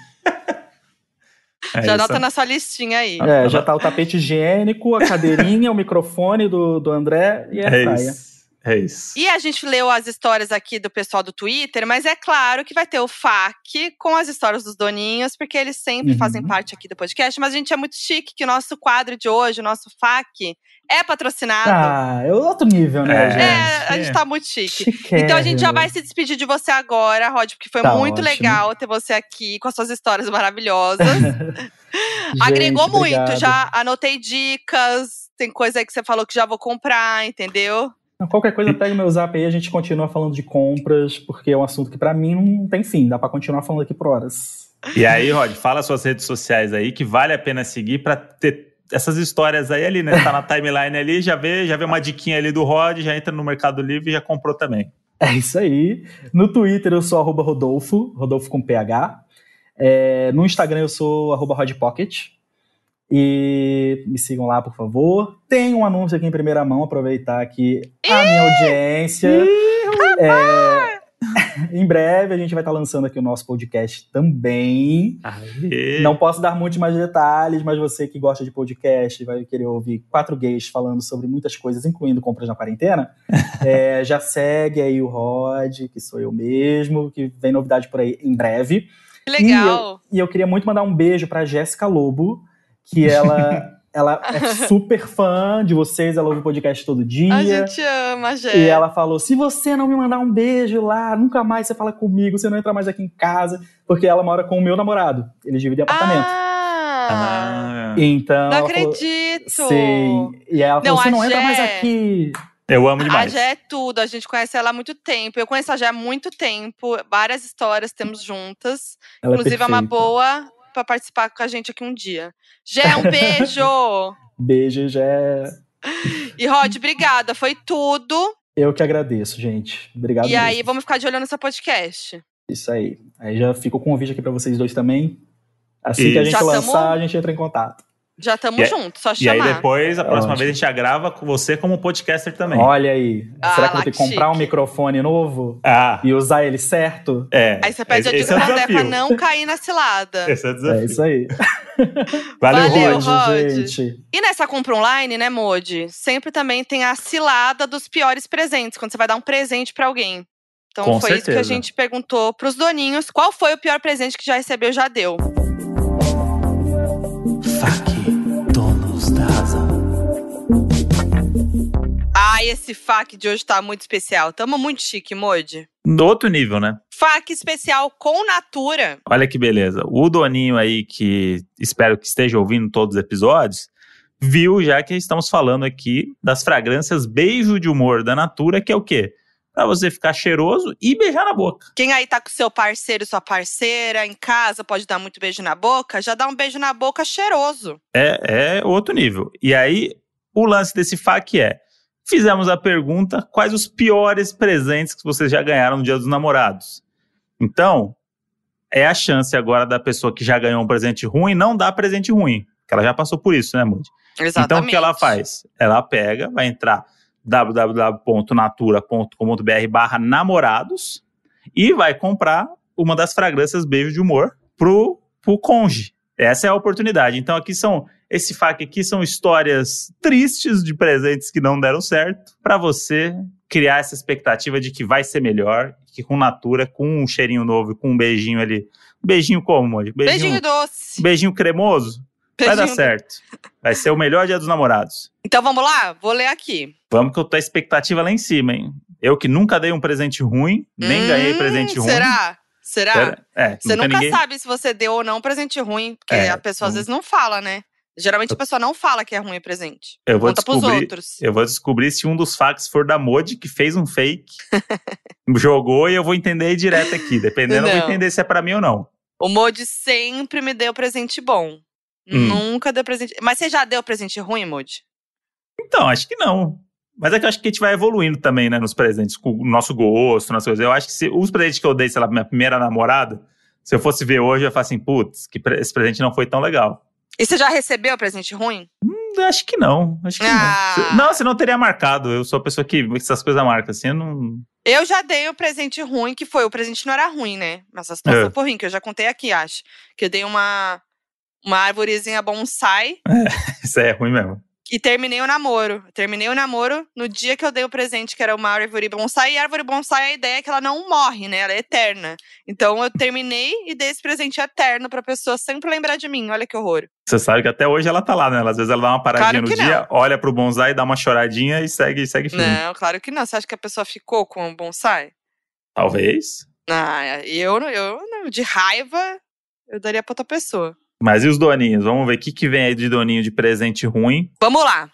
Já anota na sua listinha aí. Já tá o tapete higiênico, a cadeirinha, o microfone do André e a praia. É isso. E a gente leu as histórias aqui do pessoal do Twitter, mas é claro que vai ter o FAQ com as histórias dos doninhos, porque eles sempre fazem parte aqui do podcast, mas a gente é muito chique que o nosso quadro de hoje, o nosso FAQ, é patrocinado. É outro nível, né, gente? A gente tá muito chique. Então a gente já vai se despedir de você agora, Rod, porque foi muito legal ter você aqui com as suas histórias maravilhosas. Agregou muito, obrigado. Já anotei dicas, tem coisa aí que você falou que já vou comprar, entendeu? Qualquer coisa, pega o meu zap aí, a gente continua falando de compras, porque é um assunto que pra mim não tem fim, dá pra continuar falando aqui por horas. E aí, Rod, fala suas redes sociais aí, que vale a pena seguir pra ter essas histórias aí ali, né? Tá na timeline ali, já vê uma diquinha ali do Rod, já entra no Mercado Livre e já comprou também. É isso aí. No Twitter eu sou @Rodolfo com PH. No Instagram eu sou @RodPocket. E me sigam lá, por favor. Tem um anúncio aqui em primeira mão, aproveitar aqui a minha audiência. Em breve a gente vai estar lançando aqui o nosso podcast também. Não posso dar muitos mais detalhes, mas você que gosta de podcast vai querer ouvir 4 gays falando sobre muitas coisas, incluindo compras na quarentena. Já segue aí o Rod, que sou eu mesmo, que vem novidade por aí em breve. Que legal. E eu queria muito mandar um beijo pra Jéssica Lobo, que ela é super fã de vocês, ela ouve o podcast todo dia. A gente ama, Jé. E ela falou, se você não me mandar um beijo lá, nunca mais você fala comigo, você não entra mais aqui em casa, porque ela mora com o meu namorado, eles dividem apartamento. Então, não acredito! Sim. E ela falou, você não entra mais aqui. Eu amo demais. A Jé é tudo, a gente conhece ela há muito tempo. Eu conheço a Jé há muito tempo, várias histórias temos juntas. Ela Inclusive, é uma boa pra participar com a gente aqui um dia. Jé, um beijo! Beijo, Jé. E Rod, obrigada, foi tudo. Eu que agradeço, gente. Obrigado E mesmo. aí, vamos ficar de olho nesse podcast. Isso aí. Aí já fica o convite aqui pra vocês dois também. Assim que a gente lançar, a gente entra em contato. Já estamos juntos, só chamar. E aí depois, a próxima vez, a gente já grava com você como podcaster também. Olha aí. Será que eu vou ter que comprar um microfone novo? E usar ele certo? Aí você pede a dica pra Dé pra não cair na cilada. Esse é o desafio. É isso aí. Valeu, Rod. Gente. E nessa compra online, né, Modi? Sempre também tem a cilada dos piores presentes, quando você vai dar um presente pra alguém. Então Com foi certeza. isso que a gente perguntou pros doninhos. Qual foi o pior presente que já recebeu, já deu? Donos da razão. Ai, esse FAQ de hoje tá muito especial. Tamo muito chique, Modi. No outro nível, né? FAQ especial com Natura. Olha que beleza. O doninho aí, que espero que esteja ouvindo todos os episódios, viu já que estamos falando aqui das fragrâncias Beijo de Humor da Natura, que é o quê? Pra você ficar cheiroso e beijar na boca. Quem aí tá com seu parceiro, sua parceira, em casa, pode dar muito beijo na boca, já dá um beijo na boca cheiroso. É outro nível. E aí, o lance desse FAQ é, fizemos a pergunta, quais os piores presentes que vocês já ganharam no Dia dos Namorados? Então, é a chance agora da pessoa que já ganhou um presente ruim não dar presente ruim, porque ela já passou por isso, né, Moody? Exatamente. Então, o que ela faz? Ela pega, vai entrar www.natura.com.br/namorados e vai comprar uma das fragrâncias Beijo de Humor pro cônjuge. Essa é a oportunidade. Então, esse FAQ aqui são histórias tristes de presentes que não deram certo, para você criar essa expectativa de que vai ser melhor, que com Natura, com um cheirinho novo, com um beijinho ali. Beijinho como, Moody? Beijinho doce. Beijinho cremoso. Vai dar certo. Vai ser o melhor Dia dos Namorados. Então vamos lá? Vou ler aqui. Vamos que eu tô a expectativa lá em cima, hein? Eu que nunca dei um presente ruim, nem ganhei presente ruim. Será? Você nunca ninguém sabe se você deu ou não um presente ruim, porque a pessoa às vezes não fala, né? Geralmente a pessoa não fala que é ruim o presente. Conta pros outros. Eu vou descobrir se um dos facts for da Modi, que fez um fake, jogou, e eu vou entender direto aqui. Dependendo, eu vou entender se é pra mim ou não. O Modi sempre me deu presente bom. Nunca deu presente. Mas você já deu presente ruim, Modi? Então, acho que não. Mas é que eu acho que a gente vai evoluindo também, né, nos presentes, com o nosso gosto, nas coisas. Eu acho que os presentes que eu dei, sei lá, pra minha primeira namorada, se eu fosse ver hoje, eu ia falar assim, putz, que esse presente não foi tão legal. E você já recebeu presente ruim? Acho que não. Não, você não teria marcado. Eu sou a pessoa que essas coisas marcam, assim, eu não... Eu já dei um presente ruim, que foi, o presente não era ruim, né? Mas a situação foi ruim, que eu já contei aqui, acho. Que eu dei uma arvorezinha bonsai. Isso aí é ruim mesmo. E terminei o namoro. Terminei o namoro no dia que eu dei o presente, que era uma árvore bonsai. E a árvore bonsai, a ideia é que ela não morre, né? Ela é eterna. Então eu terminei e dei esse presente eterno pra pessoa sempre lembrar de mim. Olha que horror. Você sabe que até hoje ela tá lá, né? Às vezes ela dá uma paradinha no dia, olha pro bonsai, dá uma choradinha e segue firme. Não, claro que não. Você acha que a pessoa ficou com o bonsai? Talvez. Eu de raiva, eu daria pra outra pessoa. Mas e os doninhos? Vamos ver o que vem aí de doninho de presente ruim. Vamos lá.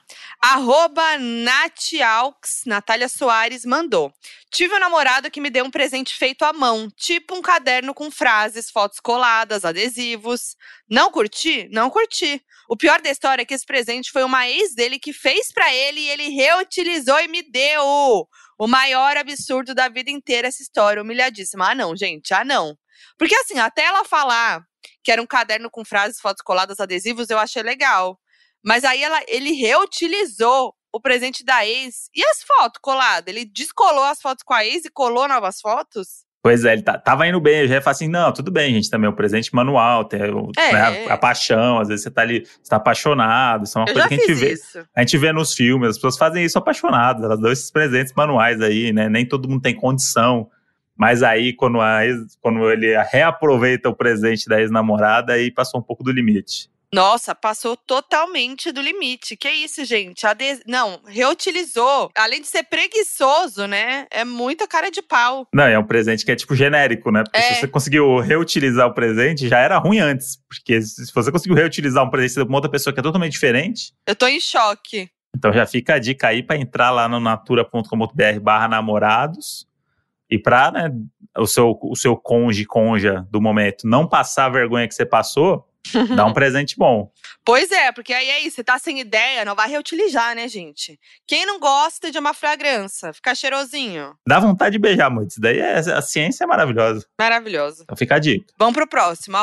@Natiaux, Natália Soares, mandou. Tive um namorado que me deu um presente feito à mão, tipo um caderno com frases, fotos coladas, adesivos. Não curti? Não curti. O pior da história é que esse presente foi uma ex dele que fez pra ele e ele reutilizou e me deu. O maior absurdo da vida inteira essa história, humilhadíssima. Não, gente, não. Porque assim, até ela falar que era um caderno com frases, fotos coladas, adesivos, eu achei legal. Mas aí ele reutilizou o presente da ex e as fotos coladas. Ele descolou as fotos com a ex e colou novas fotos. Pois é, ele tava indo bem. Eu já ia falar assim, não, tudo bem, gente, também é um presente manual, tem né, a paixão, às vezes você tá ali, você tá apaixonado, isso é uma coisa que a gente vê. A gente vê nos filmes, as pessoas fazem isso apaixonadas, elas dão esses presentes manuais aí, né, nem todo mundo tem condição Mas aí, quando ele reaproveita o presente da ex-namorada, aí passou um pouco do limite. Nossa, passou totalmente do limite. Que isso, gente? Não, reutilizou. Além de ser preguiçoso, né? É muita cara de pau. Não, é um presente que é tipo genérico, né? Porque se você conseguiu reutilizar o presente, já era ruim antes. Porque se você conseguiu reutilizar um presente de uma outra pessoa que é totalmente diferente… Eu tô em choque. Então já fica a dica aí pra entrar lá no natura.com.br/namorados e pra, né, o seu conja do momento não passar a vergonha que você passou, dá um presente bom. Pois é, porque aí é isso, você tá sem ideia, não vai reutilizar, né, gente? Quem não gosta de uma fragrância, ficar cheirosinho? Dá vontade de beijar muito, isso daí a ciência é maravilhosa. Maravilhoso. Então fica a dica. Vamos pro próximo,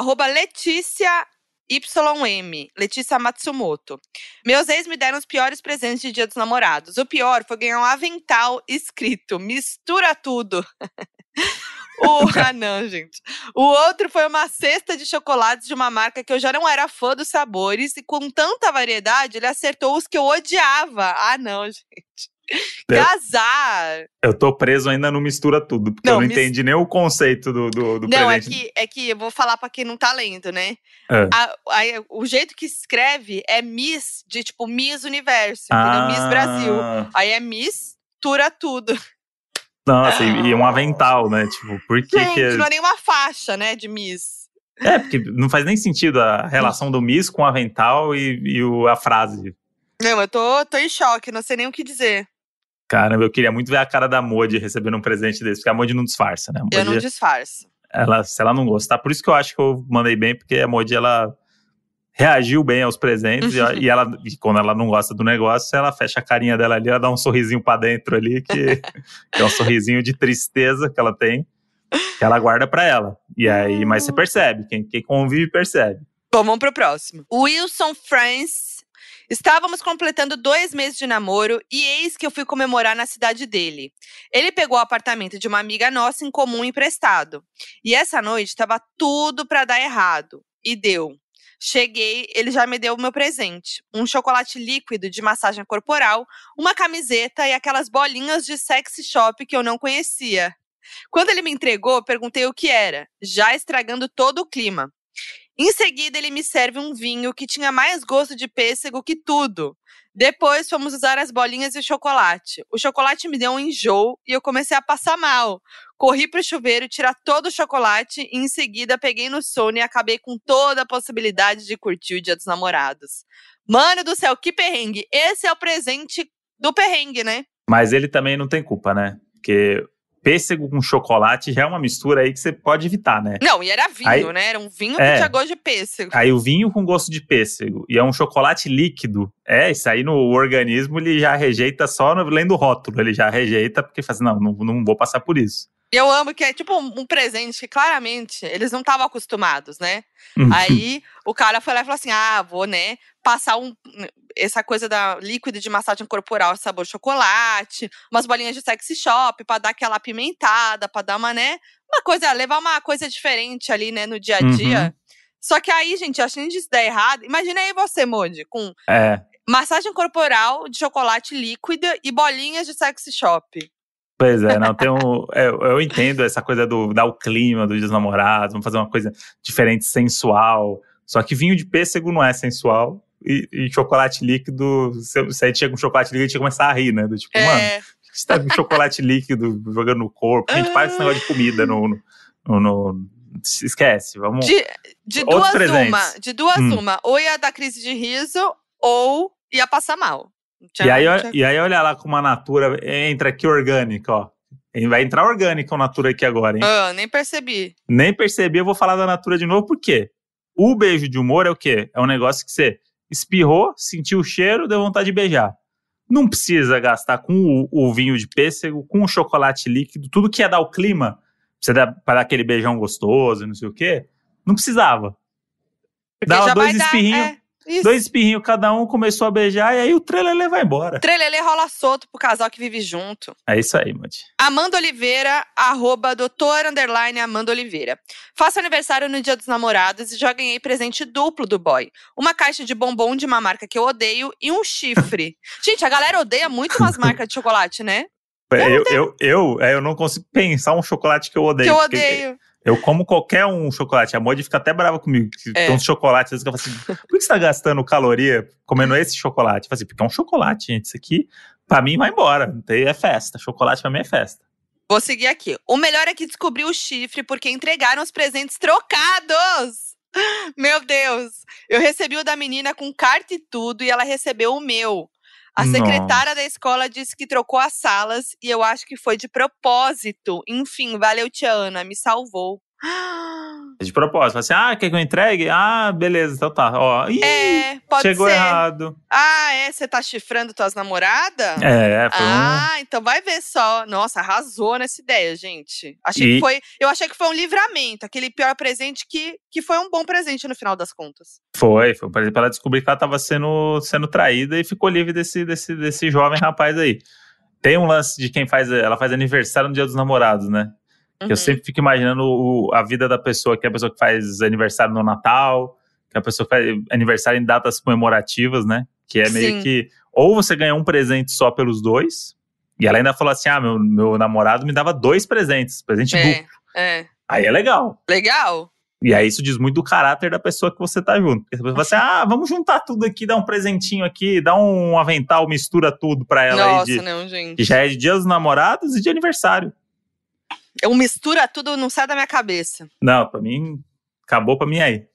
@LeticiaYM, Letícia Matsumoto. Meus ex me deram os piores presentes de Dia dos Namorados. O pior foi ganhar um avental escrito mistura tudo. Não, gente. O outro foi uma cesta de chocolates de uma marca que eu já não era fã dos sabores. E com tanta variedade, ele acertou os que eu odiava. Não, gente. Que azar! Eu tô preso ainda no mistura tudo, porque eu não entendi nem o conceito do não, presente. É que eu vou falar pra quem não tá lendo, né? O jeito que escreve é Miss, de tipo Miss Universo, entendeu? Miss Brasil. Aí é mistura tudo. Nossa, e um avental, né? Tipo, por que gente, que… não é nenhuma faixa, né, de Miss. Porque não faz nem sentido a relação do Miss com o avental e a frase. Não, eu tô em choque, não sei nem o que dizer. Caramba, eu queria muito ver a cara da Modi recebendo um presente desse, porque a Modi não disfarça, né? Eu não disfarço. Se ela não gostar, por isso que eu acho que eu mandei bem, porque a Modi, ela reagiu bem aos presentes, e quando ela não gosta do negócio, ela fecha a carinha dela ali, ela dá um sorrisinho pra dentro ali, que é um sorrisinho de tristeza que ela tem, que ela guarda pra ela. E aí, mas você percebe, quem convive percebe. Bom, vamos pro próximo. Wilson France. Estávamos completando 2 meses de namoro e eis que eu fui comemorar na cidade dele. Ele pegou o apartamento de uma amiga nossa em comum emprestado. E essa noite estava tudo pra dar errado. E deu. Cheguei, ele já me deu o meu presente. Um chocolate líquido de massagem corporal, uma camiseta e aquelas bolinhas de sexy shop que eu não conhecia. Quando ele me entregou, perguntei o que era, já estragando todo o clima. Em seguida, ele me serve um vinho que tinha mais gosto de pêssego que tudo. Depois, fomos usar as bolinhas e o chocolate. O chocolate me deu um enjoo e eu comecei a passar mal. Corri pro chuveiro tirar todo o chocolate e, em seguida, peguei no sono e acabei com toda a possibilidade de curtir o Dia dos Namorados. Mano do céu, que perrengue! Esse é o presente do perrengue, né? Mas ele também não tem culpa, né? Porque pêssego com chocolate já é uma mistura aí que você pode evitar, né? Não, e era vinho, né? Era um vinho que tinha gosto de pêssego. Aí o vinho com gosto de pêssego e é um chocolate líquido. Isso aí no organismo ele já rejeita só lendo o rótulo. Ele já rejeita porque fala assim, não vou passar por isso. Eu amo que é tipo um presente que claramente eles não estavam acostumados, né? Aí o cara foi lá e falou assim, vou, né, passar essa coisa da líquido de massagem corporal sabor chocolate, umas bolinhas de sexy shop pra dar aquela apimentada, pra dar uma, né, uma coisa, levar uma coisa diferente ali, né, no dia a dia. Só que aí, gente, achando isso der errado, imagina aí você, Modi, com massagem corporal de chocolate líquida e bolinhas de sexy shop. Pois é, não, eu entendo essa coisa dar o clima dos Dia dos Namorados, vamos fazer uma coisa diferente, sensual. Só que vinho de pêssego não é sensual e chocolate líquido, se aí chega com chocolate líquido, a gente ia começar a rir, né? Do tipo, mano, você tá com chocolate líquido jogando no corpo, a gente faz esse negócio de comida esquece, vamos… De duas uma, ou ia dar crise de riso, ou ia passar mal. E aí, olha lá como a Natura entra aqui orgânica, ó. Vai entrar orgânica o Natura aqui agora, hein? Nem percebi. Nem percebi, eu vou falar da Natura de novo, por quê? O beijo de humor é o quê? É um negócio que você espirrou, sentiu o cheiro, deu vontade de beijar. Não precisa gastar com o vinho de pêssego, com o chocolate líquido, tudo que ia dar o clima, pra dar aquele beijão gostoso, não sei o quê. Não precisava. Dava 2 espirrinhos. Isso. 2 espirrinhos cada um, começou a beijar e aí o trelelê vai embora. Trelelê rola solto pro casal que vive junto. É isso aí, Modi. Amanda Oliveira, @doutor_Amanda Oliveira. Faço aniversário no Dia dos Namorados e já ganhei presente duplo do boy. Uma caixa de bombom de uma marca que eu odeio e um chifre. Gente, a galera odeia muito umas marcas de chocolate, né? Eu não consigo pensar um chocolate que eu odeio. Que eu odeio. Eu como qualquer um chocolate. A Modi fica até brava comigo. Tem uns chocolates, às vezes que eu falo assim, por que você tá gastando caloria comendo esse chocolate? Eu falo assim, porque é um chocolate, gente. Isso aqui, pra mim, vai embora. É festa. Chocolate pra mim é festa. Vou seguir aqui. O melhor é que descobri o chifre porque entregaram os presentes trocados. Meu Deus. Eu recebi o da menina com carta e tudo e ela recebeu o meu. A secretária da escola disse que trocou as salas e eu acho que foi de propósito. Enfim, valeu, tia Ana, me salvou. De propósito. Fala assim, quer que eu entregue? Beleza, então tá. Ó, pode chegou ser. errado. Você tá chifrando tuas namoradas? Foi então vai ver só. Nossa, arrasou nessa ideia, gente. Eu achei que foi um livramento. Aquele pior presente que foi um bom presente no final das contas. Foi pra ela descobrir que ela tava sendo traída e ficou livre desse jovem rapaz aí. Tem um lance de ela faz aniversário no Dia dos Namorados, né? Eu sempre fico imaginando a vida da pessoa, que é a pessoa que faz aniversário no Natal, que é a pessoa que faz aniversário em datas comemorativas, né? Que é meio que, ou você ganha um presente só pelos dois, e ela ainda falou assim, meu namorado me dava 2 presentes, presente duplo. Aí é legal. Legal. E aí isso diz muito do caráter da pessoa que você tá junto. Porque a pessoa fala assim, vamos juntar tudo aqui, dar um presentinho aqui, dar um avental, mistura tudo pra ela. Nossa, não, gente. Que já é de Dia dos Namorados e de aniversário. Eu mistura tudo, não sai da minha cabeça. Não, pra mim, acabou pra mim aí.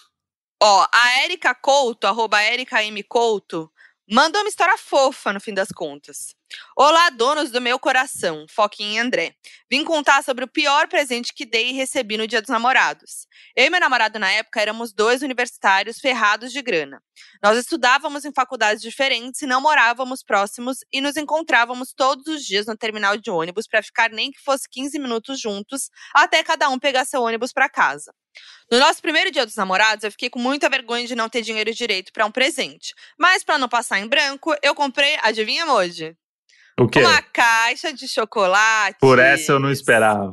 Ó, a Erika Couto, @ErikaMCouto, mandou uma história fofa no fim das contas. Olá, donos do meu coração, Foquinha e André. Vim contar sobre o pior presente que dei e recebi no Dia dos Namorados. Eu e meu namorado na época éramos 2 universitários ferrados de grana. Nós estudávamos em faculdades diferentes e não morávamos próximos e nos encontrávamos todos os dias no terminal de ônibus para ficar nem que fosse 15 minutos juntos até cada um pegar seu ônibus para casa. No nosso primeiro Dia dos Namorados, eu fiquei com muita vergonha de não ter dinheiro direito para um presente. Mas para não passar em branco, eu comprei, adivinha, Moji? O quê? Uma caixa de chocolates. Por essa eu não esperava.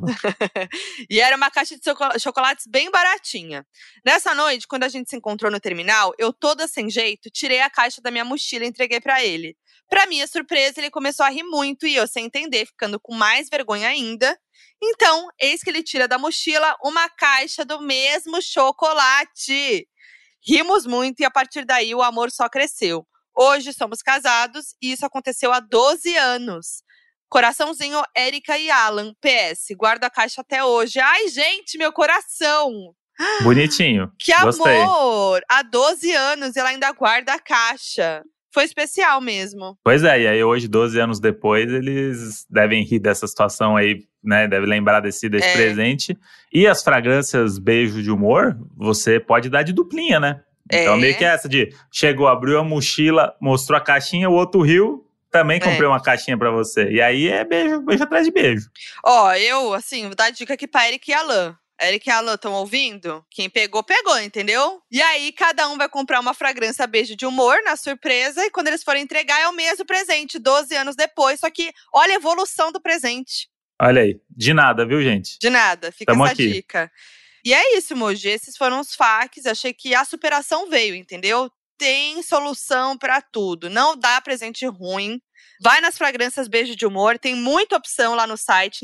E era uma caixa de chocolates bem baratinha. Nessa noite, quando a gente se encontrou no terminal, eu toda sem jeito, tirei a caixa da minha mochila e entreguei pra ele. Pra minha surpresa, ele começou a rir muito e eu sem entender, ficando com mais vergonha ainda. Então, eis que ele tira da mochila uma caixa do mesmo chocolate. Rimos muito e a partir daí o amor só cresceu. Hoje somos casados e isso aconteceu há 12 anos. Coraçãozinho, Érica e Alan. PS, guardo a caixa até hoje. Ai, gente, meu coração! Bonitinho. Que Gostei. amor! Há 12 anos ela ainda guarda a caixa. Foi especial mesmo. Pois é, e aí hoje, 12 anos depois, eles devem rir dessa situação aí, né? Devem lembrar desse presente. E as fragrâncias beijo de humor, você pode dar de duplinha, né? Então meio que essa de, chegou, abriu a mochila, mostrou a caixinha, o outro riu, também comprei uma caixinha pra você. E aí é beijo atrás de beijo. Ó, eu, assim, vou dar dica aqui pra Eric e Alan. Eric e Alan, estão ouvindo? Quem pegou, pegou, entendeu? E aí, cada um vai comprar uma fragrância beijo de humor na surpresa. E quando eles forem entregar, é o mesmo presente, 12 anos depois. Só que, olha a evolução do presente. Olha aí, de nada, viu, gente? De nada, fica Tamo essa aqui. dica. E é isso, Moji, esses foram os FAQs. Achei que a superação veio, entendeu? Tem solução pra tudo. Não dá presente ruim. Vai nas fragrâncias beijo de humor. Tem muita opção lá no site,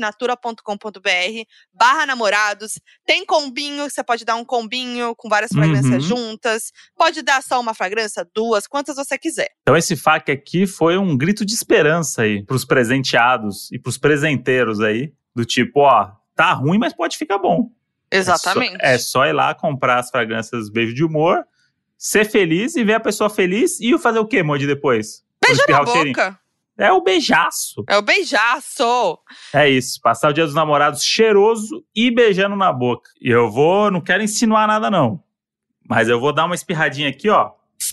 natura.com.br/namorados. Tem combinho, você pode dar um combinho com várias fragrâncias juntas. Pode dar só uma fragrância, 2, quantas você quiser. Então esse FAQ aqui foi um grito de esperança aí pros presenteados e pros presenteiros aí. Do tipo, tá ruim, mas pode ficar bom. Exatamente. É só ir lá comprar as fragrâncias beijo de humor, ser feliz e ver a pessoa feliz e fazer o quê, Moji, depois? Beijar na boca. É o beijaço. É o beijaço. É isso, passar o Dia dos Namorados cheiroso e beijando na boca. E eu não quero insinuar nada não, mas eu vou dar uma espirradinha aqui, ó.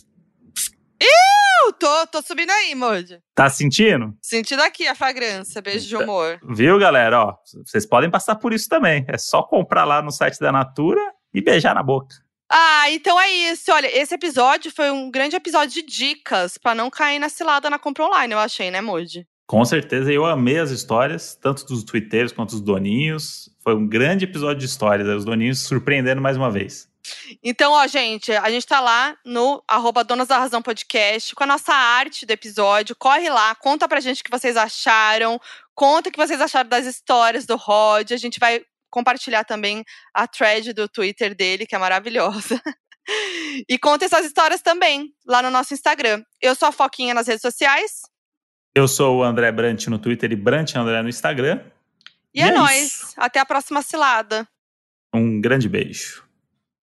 Tô subindo aí, Moji. Tá sentindo? Sentindo aqui a fragrância, beijo de humor. Viu, galera? Ó, vocês podem passar por isso também. É só comprar lá no site da Natura e beijar na boca. Então é isso. Olha, esse episódio foi um grande episódio de dicas pra não cair na cilada na compra online, eu achei, né, Moji? Com certeza, eu amei as histórias, tanto dos twitteiros quanto dos doninhos. Foi um grande episódio de histórias, os doninhos surpreendendo mais uma vez. Então, ó, gente, a gente tá lá no @Donas da Razão Podcast com a nossa arte do episódio. Corre lá, conta pra gente o que vocês acharam. Conta o que vocês acharam das histórias do Rod. A gente vai compartilhar também a thread do Twitter dele, que é maravilhosa. E conta essas histórias também lá no nosso Instagram. Eu sou a Foquinha nas redes sociais. Eu sou o André Brant no Twitter e Brant André no Instagram. E é nóis. Até a próxima cilada. Um grande beijo.